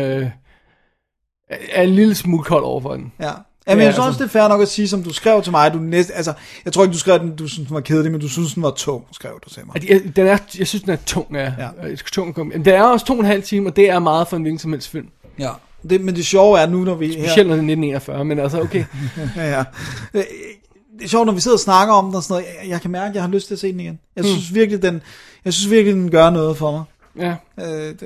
en lille smule kold over for den. Ja. Jamen, jeg synes også, det er fair nok at sige, som du skrev til mig, jeg tror ikke, du skrev den, du synes, den var kedelig, men du synes, den var tung, skrev du til mig. Jeg synes, den er tung, ja. Men det er også 2,5 timer, og det er meget for en hvilken som helst film. Ja, men det sjove er nu, når vi... Specielt når det er 1941, men altså, okay. ja. Det er sjovt, når vi sidder og snakker om den og sådan noget, jeg kan mærke, at jeg har lyst til at se den igen. Jeg synes virkelig, den gør noget for mig. Ja. Det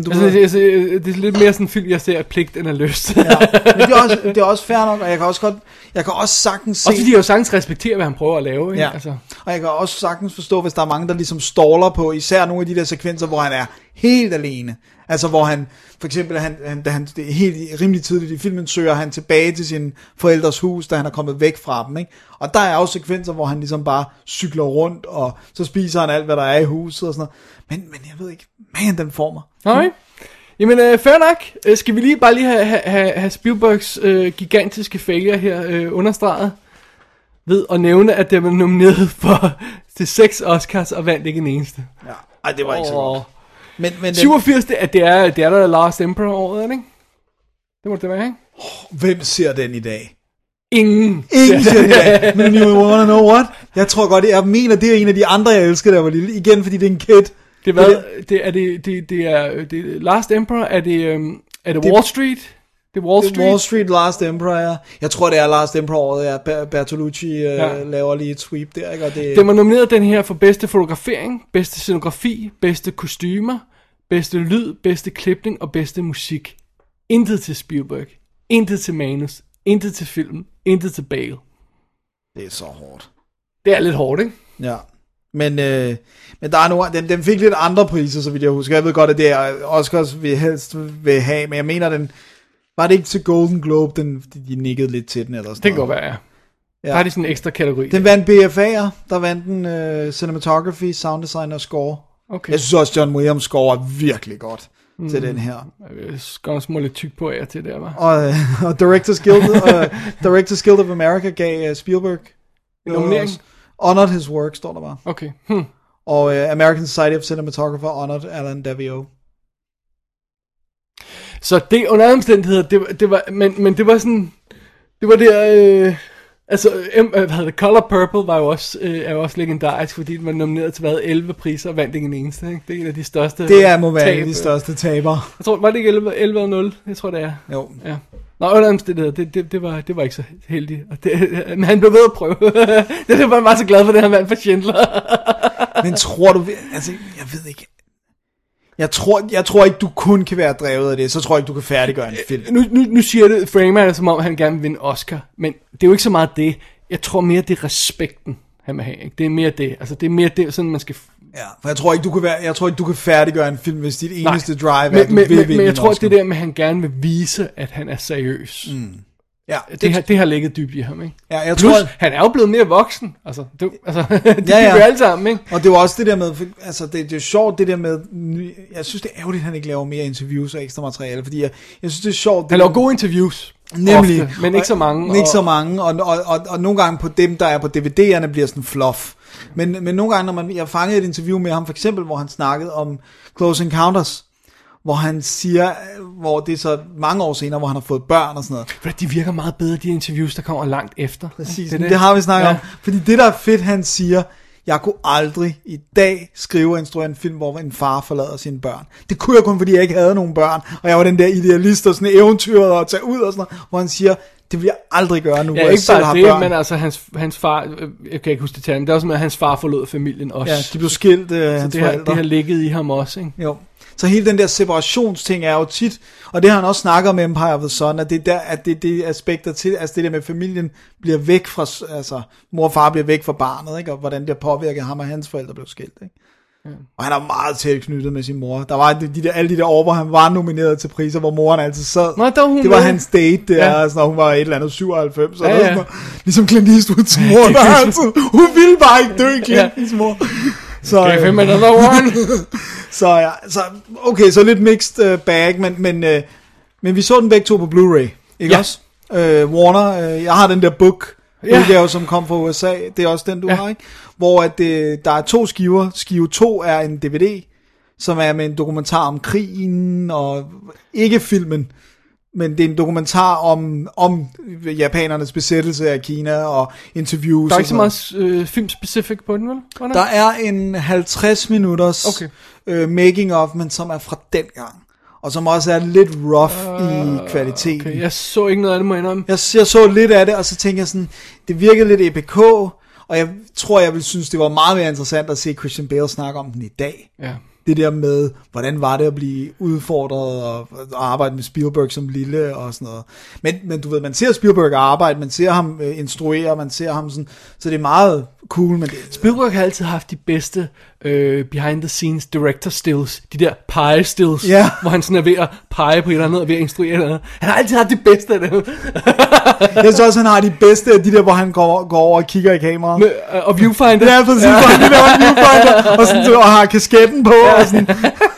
er lidt mere sådan en film, jeg ser af pligt end af lyst. Ja. Men det er også fair nok, og jeg kan også sagtens se... Også fordi jeg jo sagtens respekterer, hvad han prøver at lave. Ikke? Ja. Altså. Og jeg kan også sagtens forstå, hvis der er mange, der ligesom ståler på, især nogle af de der sekvenser, hvor han er helt alene. Altså hvor han, for eksempel, da han det er helt rimelig tidligt i filmen, søger han tilbage til sin forældres hus, da han er kommet væk fra dem, ikke? Og der er også sekvenser, hvor han ligesom bare cykler rundt, og så spiser han alt, hvad der er i huset og sådan noget. Men jeg ved ikke, den får mig. Nej. Jamen, fair nok. Skal vi bare lige have Spielbergs gigantiske failure her understreget ved at nævne, at det var nomineret til 6 Oscars og vandt ikke en eneste. Ja, ej, det var ikke så godt. Men 87, det er der Last Emperor-året, ikke? Det må det være, ikke? Hvem ser den i dag? Ingen ser den i dag. Men you wanna know what? Jeg tror godt, jeg mener, det er en af de andre, jeg elsker, der var lille. Igen, fordi det er en kid. Det er Last Emperor, er det Wall Street? Det er Wall Street, Last Emperor, ja. Jeg tror, det er Last Emperor-året, ja. Bertolucci laver lige et sweep der, ikke? Og det var nomineret den her for bedste fotografering, bedste scenografi, bedste kostymer, bedste lyd, bedste klipning og bedste musik. Intet til Spielberg, intet til manus, intet til film, intet til Bale. Det er så hårdt. Det er lidt hårdt, ikke? Ja. Men der er nogle, den fik lidt andre priser, så vidt jeg husker. Jeg ved godt, at det er Oscars, vi helst vil have, men jeg mener, den var det ikke til Golden Globe, de nikkede lidt til den eller sådan. Det kan godt være, ja. Der er de sådan en ekstra kategori. Den vandt BFA'er, der vandt den cinematography, sound design og score. Okay. Jeg synes også, John Williams score er virkelig godt til den her. Jeg skal også må lidt tyk på jer til det, var. Og Directors Guild of America gav Spielberg nominering. Honored his work, står der bare. Okay. Og American Society of Cinematographer honored Alan Davio. Så det under omstændigheder, det var, men det var sådan, det var der, Color Purple var jo også, er jo også legendarisk, fordi den var nomineret til 11 priser og vandt ikke en eneste, ikke? Det er en af de største. Det må være en af de største tabere. Jeg tror, var det ikke 11-0? Jeg tror det er. Jo. Ja. Nå, under omstændigheder, det var ikke så heldigt. Men han blev ved at prøve. Det var meget så glad for, det her mand for Schindler. Men tror du, altså, jeg ved ikke. Jeg tror ikke, du kun kan være drevet af det. Så tror jeg ikke, du kan færdiggøre en film. Nu siger det, Framer det, som om han gerne vil vinde Oscar. Men det er jo ikke så meget det. Jeg tror mere, det er respekten, han vil have. Ikke? Det er mere det. Altså, det er mere det, sådan man skal... Ja, for jeg tror ikke, du kan færdiggøre en film, hvis dit eneste drive er, at du vil vinde men jeg tror, det der med, at han gerne vil vise, at han er seriøs. Ja, det har ligget dybt i ham, ikke? Ja, jeg Plus, tror, han er jo blevet mere voksen. Altså, det vi alle sammen, ikke? Og det var også det der med, altså det er sjovt det der med, jeg synes det er ærgerligt, at han ikke laver mere interviews og ekstra materiale, fordi jeg synes det er sjovt. Han laver gode interviews. Nemlig. Ofte, men ikke så mange. Ikke så mange, og nogle gange på dem, der er på DVD'erne, bliver sådan fluff. Men nogle gange, når jeg fangede et interview med ham, for eksempel, hvor han snakkede om Close Encounters, hvor han siger, hvor det er så mange år senere, hvor han har fået børn og sådan noget. For de virker meget bedre, de interviews, der kommer langt efter. Præcis, det har vi snakket om. Fordi det, der er fedt, han siger, jeg kunne aldrig i dag skrive og instruere en film, hvor en far forlader sine børn. Det kunne jeg kun, fordi jeg ikke havde nogen børn, og jeg var den der idealist og sådan eventyret og tage ud og sådan noget, hvor han siger, det vil jeg aldrig gøre nu, hvor jeg selv har børn. Men altså hans far, jeg kan ikke huske det, det er også med, at hans far forlod familien også. Ja, de blev skilt, hans forældre. Det har ligget i ham også, ikke? Jo. Så hele den der separationsting er jo tit, og det har han også snakket om Empire of the Sun, at det er det aspekter til, altså det der med familien bliver væk fra, altså mor og far bliver væk fra barnet, ikke? Og hvordan det har påvirket ham og hans forældre blev skilt, ikke? Ja. Og han er meget tæt knyttet med sin mor. Der var alle de der år, hvor han var nomineret til priser, hvor moren altid sad. Det var hans date der, sådan, og hun var et eller andet 97, eller sådan, ligesom Clint Eastwoods mor, der altid, hun ville bare ikke dø, Clint's mor. Så, så lidt mixed bag, men vi så den begge to på Blu-ray, ikke også? Warner, jeg har den der book udgave, som kom fra USA, det er også den du har, ikke? Hvor at, der er 2 skiver. Skive 2 er en DVD, som er med en dokumentar om krigen, og ikke filmen, men det er en dokumentar om japanernes besættelse af Kina og interviews. Der er ikke så meget filmspecifik på den, vel? Hvordan? Der er en 50 minutters making of, men som er fra den gang. Og som også er lidt rough i kvaliteten. Okay. Jeg så ikke noget af det, må jeg indrømme. Jeg så lidt af det, og så tænkte jeg sådan, det virkede lidt EPK, og jeg tror, jeg ville synes, det var meget mere interessant at se Christian Bale snakke om den i dag. Ja. Det der med, hvordan var det at blive udfordret og arbejde med Spielberg som lille og sådan noget. Men du ved, man ser Spielberg arbejde, man ser ham instruere, man ser ham sådan, så det er meget cool. Men Spielberg har altid haft de bedste behind the scenes director stills, de der pege stills, hvor han sådan er ved at pege på et eller andet, og ved at instruere noget. Han har altid haft det bedste af det. Jeg synes også, han har de bedste af de der, hvor han går over og kigger i kameraet. Og viewfinder. Ja, præcis, hvor han laver en viewfinder, og, sådan, og har kasketten på, og sådan.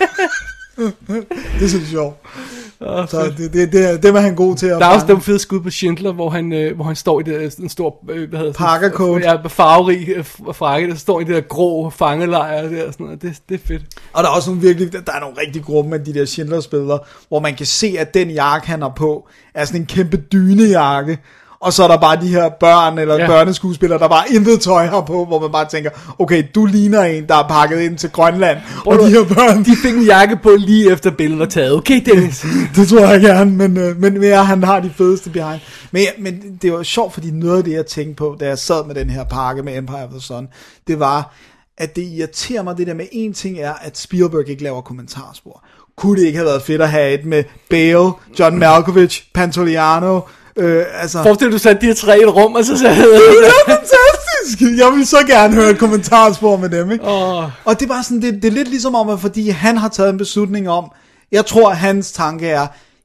Det synes jeg sjovt. Så det var han god til at der er også den fede skud på Schindler, hvor han står i en stor parkercoat, farverig frakke, der står i det der grå fangelejr der, og sådan noget. Det er fedt. Og der er også der er nogle rigtig grumme af de der Schindler-spillere, hvor man kan se, at den jakke han har på er sådan en kæmpe dynejakke. Og så er der bare de her børn eller børneskuespillere, der bare intet tøj har på, hvor man bare tænker, okay, du ligner en, der er pakket ind til Grønland. Og de her børn, de fik en jakke på lige efter billedet var taget. Okay, Dennis. Det tror jeg gerne, men han har de fedeste behind. Men det var sjovt, fordi noget af det, jeg tænkte på, da jeg sad med den her pakke med Empire of the Sun, det var, at det irriterer mig, det der med en ting er, at Spielberg ikke laver kommentarspor. Kunne det ikke have været fedt at have et med Bale, John Malkovich, Pantoliano? Forestil du satte de her tre i et rum, og så sagde det er fantastisk. Jeg vil så gerne høre et kommentarspor med dem, ikke? Og det er bare sådan, det er lidt ligesom om, at fordi han har taget en beslutning om, jeg tror, at hans tanke er,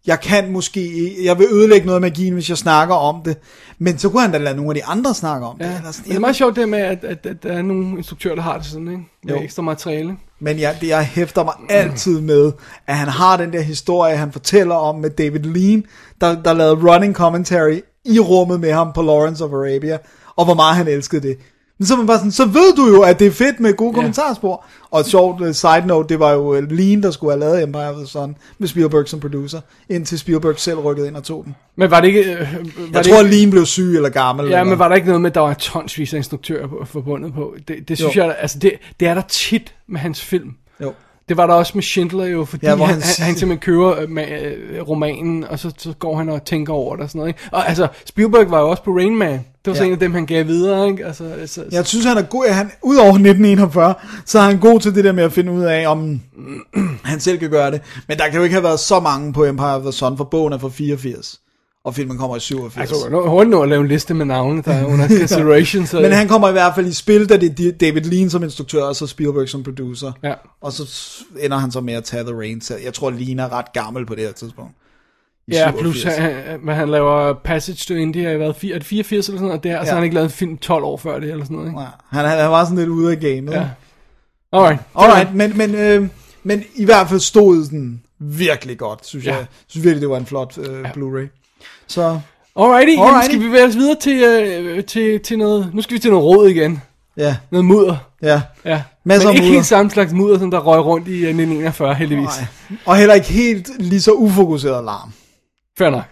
jeg vil ødelægge noget af magien, hvis jeg snakker om det. Men så kunne han da lade nogle af de andre snakke om det. Eller sådan, det er meget sjovt det med, at der er nogle instruktører, der har det sådan, ikke? Med ekstra materiale. Men jeg hæfter mig altid med, at han har den der historie, han fortæller om med David Lean, der lavede running commentary i rummet med ham på Lawrence of Arabia, og hvor meget han elskede det. Men så er man bare sådan, så ved du jo, at det er fedt med gode kommentarspor. Og et sjovt side note, det var jo Lean, der skulle have lavet Empire of the Sun med Spielberg som producer, indtil Spielberg selv rykkede ind og tog den. Men var det ikke... jeg tror, Lean blev syg eller gammel. Ja, eller men var der ikke noget med, at der var tonsvis af instruktører forbundet på? Det synes jeg, altså det er der tit med hans film. Jo. Det var der også med Schindler jo, fordi han simpelthen kører med romanen, og så går han og tænker over det og sådan noget, ikke? Og altså, Spielberg var jo også på Rain Man. Det var så en af dem, han gav videre, ikke? Altså, jeg synes, han er god. Udover 1941, så er han god til det der med at finde ud af, om han selv kan gøre det. Men der kan jo ikke have været så mange på Empire of the Sun, for bogen er fra 84. Og filmen kommer i 87. Altså, hurtigt nu at lave en liste med navne, der er under consideration. Så... Men han kommer i hvert fald i spil, da det er David Lean som instruktør, og så Spielberg som producer. Ja. Og så ender han så med at tage The Reins. Jeg tror, Lean er ret gammel på det her tidspunkt. Ja, 87. Plus han laver Passage to India i 84 eller sådan noget, og så har han ikke lavet en film 12 år før det, eller sådan noget, ikke? Ja. Han var sådan lidt ude af gamet. Ja. Alright. Men i hvert fald stod den virkelig godt, synes jeg. Jeg synes virkelig, det var en flot Blu-ray. Så... Alrighty. Jamen, skal vi bevæge os videre til noget... Nu skal vi til noget råd igen. Ja. Noget mudder. Ja. Men ikke helt samme slags mudder, som der røg rundt i 1941, heldigvis. Nej. Og heller ikke helt lige så ufokuseret larm. Fair nok.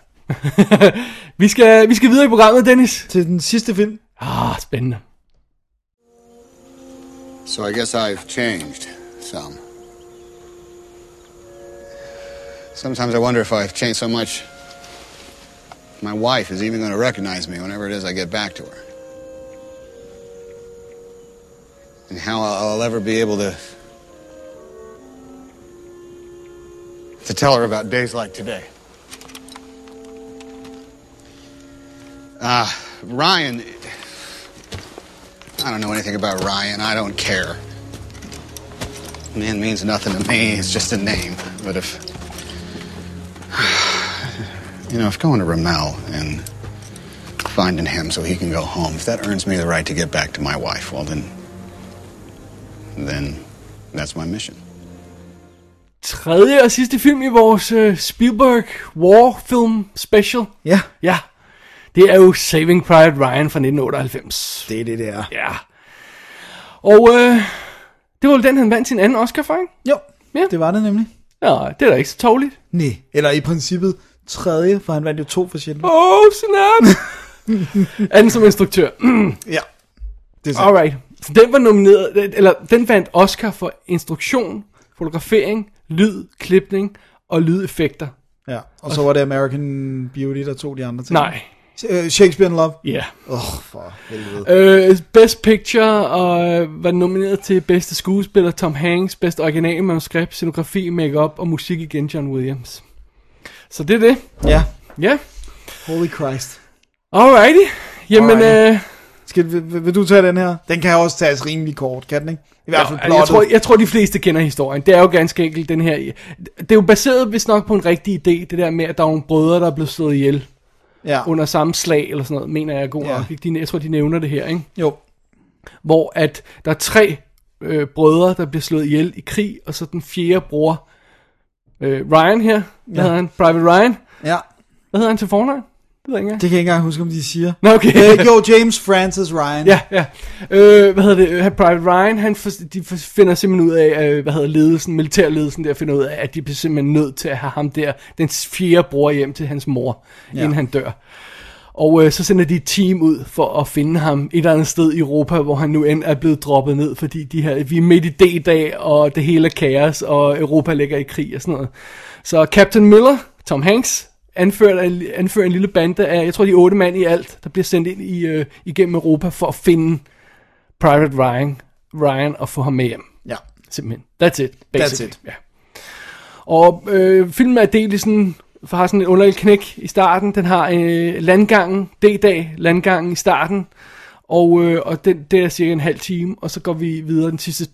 vi skal videre i programmet, Dennis. Til den sidste film. Spændende. So I guess I've changed some. Sometimes I wonder if I've changed so much my wife is even going to recognize me whenever it is I get back to her. And how I'll ever be able to tell her about days like today. Ryan, I don't know anything about Ryan. I don't care. Man means nothing to me. It's just a name. But if going to Ramel and finding him so he can go home, if that earns me the right to get back to my wife, well then that's my mission. Tredje og sidste film i vores Spielberg War Film Special. Ja. Ja. Det er jo Saving Private Ryan fra 1998. Det er det, det er. Ja. Og det var jo den, han vandt sin anden Oscar for, ikke? Jo, det var det nemlig. Ja, det er da ikke så tåligt. Nej, eller i princippet tredje, for han vandt jo 2 for Schindler. Snap! Anden som instruktør. Ja, det er sandt. Alright. Så den var nomineret, eller den vandt Oscar for instruktion, fotografering, lyd, klipning og lydeffekter. Ja, og så var det American Beauty, der tog de andre ting. Nej. Shakespeare in Love? Ja. For helvede. Best Picture, og var nomineret til bedste skuespiller Tom Hanks, bedste originale manuskript, scenografi, makeup og musik igen John Williams. Så det er det. Ja. Ja. Holy Christ. Alrighty. Jamen, vil du tage den her? Den kan også tages rimelig kort, kan den ikke? I hvert fald plottet. Jeg tror, de fleste kender historien. Det er jo ganske enkelt den her... Det er jo baseret vist nok på en rigtig idé, det der med, at der er nogle brødre, der er blevet slået ihjel. Ja. Under samme slag, eller sådan noget, mener jeg er god nok. Jeg tror, de nævner det her, ikke? Jo. Hvor at der er 3 brødre, der bliver slået ihjel i krig, og så den 4. bror, Ryan her, hvad hedder han? Private Ryan. Ja. Hvad hedder han til fornavn? Det kan jeg ikke engang huske, om de siger. Nå, okay. Jo, James Francis Ryan. Ja. Hvad hedder det? Private Ryan, de finder simpelthen ud af, ledelsen, militærledelsen der finder ud af, at de bliver simpelthen nødt til at have ham der, den 4. bror hjem til hans mor, inden han dør. Og så sender de et team ud for at finde ham et eller andet sted i Europa, hvor han nu end er blevet droppet ned, fordi vi er midt i D-dag, og det hele er kaos, og Europa ligger i krig og sådan noget. Så Captain Miller, Tom Hanks, anfører en lille bande af, jeg tror de er 8 mand i alt, der bliver sendt ind igennem Europa for at finde Private Ryan og få ham med hjem. Ja. Simpelthen. That's it. Basically. That's it. Ja. Og filmen er delt i sådan, har sådan et underligt knæk i starten. Den har landgangen, D-dag, landgangen i starten, og det er cirka en halv time, og så går vi videre den sidste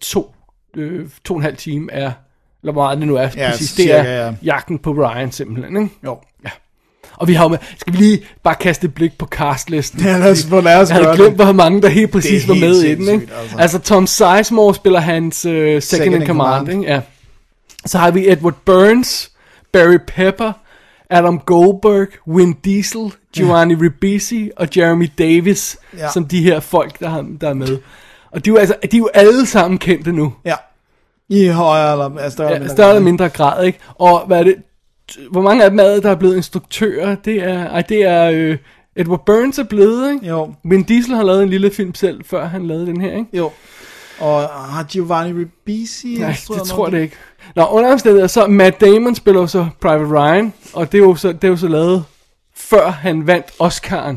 2,5 time er, eller hvor meget det nu er præcis, det er jagten på Ryan simpelthen, ikke? Jo. Ja. Og vi har med, skal vi lige bare kaste et blik på castlisten? Ja, lad os jeg havde glemt, hvor mange der helt præcis var med i den, ikke? Altså Tom Sizemore spiller hans second in command, ikke? Ja. Så har vi Edward Burns, Barry Pepper, Adam Goldberg, Vin Diesel, Giovanni Ribisi og Jeremy Davis, som de her folk, der er med. Og de er jo alle sammen kendte nu. Ja. I højere eller større eller mindre grad, ikke? Og hvad er det? Hvor mange af dem der er blevet instruktører? Det er Edward Burns er blevet, ikke? Jo. Vin Diesel har lavet en lille film selv, før han lavede den her, ikke? Jo. Og har Giovanni Ribisi? Nej, det tror jeg ikke. Nå, under omstændigheder, så Matt Damon spiller så Private Ryan, og det er jo så lavet, før han vandt Oscar'en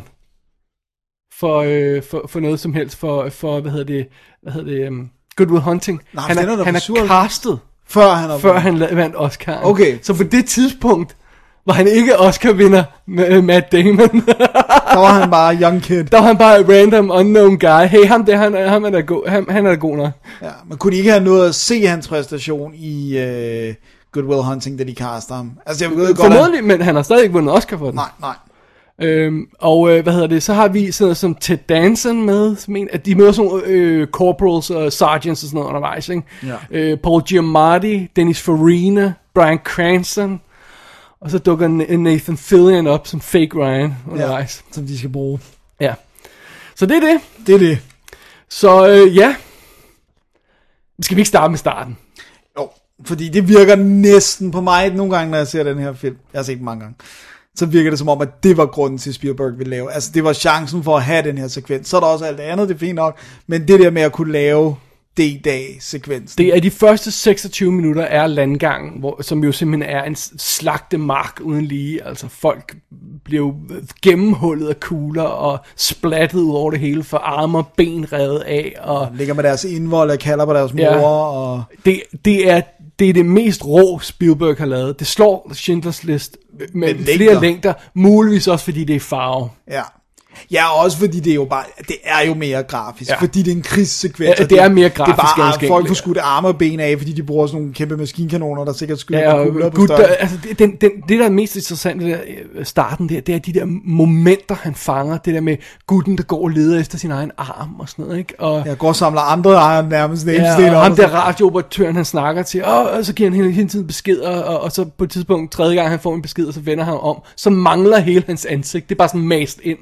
for noget som helst, for hvad hedder det, Good Will Hunting. Nej, han er castet, før han vandt Oscar'en. Okay. Så på det tidspunkt var han ikke Oscar-vinder med Matt Damon. Der var han bare young kid. Der var han bare random unknown guy. Hey, ham der, han er god nok. Ja, men kunne de ikke have noget at se hans præstation i Good Will Hunting, da de caster ham? Altså, jeg ved godt, formodentlig, men han har stadig ikke vundet Oscar for den. Nej. Så har vi sådan noget som Ted Danson med, som at de møder sådan corporals og sergeants og sådan noget undervejs, ikke? Ja. Paul Giamatti, Dennis Farina, Bryan Cranston, og så dukker Nathan Fillion op som fake Ryan undervejs. Ja, som de skal bruge. Ja. Så det er det. Det er det. Så ja. Skal vi ikke starte med starten? Jo, fordi det virker næsten på mig nogle gange, når jeg ser den her film. Jeg har set den mange gange. Så virker det som om, at det var grunden til, Spielberg ville lave. Altså, det var chancen for at have den her sekvens. Så er der også alt det andet, det er fint nok. Men det der med at kunne lave D-dag-sekvensen. Det er de første 26 minutter er landgangen, som jo simpelthen er en slagtemark uden lige. Altså, folk bliver jo gennemhullet af kugler og splattet ud over det hele, for arme og ben revet af. Og ligger med deres indvold og kalder på deres mor. Og det er det mest rå Spielberg har lavet. Det slår Schindlers List med flere længder, muligvis også fordi det er farve. Ja. Ja, også fordi det er jo mere grafisk, fordi det er en krigssekvens. Ja, det er mere grafisk. Det er bare folk får skudt arme og ben af, fordi de bruger sådan nogle kæmpe maskinkanoner, der sikkert skyder kugler på større. Altså, det der er mest interessant ved starten, det er de der momenter, han fanger. Det der med gutten, der går og leder efter sin egen arm og sådan noget, ikke? Og går og samler andre arme nærmest. Og ham der radiooperatøren, han snakker til, og så giver han hele tiden beskeder, og så på et tidspunkt, tredje gang han får en besked, og så vender han om, så mangler hele hans ansigt. Det er bare sådan mast ind.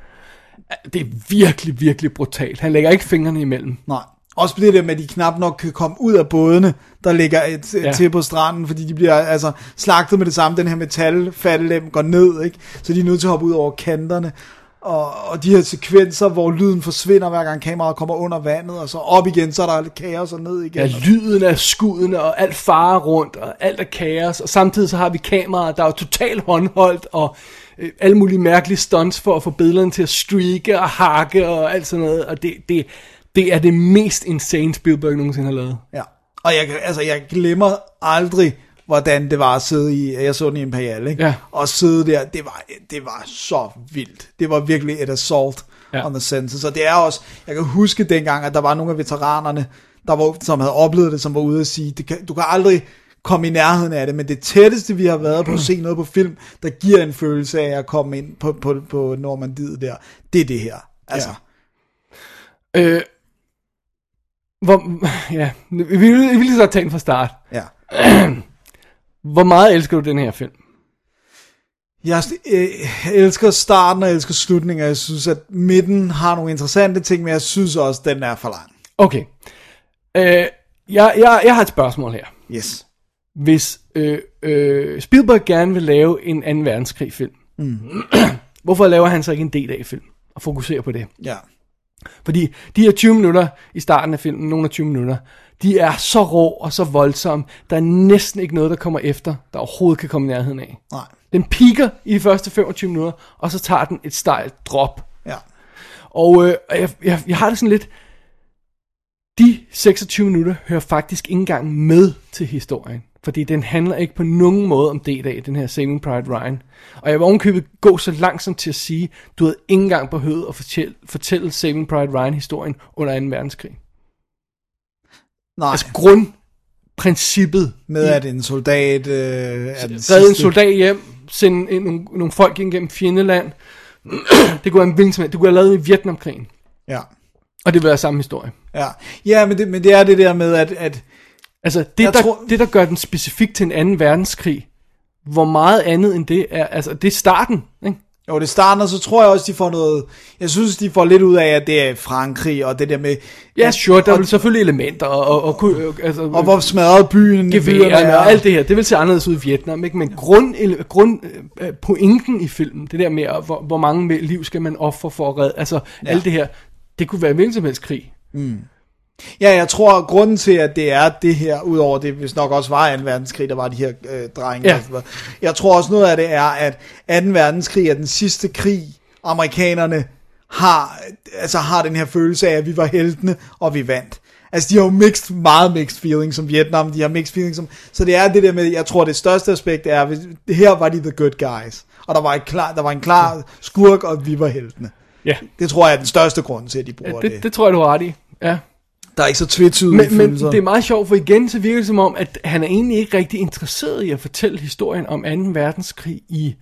Det er virkelig, virkelig brutalt. Han lægger ikke fingrene imellem. Nej. Også det der med, at de knap nok kan komme ud af bådene, der ligger til på stranden, fordi de bliver altså slagtet med det samme. Den her metalfattelem går ned, ikke? Så de er nødt til at hoppe ud over kanterne. Og de her sekvenser, hvor lyden forsvinder, hver gang kameraet kommer under vandet, og så op igen, så er der kaos og ned igen. Ja, lyden af skuddene, og alt farer rundt, og alt er kaos. Og samtidig så har vi kameraet, der er jo totalt håndholdt, og alle mulige mærkelige stunts for at få billederne til at streake og hakke og alt sådan noget. Og det er det mest insane Spielberg nogensinde har lavet. Ja, og jeg glemmer aldrig, hvordan det var at sidde i, jeg så den i Imperial, ikke? Ja. Og sidde der, det var så vildt. Det var virkelig et assault on the senses. Så det er også, jeg kan huske dengang, at der var nogle af veteranerne, som havde oplevet det, som var ude at sige, du kan aldrig komme i nærheden af det, men det tætteste, vi har været på at se noget på film, der giver en følelse af at komme ind på Normandiet der, det er det her. Altså. Ja. Vi vil så tage den fra start. Ja. Hvor meget elsker du den her film? Jeg elsker starten, og jeg elsker slutningen, jeg synes, at midten har nogle interessante ting, men jeg synes også, at den er for lang. Okay. Jeg har et spørgsmål her. Yes. Hvis Spielberg gerne vil lave en 2. verdenskrig-film, hvorfor laver han så ikke en D-dag-film og fokuserer på det? Ja. Fordi de her 20 minutter i starten af filmen, nogle af 20 minutter, de er så rå og så voldsomme, der er næsten ikke noget, der kommer efter, der overhovedet kan komme i nærheden af. Nej. Den piker i de første 25 minutter, og så tager den et stejlt drop. Ja. Og jeg har det sådan lidt, de 26 minutter hører faktisk ikke engang med til historien. Fordi den handler ikke på nogen måde om D-dag, den her Saving Private Ryan. Og jeg var ovenkøbet gå så langsomt til at sige, du havde ikke engang behøvet at fortælle Saving Private Ryan-historien under 2. verdenskrig. Nej. Altså grundprincippet. Med at en soldat redde en soldat hjem, sende nogle folk ind gennem fjendeland. Det kunne være det kunne have lavet i Vietnamkrigen. Ja. Og det vil være samme historie. Ja, men det er det der med, at altså, det der gør den specifik til en 2. verdenskrig, hvor meget andet end det er, altså, det er starten, ikke? Jo, det er starten, og så tror jeg også, de får noget, jeg synes, de får lidt ud af, at det er Frankrig, og det der med... Ja, sure, der er vel selvfølgelig elementer, og hvor smadret byen... Geværerne og alt det her, det vil se anderledes ud i Vietnam, ikke? Men pointen i filmen, det der med, hvor mange liv skal man ofre for at redde, altså, alt det her, det kunne være hvilken som helst krig. Ja, jeg tror, at grunden til, at det er det her, udover det, hvis nok også var 2. verdenskrig, der var de her drenge. Ja. Jeg tror også noget af det er, at 2. verdenskrig er den sidste krig, amerikanerne har den her følelse af, at vi var heltene, og vi vandt. Altså, de har jo meget mixed feelings som Vietnam, de har mixed feelings som, så det er det der med, jeg tror, det største aspekt er, at her var de the good guys, og der var en klar skurk, og vi var heltene. Ja. Det tror jeg er den største grund til, at de bruger det. Det tror jeg, du har ret i, ja. Der er ikke så tvetydige følelser. Men det er meget sjovt, for igen så virker det som om, at han er egentlig ikke rigtig interesseret i at fortælle historien om 2. verdenskrig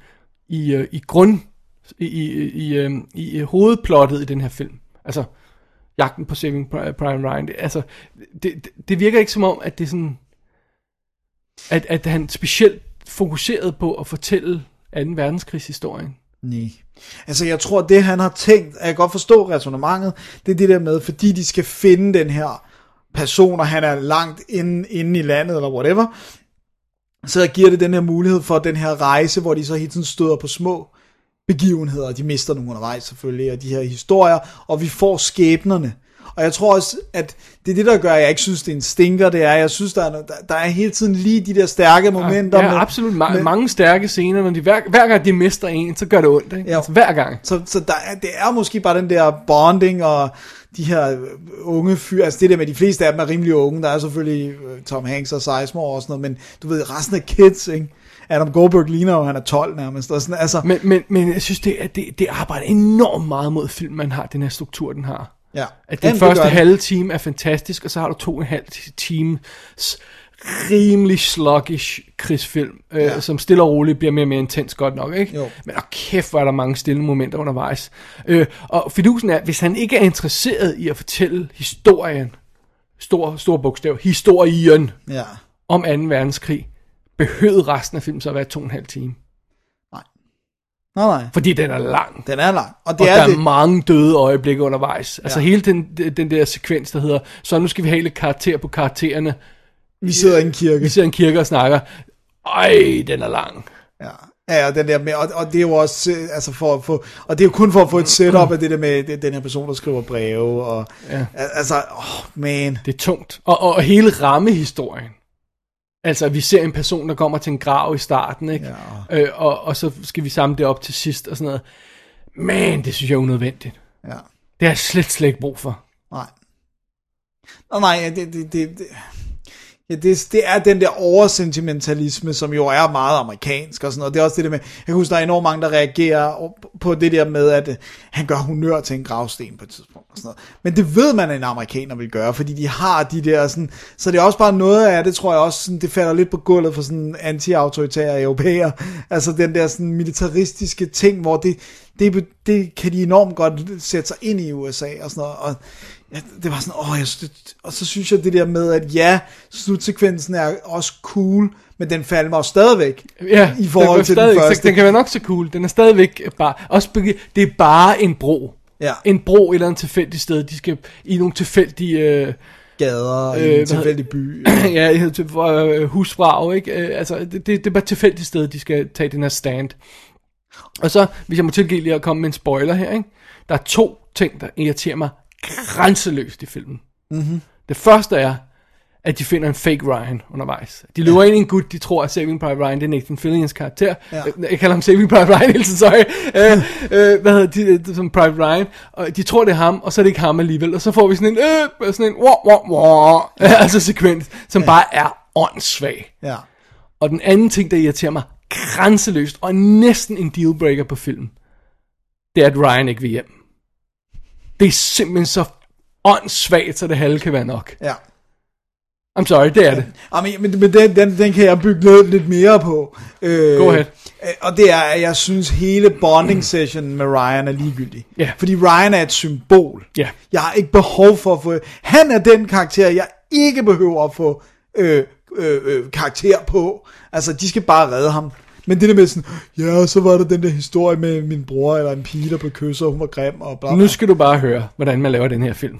i hovedplottet i den her film. Altså, jagten på Saving Private Ryan. Det virker ikke som om, at det er sådan, at han specielt fokuseret på at fortælle 2. verdenskrigshistorien. Nej. Altså jeg tror det han har tænkt, jeg kan godt forstå resonemanget, det er det der med, fordi de skal finde den her person, og han er langt inde i landet eller whatever, så giver det den her mulighed for den her rejse, hvor de så hele tiden støder på små begivenheder, og de mister nogle undervejs selvfølgelig, og de her historier, og vi får skæbnerne. Og jeg tror også, at det er det, der gør, at jeg ikke synes, det er en stinker, det er, jeg synes, der er hele tiden lige de der stærke momenter. Ja, absolut. Mange stærke scener, når de hver gang de mister en, så gør det ondt, ikke? Ja. Altså, hver gang. Så det er måske bare den der bonding, og de her unge fyre, altså det der med, de fleste af dem er rimelig unge, der er selvfølgelig Tom Hanks og Sizemore og sådan noget, men du ved, resten af kids, ikke? Adam Goldberg ligner jo, han er 12 nærmest. Og sådan, altså. Men jeg synes, det arbejder enormt meget mod film, man har, den her struktur, den har. Ja. At den første halve time er fantastisk, og så har du 2,5 times rimelig sluggish krigsfilm, som stille og roligt bliver mere og mere intens, godt nok, ikke? Jo. Men kæft, hvor er der mange stille momenter undervejs. Og fidusen er, hvis han ikke er interesseret i at fortælle historien, stor bogstav, historien om 2. verdenskrig, behøvede resten af filmen så at være 2,5 timer. Nej. Fordi den er lang. Den er lang. Og der er mange døde øjeblikke undervejs. Altså hele den der sekvens, der hedder, så nu skal vi have lidt karakter på karaktererne. Vi sidder i en kirke. Og snakker. Ej, den er lang. Ja, den der med, og det er jo også, altså for at få, og det er jo kun for at få et setup af det der med den her person, der skriver breve, og altså, man. Det er tungt. Og hele rammehistorien. Altså, vi ser en person, der kommer til en grav i starten, ikke? Ja. Og så skal vi samle det op til sidst og sådan noget. Men det synes jeg er unødvendigt. Ja. Det har jeg slet ikke brug for. Nej, det er den der oversentimentalisme, som jo er meget amerikansk og sådan noget. Det er også det der med, jeg kan huske, der er enormt mange, der reagerer på det der med, at han gør honør til en gravsten på et tidspunkt og sådan noget. Men det ved man, at en amerikaner vil gøre, fordi de har de der sådan, så det er også bare noget af det, tror jeg også, sådan, det falder lidt på gulvet for sådan anti-autoritære europæer, altså den der sådan militaristiske ting, hvor det kan de enormt godt sætte sig ind i USA og sådan noget, og ja, det var sådan, og så synes jeg det der med, at ja, slutsekvensen er også cool, men den falder mig stadigvæk i forhold til den første. Den kan være nok så cool, den er stadigvæk bare, også det er bare en bro. Ja. En bro et eller andet tilfældigt sted, de skal i nogle tilfældige gader, i en tilfældig by. Ja, husvrag, ikke? Altså, det er bare et tilfældigt sted, de skal tage den her stand. Og så, hvis jeg må tilgive lige at komme med en spoiler her, ikke? Der er 2 ting, der irriterer mig grænseløst i filmen. Mm-hmm. Det første er, at de finder en fake Ryan undervejs. De løber ind i en gut, de tror, at Saving Private Ryan, det er Nathan Fillion's karakter. Ja. Jeg kalder ham Saving Private Ryan hele tiden, sorry. Hvad hedder de, som Private Ryan. Og de tror, det er ham, og så er det ikke ham alligevel. Og så får vi sådan en altså sekvens, som bare er åndssvag. Ja. Og den anden ting, der irriterer mig grænseløst, og næsten en dealbreaker på filmen, det er, at Ryan ikke vil hjem. Det er simpelthen så åndssvagt, så det halve kan være nok. Ja. I'm sorry, det er det. Men den kan jeg bygge lidt mere på. Go ahead. Og det er, at jeg synes, hele bonding session med Ryan er ligegyldig. Yeah. Fordi Ryan er et symbol. Yeah. Jeg har ikke behov for at få... Han er den karakter, jeg ikke behøver at få karakter på. Altså, de skal bare redde ham. Men det der med sådan, ja, så var der den der historie med min bror, eller en pige, der blev kysset, og hun var grim, og bla bla. Nu skal du bare høre, hvordan man laver den her film.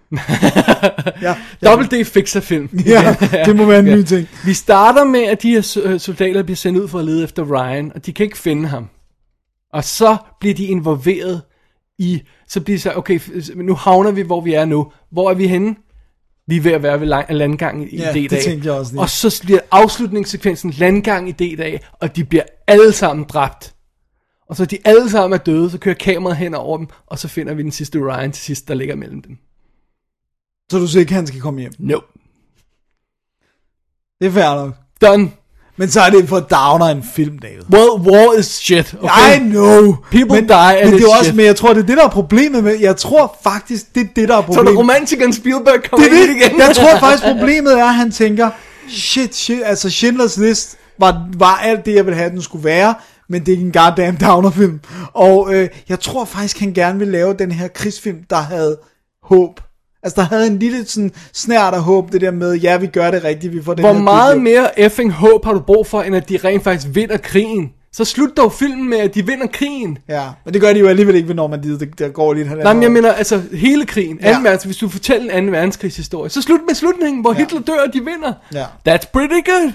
Double D fixer film. Ja, det må være en ny ting. Vi starter med, at de her soldater bliver sendt ud for at lede efter Ryan, og de kan ikke finde ham. Og så bliver de involveret i, så bliver de så, okay, nu havner vi, hvor vi er nu. Hvor er vi henne? Vi er ved at være ved landgangen i D-dag. Det tænkte jeg også lige. Og så bliver afslutningssekvensen landgang i D-dag, og de bliver alle sammen dræbt. Og så de alle sammen er døde, så kører kameraet hen over dem, og så finder vi den sidste Ryan til sidst, der ligger mellem dem. Så du siger ikke, han skal komme hjem? No. Det er fair nok. Done. Men så er det for downer en film, David. Well, war is shit. Okay? I know. People die and men det er også, shit. men jeg tror, det er det, der er problemet med. Jeg tror faktisk, det er det, der er problemet. Så er romantikeren Spielberg kommer ind igen. Jeg tror faktisk, problemet er, at han tænker, shit, altså Schindlers List var alt det, jeg ville have, den skulle være. Men det er en goddamn downer-film. Og jeg tror faktisk, han gerne vil lave den her krigsfilm, der havde håb. Altså, der havde en lille sådan snært af håb, det der med, ja, vi gør det rigtigt, vi får den Hvor her meget mere effing håb har du brug for, end at de rent faktisk vinder krigen? Så slut dog filmen med, at de vinder krigen. Ja, men det gør de jo alligevel ikke ved Normandiet, der går lidt halvandet. Nej, men jeg mener, altså, hele krigen, hvis du fortæller en 2. verdenskrigshistorie, så slut med slutningen, hvor Hitler dør, og de vinder. Ja. That's pretty good.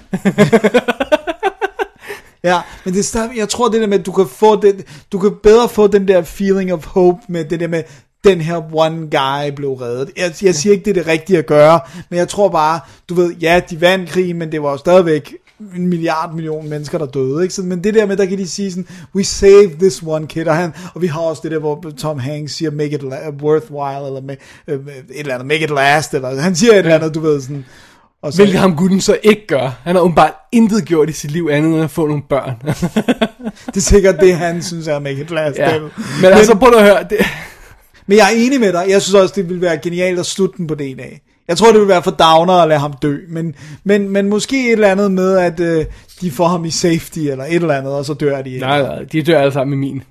Ja, men det er, jeg tror det der med, at du kan bedre få den der feeling of hope med det der med, den her one guy blev reddet. Jeg siger ikke, det er det rigtige at gøre, men jeg tror bare, du ved, ja, de vandt krigen, men det var jo stadigvæk 1 million mennesker, der døde, ikke? Så, men det der med, der kan de sige sådan, we saved this one kid, og vi har også det der, hvor Tom Hanks siger, make it worthwhile, eller et eller andet, make it last, eller han siger et eller andet, du ved, sådan. Og så, hvilket ham gutten så ikke gør. Han har åbenbart intet gjort i sit liv andet end at få nogle børn. Det er sikkert det, han synes er make it last. Ja. Men altså, prøv at høre, Men jeg er enig med dig. Jeg synes også, det ville være genialt at slutte den på det af. Jeg tror, det ville være for downer at lade ham dø. Men måske et eller andet med, at de får ham i safety eller et eller andet, og så dør de. Nej, de dør alle sammen med min.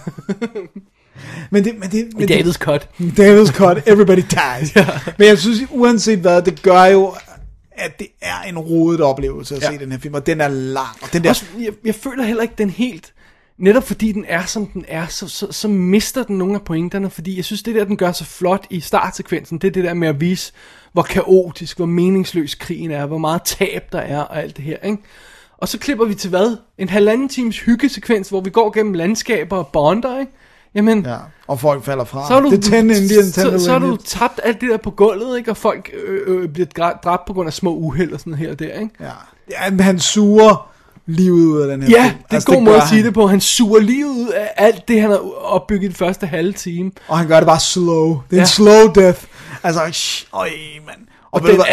Men David's cut. David's cut. Everybody dies. Ja. Men jeg synes, uanset hvad, det gør jo, at det er en rodet oplevelse at se den her film, og den er lang. Og den der... Også, jeg føler heller ikke den helt... Netop fordi den er, som den er, så mister den nogle af pointerne, fordi jeg synes, det der, den gør så flot i startsekvensen, det er det der med at vise, hvor kaotisk, hvor meningsløs krigen er, hvor meget tab der er, og alt det her, ikke? Og så klipper vi til hvad? En 1,5 times hyggesekvens, hvor vi går gennem landskaber og bonder, ikke? Jamen, ja, og folk falder fra. Så har du tabt alt det der på gulvet, ikke? Og folk bliver dræbt på grund af små uheld og sådan her der, ikke? Ja, men han suger livet ud af den her film. Ja, det er en god måde at sige det på. Han suger livet ud af alt det, han har opbygget i den første halve time. Og han gør det bare slow. Det er en slow death. Altså, mand. Og den er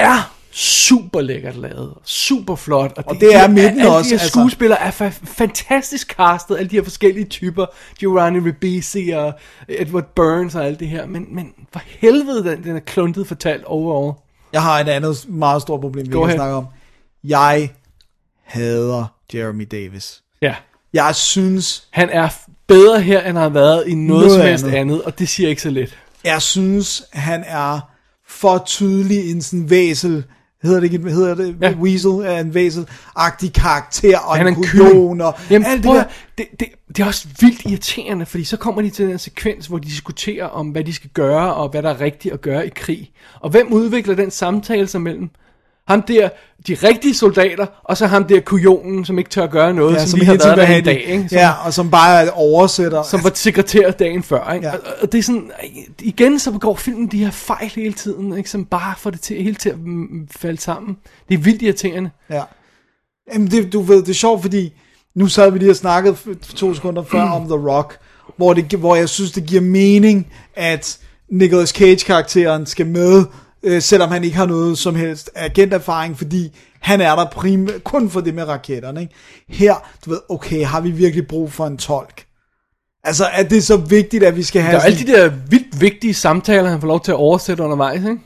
super lækkert lavet, super flot. Og det er midten også. Alle de her skuespillere er fantastisk castet, alle de her forskellige typer, Giovanni Ribisi og Edward Burns og alt det her, men for helvede, den er kluntet fortalt overall. Jeg har et andet meget stort problem, vi kan snakke om. Jeg hader Jeremy Davis. Ja. Jeg synes... Han er bedre her, end han har været i noget som helst andet, og det siger ikke så lidt. Jeg synes, han er for tydelig en sådan væsel... Hedder det ja. Weasel er en væsel-agtig karakter, og han en kujon, og jamen, alt det der. Det er også vildt irriterende, fordi så kommer de til den sekvens, hvor de diskuterer om, hvad de skal gøre, og hvad der er rigtigt at gøre i krig. Og hvem udvikler den samtale sig mellem? Ham der, de rigtige soldater, og så ham der kujonen, som ikke tør gøre noget, ja, som lige har været der en dag. Ikke? Ja, og som bare er oversætter. Som var sekretær dagen før. Ikke? Ja. Og det er sådan, igen så begår filmen de her fejl hele tiden, ikke? Som bare får det til helt til at falde sammen. Det er vildt irriterende. Ja. Jamen du ved, det er sjovt, fordi nu sad vi lige og snakkede 2 sekunder før om The Rock, hvor jeg synes, det giver mening, at Nicolas Cage-karakteren skal med, selvom han ikke har noget som helst agenterfaring, fordi han er der kun for det med raketterne. Ikke? Her, du ved, okay, har vi virkelig brug for en tolk? Altså, er det så vigtigt, at vi skal have... Der er alle de der vildt vigtige samtaler, han får lov til at oversætte undervejs, ikke?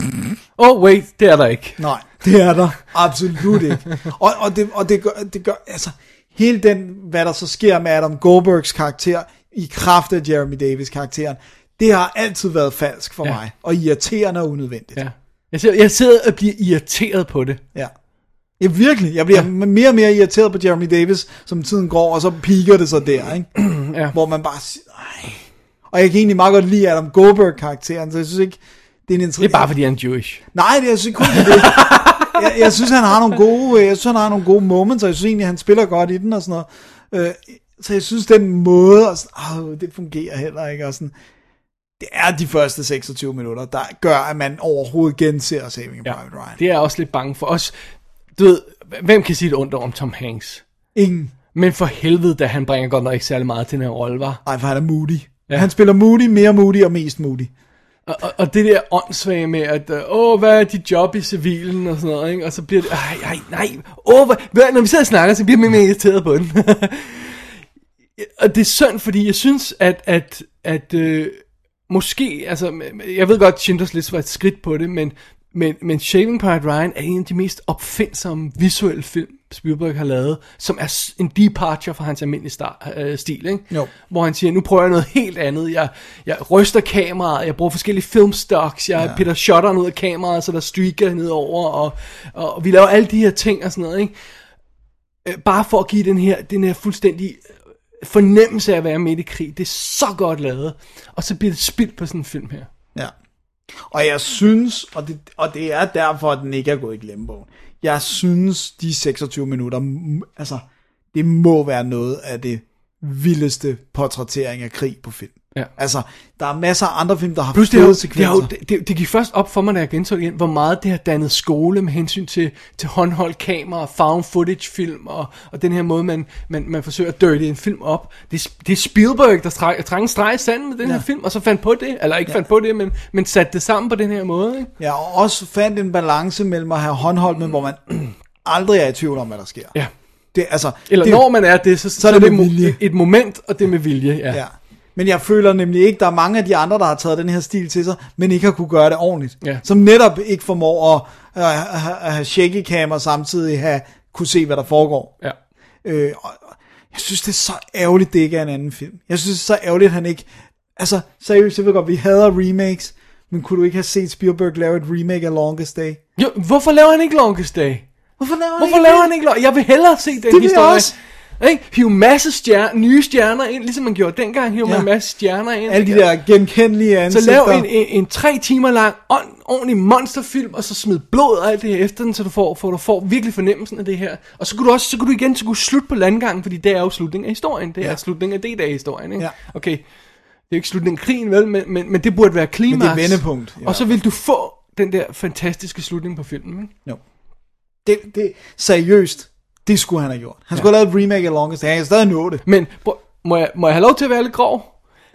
Wait, det er der ikke. Nej, det er der absolut ikke. Og det gør, altså, hele den, hvad der så sker med Adam Goldbergs karakter, i kraft af Jeremy Davis karakteren, det har altid været falsk for mig, og irriterende og unødvendigt. Ja. Jeg sidder og bliver irriteret på det. Ja. Ja, virkelig. Jeg bliver mere og mere irriteret på Jeremy Davis, som tiden går, og så piker det så der, ikke? Ja. Hvor man bare siger, ej. Og jeg kan egentlig meget godt lide Adam Goldberg-karakteren, så jeg synes ikke, det er en det er bare fordi han er Jewish. Nej, det er ikke kun det. Jeg synes, han har nogle gode moments, og jeg synes egentlig, han spiller godt i den, og sådan noget. Så jeg synes, den måde, og sådan, det fungerer heller ikke, og sådan... Det er de første 26 minutter, der gør, at man overhovedet genser Saving Private Ryan. Det er jeg også lidt bange for. Også, du ved, hvem kan sige det ondt om Tom Hanks? Ingen. Men for helvede, da han bringer godt nok ikke særlig meget til den her rolle, var. Nej, for han er moody. Ja. Han spiller moody, mere moody og mest moody. Og det der åndssvage med, at hvad er dit job i civilen og sådan noget, ikke? Og så bliver det, nej, når vi sidder og snakker, så bliver man mere irriteret på den. Og det er synd, fordi jeg synes, at måske, altså, jeg ved godt, Schindler's List var et skridt på det, men Saving Private Ryan er en af de mest opfindsomme visuelle film, Spielberg har lavet, som er en departure fra hans almindelige stil, ikke? Jo. Hvor han siger, nu prøver jeg noget helt andet, jeg ryster kameraet, jeg bruger forskellige filmstocks, jeg piller shutteren ud af kameraet, så der streaker nedover, og vi laver alle de her ting og sådan noget, ikke? Bare for at give den her fuldstændig fornemmelse af at være midt i krig. Det er så godt lavet. Og så bliver det spildt på sådan en film her. Ja. Og jeg synes, og det er derfor, at den ikke er gået i glemmebogen. Jeg synes, de 26 minutter, altså, det må være noget af det vildeste portrættering af krig på film. Ja. Altså, der er masser af andre film, der har fede sekvenser. Det gik først op for mig, da jeg genså igen, hvor meget det har dannet skole med hensyn til håndholdt kamera, found footage film, og den her måde, man forsøger at dirty en film op. Det er Spielberg, der trænger en streg i sanden med den her film, og så fandt på det, eller ikke fandt på det, men satte det sammen på den her måde. Ikke? Ja, og også fandt en balance mellem at have håndholdt, men hvor man aldrig er i tvivl om, hvad der sker. Ja. Når man er det, så er det et moment, og det er med vilje. Ja. Men jeg føler nemlig ikke, der er mange af de andre, der har taget den her stil til sig, men ikke har kunne gøre det ordentligt. Ja. Som netop ikke formår at have shaky cam og samtidig kunne se, hvad der foregår. Ja. Jeg synes, det er så ærgerligt, det ikke er en anden film. Jeg synes, det er så ærgerligt, at han ikke... Altså, seriøst, jeg ved godt, vi hader remakes, men kunne du ikke have set Spielberg lave et remake af Longest Day? Jo, hvorfor laver han ikke Longest Day? Hvorfor laver han ikke? Jeg vil hellere se den historie. Hive masse nye stjerner ind, ligesom man gjorde dengang, hive man en masse stjerner ind. Alle de der genkendelige ansigter. Så lav en 3 timer lang, ordentlig monsterfilm, og så smid blod og alt det her efter den, så du får virkelig fornemmelsen af det her. Og så kunne du igen slutte på landgangen, fordi det er jo slutningen af historien. Det er slutningen af D-Day-historien, ikke? Ja. Okay, det er ikke slutningen af krigen, vel, men det burde være klimaks. Men det er vendepunkt. Ja. Og så vil du få den der fantastiske slutning på filmen, ikke? Jo. Det seriøst. Det skulle han have gjort. Han skulle have lavet et remake af Longest Day. Han kan stadig nå det. Men må jeg have lov til at være lidt grov?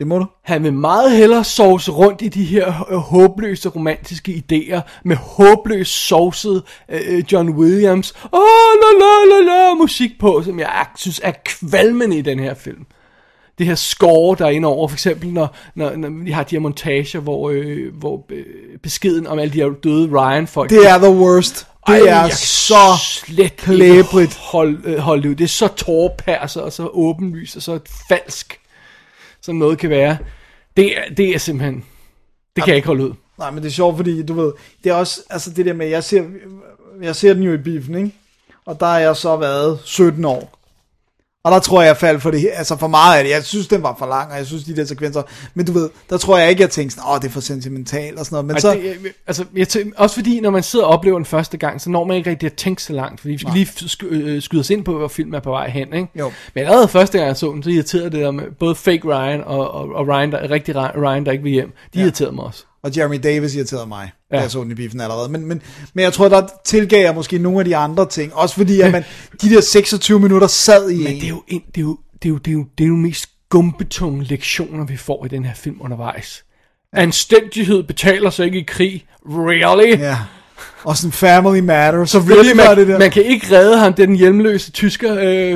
Det må du. Han vil meget hellere sovse rundt i de her håbløse romantiske idéer, med håbløs sovset John Williams, musik på, som jeg synes er kvalmende i den her film. Det her score, der er inde over, for eksempel når de har de her montager, hvor beskeden om alle de her døde Ryan-folk. Det er the worst. Det er så klæbrigt. Hold ud. Det er så tårepærser, og så åbenlyst, og så falsk, som noget kan være. Det er simpelthen, det kan jeg ikke holde ud. Nej, men det er sjovt, fordi du ved, det er også, altså det der med, jeg ser den jo i biffen, ikke? Og der har jeg så været 17 år. Og der tror jeg faldt for det, altså for meget af det. Jeg synes, den var for lang, og jeg synes, de der sekvenser. Men du ved, der tror jeg ikke, jeg tænkte sådan, det er for sentimentalt og sådan noget. Men så... også fordi, når man sidder og oplever den første gang, så når man ikke rigtig at tænke så langt. Fordi vi skal lige skyde os ind på, hvor filmen er på vej hen, ikke? Jo. Men allerede første gang jeg så den, så irriterede det der med både fake Ryan og Ryan, rigtig Ryan, der ikke vil hjem. De irriterede mig også. Og Jeremy Davis irriterede mig, da jeg så den i biffen allerede. Men jeg tror, der tilgav jeg måske nogle af de andre ting. Også fordi, at de der 26 minutter sad i men det er jo mest gumbetunge lektioner, vi får i den her film undervejs. Anstændighed betaler sig ikke i krig. Really? Ja. Og sådan Family Matters. Så really, man kan ikke redde ham, den hjemløse tysker,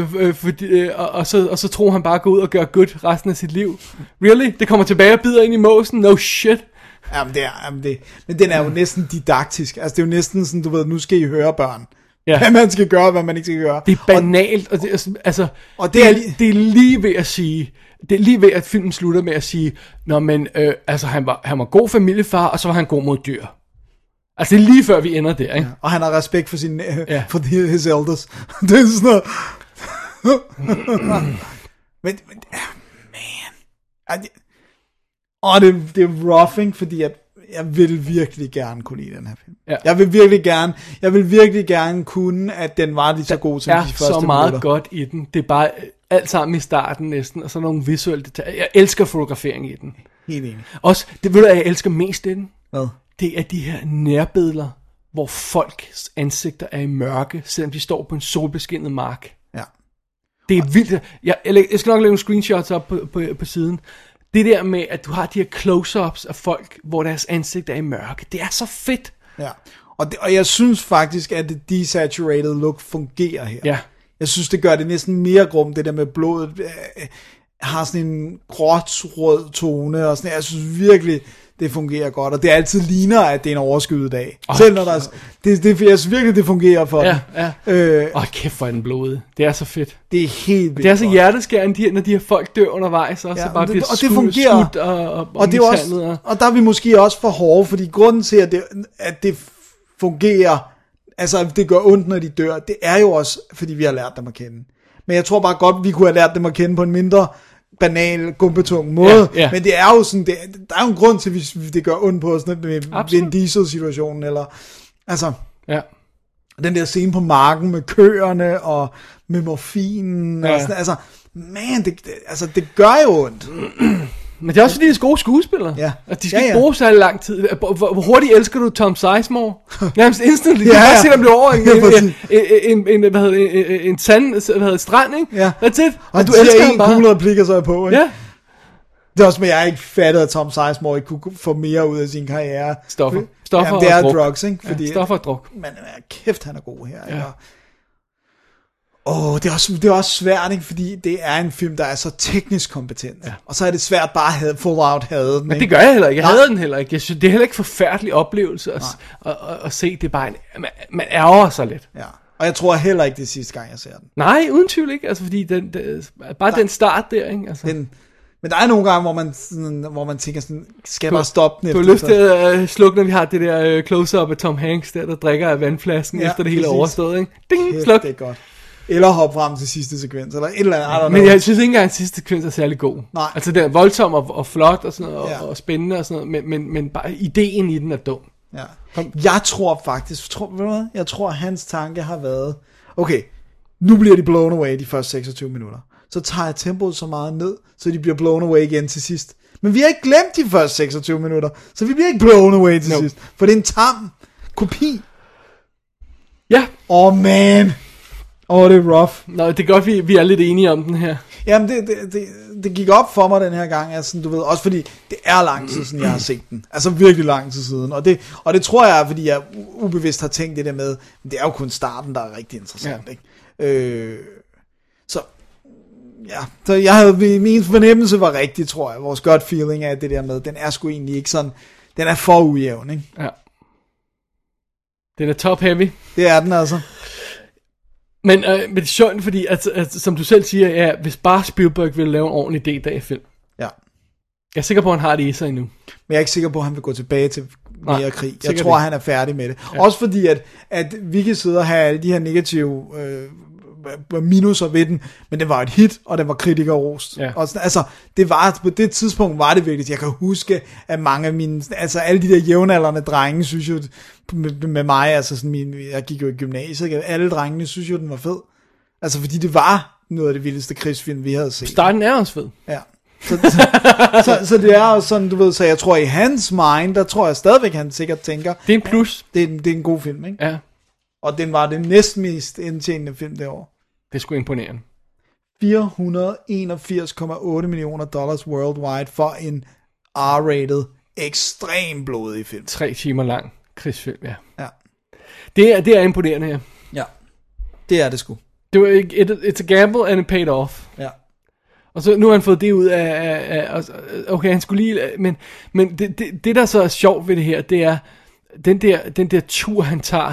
og så tror han bare gå ud og gøre good resten af sit liv. Really? Det kommer tilbage og bider ind i måsen? No shit. Men den er jo næsten didaktisk. Altså det er jo næsten sådan, du ved, nu skal I høre børn. Ja. Hvad man skal gøre, hvad man ikke skal gøre. Det er banalt, og det er lige ved at sige, det er lige ved at filmen slutter med at sige, han var god familiefar, og så var han god mod dyr. Altså det er lige før vi ender der, ikke? Ja, og han har respekt for sin for his elders. Det er sådan noget. men det er roughing, fordi jeg vil virkelig gerne kunne lide den her film. Ja. Jeg vil virkelig gerne kunne, at den var lige så god som de første minutter. Der er så meget godt i den. Det er bare alt sammen i starten næsten, og så nogle visuelle detaljer. Jeg elsker fotografering i den. Helt enig. Også, det ved du, jeg elsker mest i den. Hvad? Det er de her nærbilleder, hvor folks ansigter er i mørke, selvom de står på en solbeskinnet mark. Ja. Det er vildt. Jeg skal nok lave nogle screenshots op på siden. Det der med, at du har de her close-ups af folk, hvor deres ansigt er i mørke, det er så fedt. Ja, og jeg synes faktisk, at det desaturated look fungerer her. Ja. Jeg synes, det gør det næsten mere grumt, det der med blodet har sådan en gråt-rød tone, og sådan, jeg synes virkelig, det fungerer godt, og det altid ligner, at det er en overskyet dag. Selv når der er, jeg synes virkelig, det fungerer for den. Ja. Kæft for den blod. Det er så fedt. Det er helt vildt. Det er så hjerteskærende, når de her folk dør undervejs, og så bare bliver skudt og det er også, og der er vi måske også for hårde, fordi grunden til, at det fungerer, altså at det gør ondt, når de dør, det er jo også, fordi vi har lært dem at kende. Men jeg tror bare godt, vi kunne have lært dem at kende på en mindre banal, gumbetung måde, men det er jo sådan, der er jo en grund til, hvis det gør ondt på os, med Vin Diesel-situationen, eller, altså, den der scene på marken med køerne, og med morfinen, og sådan, altså, man, det gør jo ondt. Men det er også fordi, de er gode skuespillere. Ja. Altså, de skal ikke bruge så lang tid. Hvor hurtigt elsker du Tom Sizemore? Nærmest instantly. Du kan bare se dem blive over en sand, strand, ikke? Ja. That's it. Og du elsker ham bare. 100 replikker, så er på, ikke? Ja. Det er også med, jeg ikke fattet, at Tom Sizemore ikke kunne få mere ud af sin karriere. Stoffer og det er drugs, ikke? Fordi, stoffer og druk. Men kæft, han er god her, ikke? Det er også svært, ikke? Fordi det er en film, der er så teknisk kompetent. Ja. Og så er det svært bare at full out have den. Men det gør jeg heller ikke. Jeg hader den heller ikke. Jeg synes, det er heller ikke en forfærdelig oplevelse at se. Det er bare man ærger sig lidt. Ja. Og jeg tror heller ikke, det er sidste gang, jeg ser den. Nej, uden tvivl ikke. Altså, fordi den start der, ikke? Altså. Men der er nogle gange, hvor man tænker sådan, skal jeg bare stoppe den? Du har lyst til at slukke, når vi har det der close-up af Tom Hanks, der drikker af vandflasken efter det hele overstået, ikke? Ding, sluk. Det er godt. Eller hoppe frem til sidste sekvens, eller et eller andet. Men jeg synes ikke engang, at sidste sekvens er særlig god. Nej. Altså det er voldsom og flot og sådan noget, og spændende og sådan noget, men bare ideen i den er dum. Ja. Jeg tror faktisk, jeg tror hans tanke har været, okay, nu bliver de blown away de første 26 minutter. Så tager jeg tempoet så meget ned, så de bliver blown away igen til sidst. Men vi har ikke glemt de første 26 minutter, så vi bliver ikke blown away til sidst. For det er en tam kopi. Ja. Man. Det er rough. Nå, det er godt, vi er lidt enige om den her. Jamen, det gik op for mig den her gang, altså, du ved, også fordi det er lang tid siden, jeg har set den. Altså virkelig lang tid siden. Og det tror jeg, fordi jeg ubevidst har tænkt det der med, men det er jo kun starten, der er rigtig interessant, ikke? Så jeg havde, min fornemmelse var rigtig, tror jeg. Vores gut feeling af det der med, den er sgu egentlig ikke sådan, den er for ujævn, ikke? Ja. Den er top heavy. Det er den altså. Men det er sjovt, fordi at, som du selv siger, ja, hvis bare Spielberg ville lave en ordentlig D-dag-film. Ja. Jeg er sikker på, at han har det i sig endnu. Men jeg er ikke sikker på, at han vil gå tilbage til mere krig. Jeg tror, han er færdig med det. Ja. Også fordi, at vi kan sidde og have alle de her negative minuser ved den, men det var et hit, og den var kritikerrost. Ja. Og sådan, altså, det var, på det tidspunkt var det virkelig. Jeg kan huske, at mange af mine, altså alle de der jævnaldrende drenge, synes jo, med mig, altså sådan jeg gik jo i gymnasiet, alle drengene synes jo, den var fed. Altså, fordi det var noget af det vildeste krigsfilm, vi havde set. Starten er også fed. Ja. Så det er jo sådan, du ved, så jeg tror i hans mind, der tror jeg stadigvæk, han sikkert tænker, det er en plus. Det er en god film, ikke? Ja. Og den var det næstmest indtjenende film det år. Det er sgu imponerende. $481,8 million worldwide for en R-rated, ekstrem blodig film. 3 timer lang krigsfilm, ja. Ja. Det er imponerende, ja. Ja, det er det sgu. Det var it's a gamble and it paid off. Ja. Og så nu har han fået det ud af okay, han skulle lige, men det der så er sjovt ved det her, det er den der tur han tager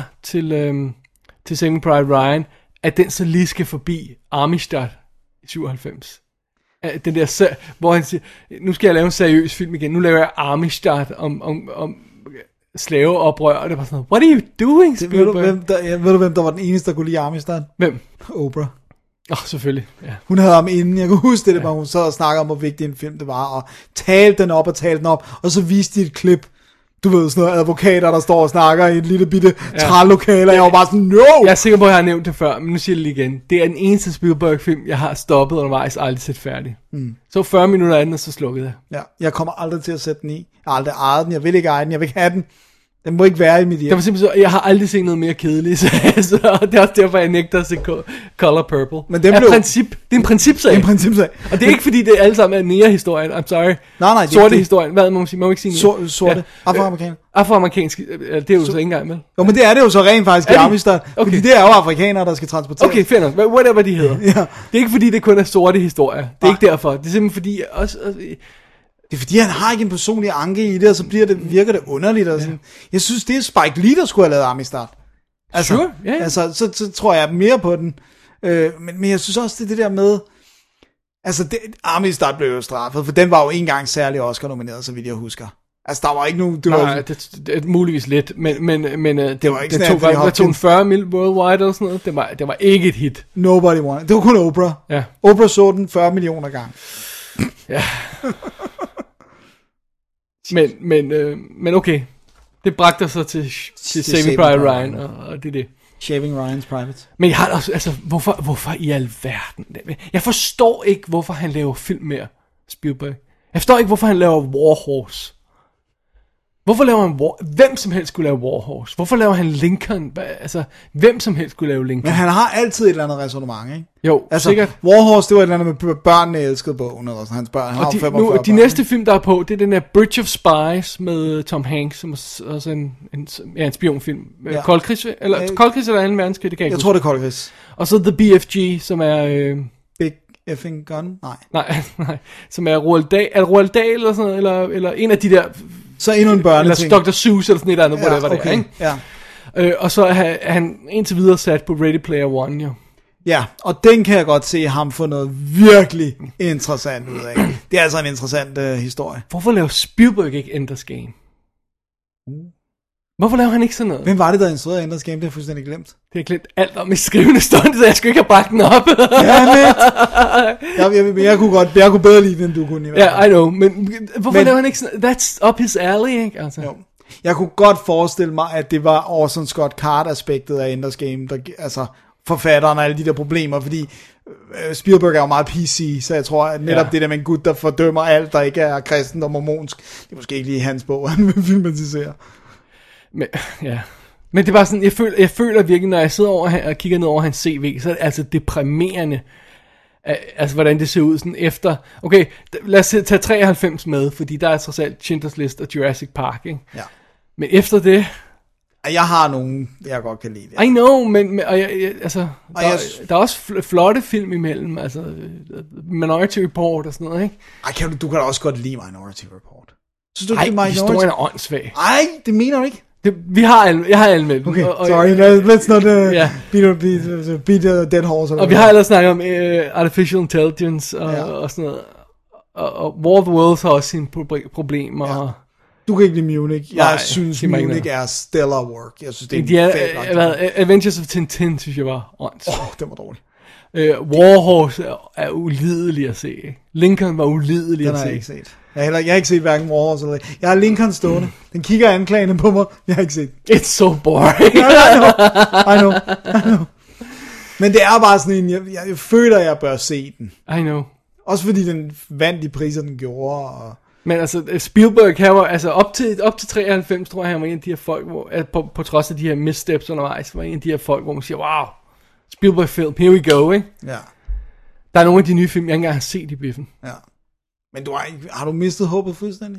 til Saving Private Ryan, at den så lige skal forbi Armistead i 97. Den der, hvor han siger, nu skal jeg lave en seriøs film igen, nu laver jeg Armistead om slaveoprør, og det var sådan, what are you doing, Spielberg? Ved du, hvem der var den eneste, der kunne lide Armistead? Hvem? Oprah. Selvfølgelig, ja. Hun havde ham inden, jeg kunne huske det, hvor hun sad og snakkede om, hvor vigtig en film det var, og talte den op, og så viste de et klip, du ved, sådan noget advokater, der står og snakker i et lille bitte trælokale, og jeg var bare sådan, no! Jeg er sikker på, at jeg har nævnt det før, men nu siger jeg det lige igen. Det er den eneste Spielberg-film, jeg har stoppet undervejs og aldrig set færdig. Så 40 minutter af den, og så slukkede jeg. Ja, jeg kommer aldrig til at sætte den i. Jeg har aldrig ejet den, jeg vil ikke eje den, jeg vil ikke have den. Den må ikke være i mit hjem. Det var simpelthen så, jeg har aldrig set noget mere kedeligt, så det er også derfor, jeg nægter at se Color Purple. Men det er en principsag. Det er en principsag. Og det er ikke fordi, det alle sammen er nære-historien, I'm sorry. Nej, sorte historien, hvad må man sige? Man må ikke sige noget. Sorte, afroamerikansk. Afroamerikansk, det er jo så ikke engang med. Jo, men det er det jo så rent faktisk i Armistead. Okay. Fordi det er jo afrikanere, der skal transporteres. Okay, fair nok. Whatever de hedder. Ja. Det er ikke fordi, det kun er sorte historier. Det er ikke derfor. Det er simpelthen fordi, også det er fordi, han har ikke en personlig anke i det, og så virker det underligt. Og sådan. Jeg synes, det er Spike Lee, der skulle have lavet Armistead. Altså, sure, yeah. Altså, så tror jeg mere på den. Men jeg synes også, det er det der med, altså, Armistead blev jo straffet, for den var jo ikke engang særlig Oscar-nomineret, så vidt jeg husker. Altså, der var ikke nogen... det er muligvis lidt, men det var ikke sådan, det tog en 40 mil worldwide eller sådan noget. Det var ikke et hit. Nobody wanted. Det var kun Oprah. Ja. Oprah så den 40 millioner gange. Ja. Men okay. Det bragte så til Saving Private Ryan, og det er det. Shaving Ryan's Private. Men jeg har også, altså, hvorfor i alverden? Jeg forstår ikke, hvorfor han laver film mere, Spielberg. Jeg forstår ikke, hvorfor han laver War Horse. Hvorfor laver han hvem som helst skulle lave War Horse? Hvorfor laver han Lincoln? Altså, hvem som helst skulle lave Lincoln. Men han har altid et eller andet resonemang, ikke? Jo, altså, sikkert. War Horse, det var et eller andet med børnene elskede bogen, eller sådan hans børn. Han og har 45 de næste film, der er på, det er den der Bridge of Spies med Tom Hanks, som er også en spionfilm. Ja. Kold Krigs, eller 2. verdenskrig, det kan jeg tror, det er Kold Krigs. Og så The BFG, som er... Big effing gun? Nej, som er Roald Dahl eller sådan noget, eller en af de der... Så endnu en børneting. Eller Dr. Seuss eller sådan et andet, whatever det er, ikke? Ja. Og så er han indtil videre sat på Ready Player One, jo. Ja, og den kan jeg godt se ham få noget virkelig interessant ud af. Det er altså en interessant historie. Hvorfor laver Spielberg ikke Ender's Game? Hvorfor laver han ikke sådan noget? Hvem var det, der instruerede Ender's Game? Det har jeg fuldstændig glemt. Det har jeg glemt alt om i skrivende stund, så jeg skulle ikke have bragt den op. Jeg kunne bedre lide den, end du kunne i hvert fald. Ja, I know, men hvorfor laver han ikke sådan? That's up his alley, ikke? Altså. Jo. Jeg kunne godt forestille mig, at det var Orson Scott Card-aspektet af Ender's Game, der, altså forfatteren og alle de der problemer, fordi Spielberg er jo meget PC, så jeg tror, at netop det der med en gut, der fordømmer alt, der ikke er kristent og mormonsk, det er måske ikke lige hans bog, han vil filmatisere. Men, ja. Men det er bare sådan, jeg føler virkelig, når jeg sidder over og kigger ned over hans CV, så er det altså deprimerende, altså hvordan det ser ud sådan efter. Okay, lad os tage 93 med, fordi der er trods alt Schindlers List og Jurassic Park, ikke? Ja. Men efter det... Jeg har nogen, jeg godt kan lide. I know, men altså, der er også flotte film imellem, altså Minority Report og sådan noget, ikke? Du kan da også godt lide Minority Report. Synes du, det er historien er åndssvag. Ej, det mener du ikke? Jeg har anmeldt. Okay, sorry, let's not beat the dead horse. Og vi har ellers snakket om Artificial Intelligence og sådan noget. Og War of the Worlds har også sine problemer. Ja. Du kan ikke lide Munich. Jeg synes, Munich er stellar work. Jeg synes, det er fedt. Adventures of Tintin, synes jeg var åndssvagt. Det var dårligt. Warhorse er ulidelig at se. Lincoln var ulidelig at se. Den har jeg ikke set. Jeg har ikke set hverken Warhorse eller... Jeg har Lincoln stående. Den kigger anklagende på mig. Jeg har ikke set. It's so boring. I know. Men det er bare sådan en... Jeg føler, jeg bør se den. I know. Også fordi den vandt de priser, den gjorde. Men altså, Spielberg her var... Altså, op til 93, tror jeg, han var en af de her folk, hvor... På trods af de her missteps undervejs, var en af de her folk, hvor man siger, wow, Spielberg film, here we go, ikke? Ja. Der er nogle af de nye film, jeg ikke engang har set i biffen. Ja. Men har du mistet håbet fuldstændig?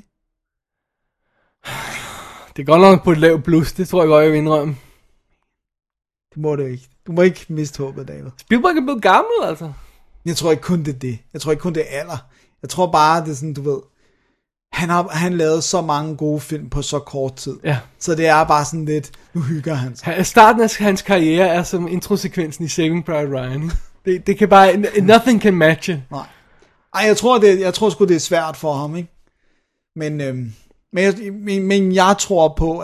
Det er godt nok på et lavt blus, det tror jeg godt, jeg vil indrømme. Det må du ikke. Du må ikke miste håbet, David. Spielberg er blevet gammel, altså. Jeg tror ikke kun det er det. Jeg tror ikke kun det er alder. Jeg tror bare, det er sådan, du ved... Han lavet så mange gode film på så kort tid. Ja. Så det er bare sådan lidt, nu hygger han sig. Starten af hans karriere er som introsekvensen i Saving Private Ryan. Det kan bare, nothing can match it. Nej. Ej, jeg tror sgu det er svært for ham, ikke? Men jeg tror på,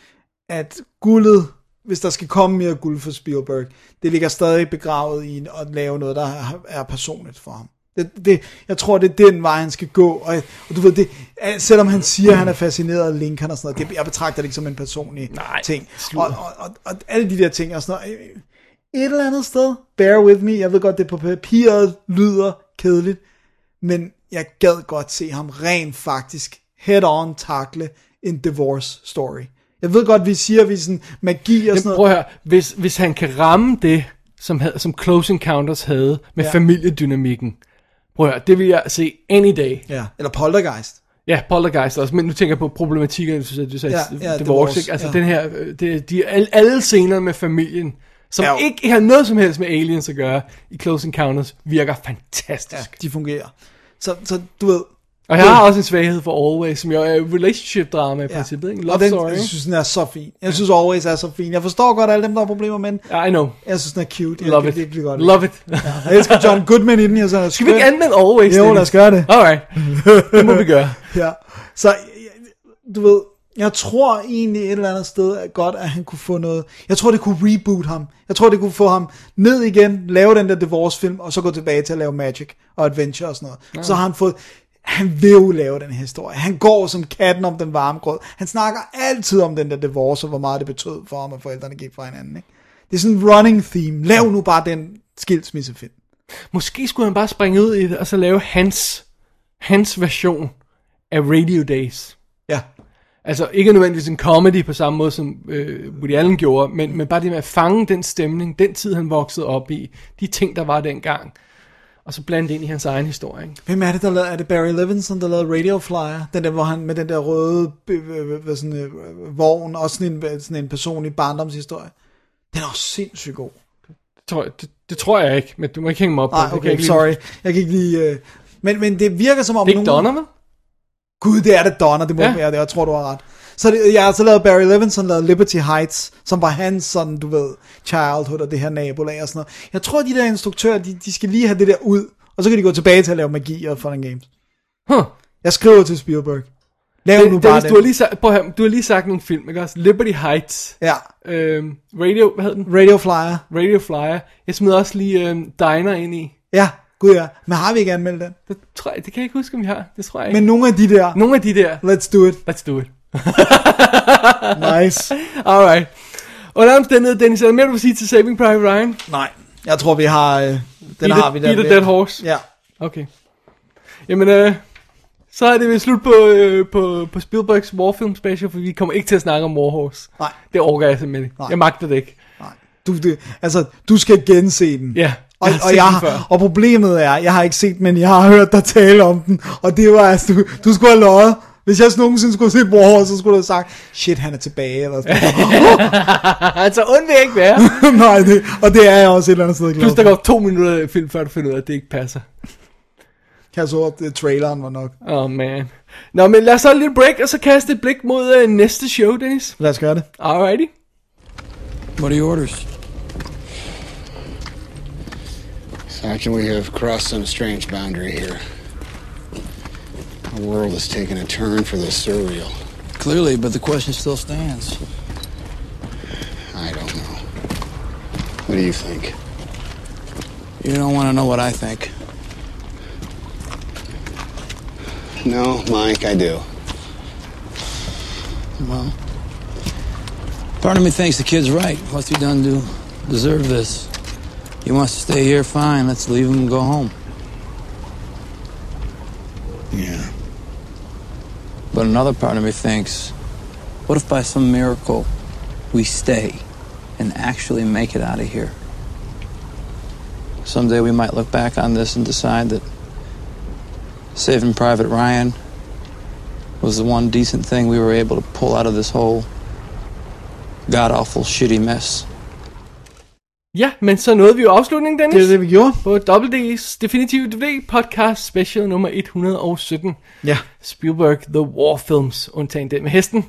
at guldet, hvis der skal komme mere guld for Spielberg, det ligger stadig begravet i at lave noget, der er personligt for ham. Jeg tror, det er den vej, han skal gå. Og du ved, det, selvom han siger, at han er fascineret af Lincoln og sådan noget, jeg betragter det ikke som en personlig ting. Og alle de der ting og sådan noget. Et eller andet sted, bear with me, jeg ved godt, det på papiret lyder kedeligt, men jeg gad godt se ham rent faktisk head-on takle en divorce story. Jeg ved godt, vi siger, vi sådan magi og sådan noget. Prøv at høre, hvis han kan ramme det, som Close Encounters havde med familiedynamikken, prøv at høre, det vil jeg se any day. Ja, eller Poltergeist. Ja, Poltergeist også, men nu tænker jeg på problematikken, du sagde divorce, ikke? Altså den her, alle scener med familien, som ikke har noget som helst med aliens at gøre, i Close Encounters, virker fantastisk. Ja, de fungerer. Så du ved... Og jeg har også en svaghed for Always, som jo er relationship-drama i princippet, ikke? Love story. Jeg synes, den er så fin. Jeg synes, Always er så fin. Jeg forstår godt alle dem, der har problemer med den. I know. Jeg synes, den er cute. Love it. Love it. Jeg elsker John Goodman i den. Skal vi ikke anmelde Always? Jo, lad os gøre det. Alright. Det må vi gøre. Ja. Så, du ved, jeg tror egentlig et eller andet sted er godt, at han kunne få noget. Jeg tror, det kunne reboot ham. Jeg tror, det kunne få ham ned igen, lave den der divorce-film, og så gå tilbage til at lave Magic og Adventure og sådan noget. Ja. Så har han fået... Han vil jo lave den historie. Han går som katten om den varme grød. Han snakker altid om den der divorce, og hvor meget det betød for ham, at forældrene gik fra hinanden. Ikke? Det er sådan en running theme. Lav nu bare den skilsmissefilm. Måske skulle han bare springe ud i det, og så lave hans version af Radio Days. Ja. Altså ikke nødvendigvis en comedy på samme måde, som Woody Allen gjorde, men bare det med at fange den stemning, den tid han voksede op i, de ting, der var dengang. Og så blande ind i hans egen historie. Ikke? Hvem er det, der lavede? Er det Barry Levinson, der lavede Radio Flyer? Den der, hvor han med den der røde vogn, og sådan en personlig barndomshistorie. Den er også sindssygt god. Det tror jeg ikke, men du må ikke hænge mig op på. Nej, okay, sorry. Jeg kan ikke lige... Men det virker som om... Det er ikke Donner, vel? Gud, det er det Donner, det må være det, jeg tror, du har ret. Så lavede Barry Levinson lavede Liberty Heights, som var hans sådan, du ved, childhood og det her nabolag og sådan noget. Jeg tror, de der instruktører, de skal lige have det der ud, og så kan de gå tilbage til at lave magi og fun and games. Jeg skriver til Spielberg. Lav nu bare den. Du har lige sagt nogle film, ikke også? Liberty Heights. Ja. Radio, hvad hed den? Radio Flyer. Jeg smider også lige Diner ind i. Ja, gud ja. Men har vi ikke anmeldt den? Det kan jeg ikke huske, om vi har. Det tror jeg ikke. Men nogle af de der. Let's do it. Nice. Alright. Under omstændighed, Dennis, er der mere du vil sige til Saving Private Ryan? Nej, jeg tror vi har den har vi der. Beat a dead horse? Ja. Okay. Jamen, så er det ved slut på Spielbergs Warfilm special, for vi kommer ikke til at snakke om Warhorse. Nej. Det overgår jeg simpelthen ikke. Jeg magter det ikke. Nej. Du skal gense den. Ja. Og problemet er, jeg har ikke set, men jeg har hørt dig tale om den, og det var altså, du skulle have løjet. Hvis jeg nogensinde skulle se Warhorse, så skulle du have sagt, shit, han er tilbage, eller sådan. Altså, ondt vil ikke være. Nej, og det er jeg også et eller andet sted glad. Plus, der går 2 minutter i film, før du finder ud af, at det ikke passer. Jeg så, at traileren var nok. Man. Nå, men lad os så lidt break, og så kaste et blik mod næste show, Dennis. Lad os gøre det. Alrighty. What are your orders? Sergeant, we have crossed a strange boundary here. The world has taken a turn for the surreal. Clearly, but the question still stands. I don't know. What do you think? You don't want to know what I think. No, Mike, I do. Well, part of me thinks the kid's right. What's he done to deserve this? He wants to stay here, fine. Let's leave him and go home. Yeah. But another part of me thinks, what if by some miracle we stay and actually make it out of here? Someday we might look back on this and decide that Saving Private Ryan was the one decent thing we were able to pull out of this whole god-awful shitty mess. Ja, men så nåede vi jo afslutningen, Dennis. Det er det, vi gjorde. På WD's Definitive DVD podcast special nummer 117. Ja. Spielberg The War Films, undtagen den med hesten.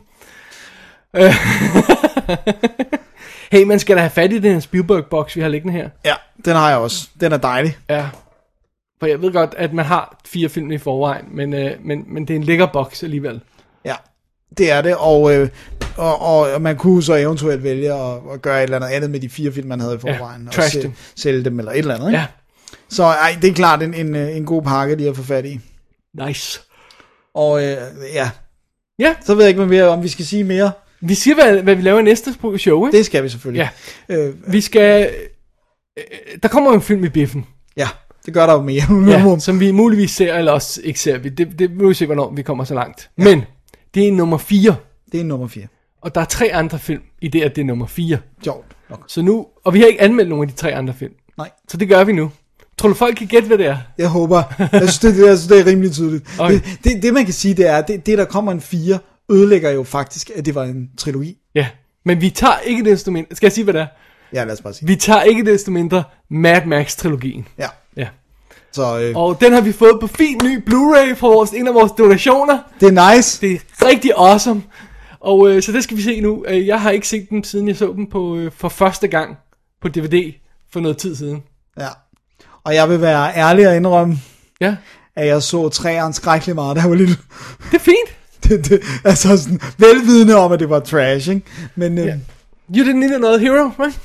Hey, man skal da have fat i den Spielberg-box, vi har liggende her. Ja, den har jeg også. Den er dejlig. Ja. For jeg ved godt, at man har 4 film i forvejen, men det er en lækker boks alligevel. Ja, det er det, og man kunne så eventuelt vælge at gøre et eller andet med de 4 film, man havde i forvejen, og sælge dem eller et eller andet, ikke? Ja. Så det er klart en god pakke, de har fået fat i. Nice. Og ja, så ved jeg ikke, om vi skal sige mere. Vi siger, hvad vi laver i næste show, ikke? Det skal vi selvfølgelig. Ja. Vi skal... Der kommer jo en film i biffen. Ja, det gør der jo mere. Ja, som vi muligvis ser, eller også ikke ser. Det må vi se, hvornår vi kommer så langt. Ja. Men det er nummer 4. Det er nummer 4. Og der er 3 andre film i det, at det er nummer 4. Sjovt nok. Så nu... Og vi har ikke anmeldt nogen af de 3 andre film. Nej. Så det gør vi nu. Tror du, folk kan gætte, hvad det er? Jeg håber. Jeg synes, det er rimelig tydeligt. Okay. Det man kan sige, det er, det der kommer en 4, ødelægger jo faktisk, at det var en trilogi. Ja, men vi tager ikke desto mindre... Skal jeg sige, hvad det er? Ja, lad os bare sige. Vi tager ikke desto mindre Mad Max-trilogien. Ja. Ja. Så, og den har vi fået på fin ny Blu-ray fra en af vores donationer. Det er nice. Det er rigtig awesome. Og så det skal vi se nu. Jeg har ikke set den, siden jeg så den for første gang på DVD for noget tid siden. Ja. Og jeg vil være ærlig og indrømme, at jeg så 3'eren skrækkelig meget, da jeg var lille. Det er fint. Altså sådan velvidende om, at det var trash, ikke? Men... You didn't need another hero, right?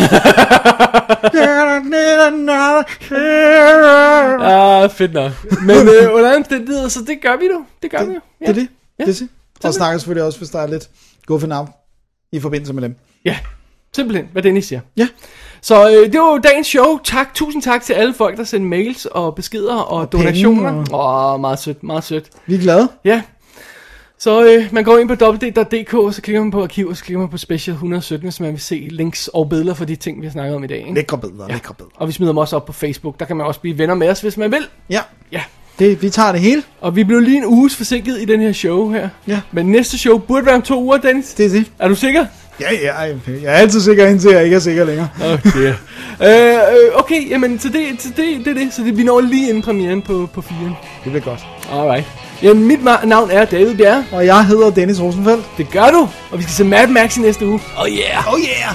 Fedt nok. Men under omstændigheder, så det gør vi nu. Det gør vi jo. Ja. Det er det. Og snakker selvfølgelig også, hvis der er lidt guffen af i forbindelse med dem. Ja, simpelthen, hvad Dennis siger. Ja. Så det var dagens show. Tusind tak til alle folk, der sendte mails og beskeder og donationer. Meget sødt, meget sødt. Vi er glade. Ja. Så man går ind på www.dk, og så klikker man på arkiv, og så klikker man på special 117, så man vil se links og billeder for de ting, vi har snakket om i dag. Ikke? Lækre billeder. Og vi smider dem også op på Facebook. Der kan man også blive venner med os, hvis man vil. Ja. Ja. Vi tager det hele. Og vi blev lige en uges forsinket i den her show her. Ja. Men næste show burde være om 2 uger, Dennis. Det er det. Er du sikker? Ja, jeg er altid sikker, indtil jeg ikke er sikker længere. Okay. Okay, jamen, så det er det. Så vi når lige inden premieren på 4. Det bliver godt. Alright. Jamen, mit navn er David Bjerre. Og jeg hedder Dennis Rosenfeldt. Det gør du. Og vi skal se Mad Max i næste uge. Oh yeah. Oh yeah.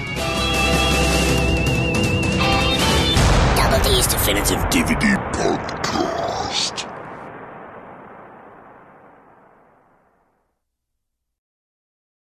Double D's Definitive DVD Podcast.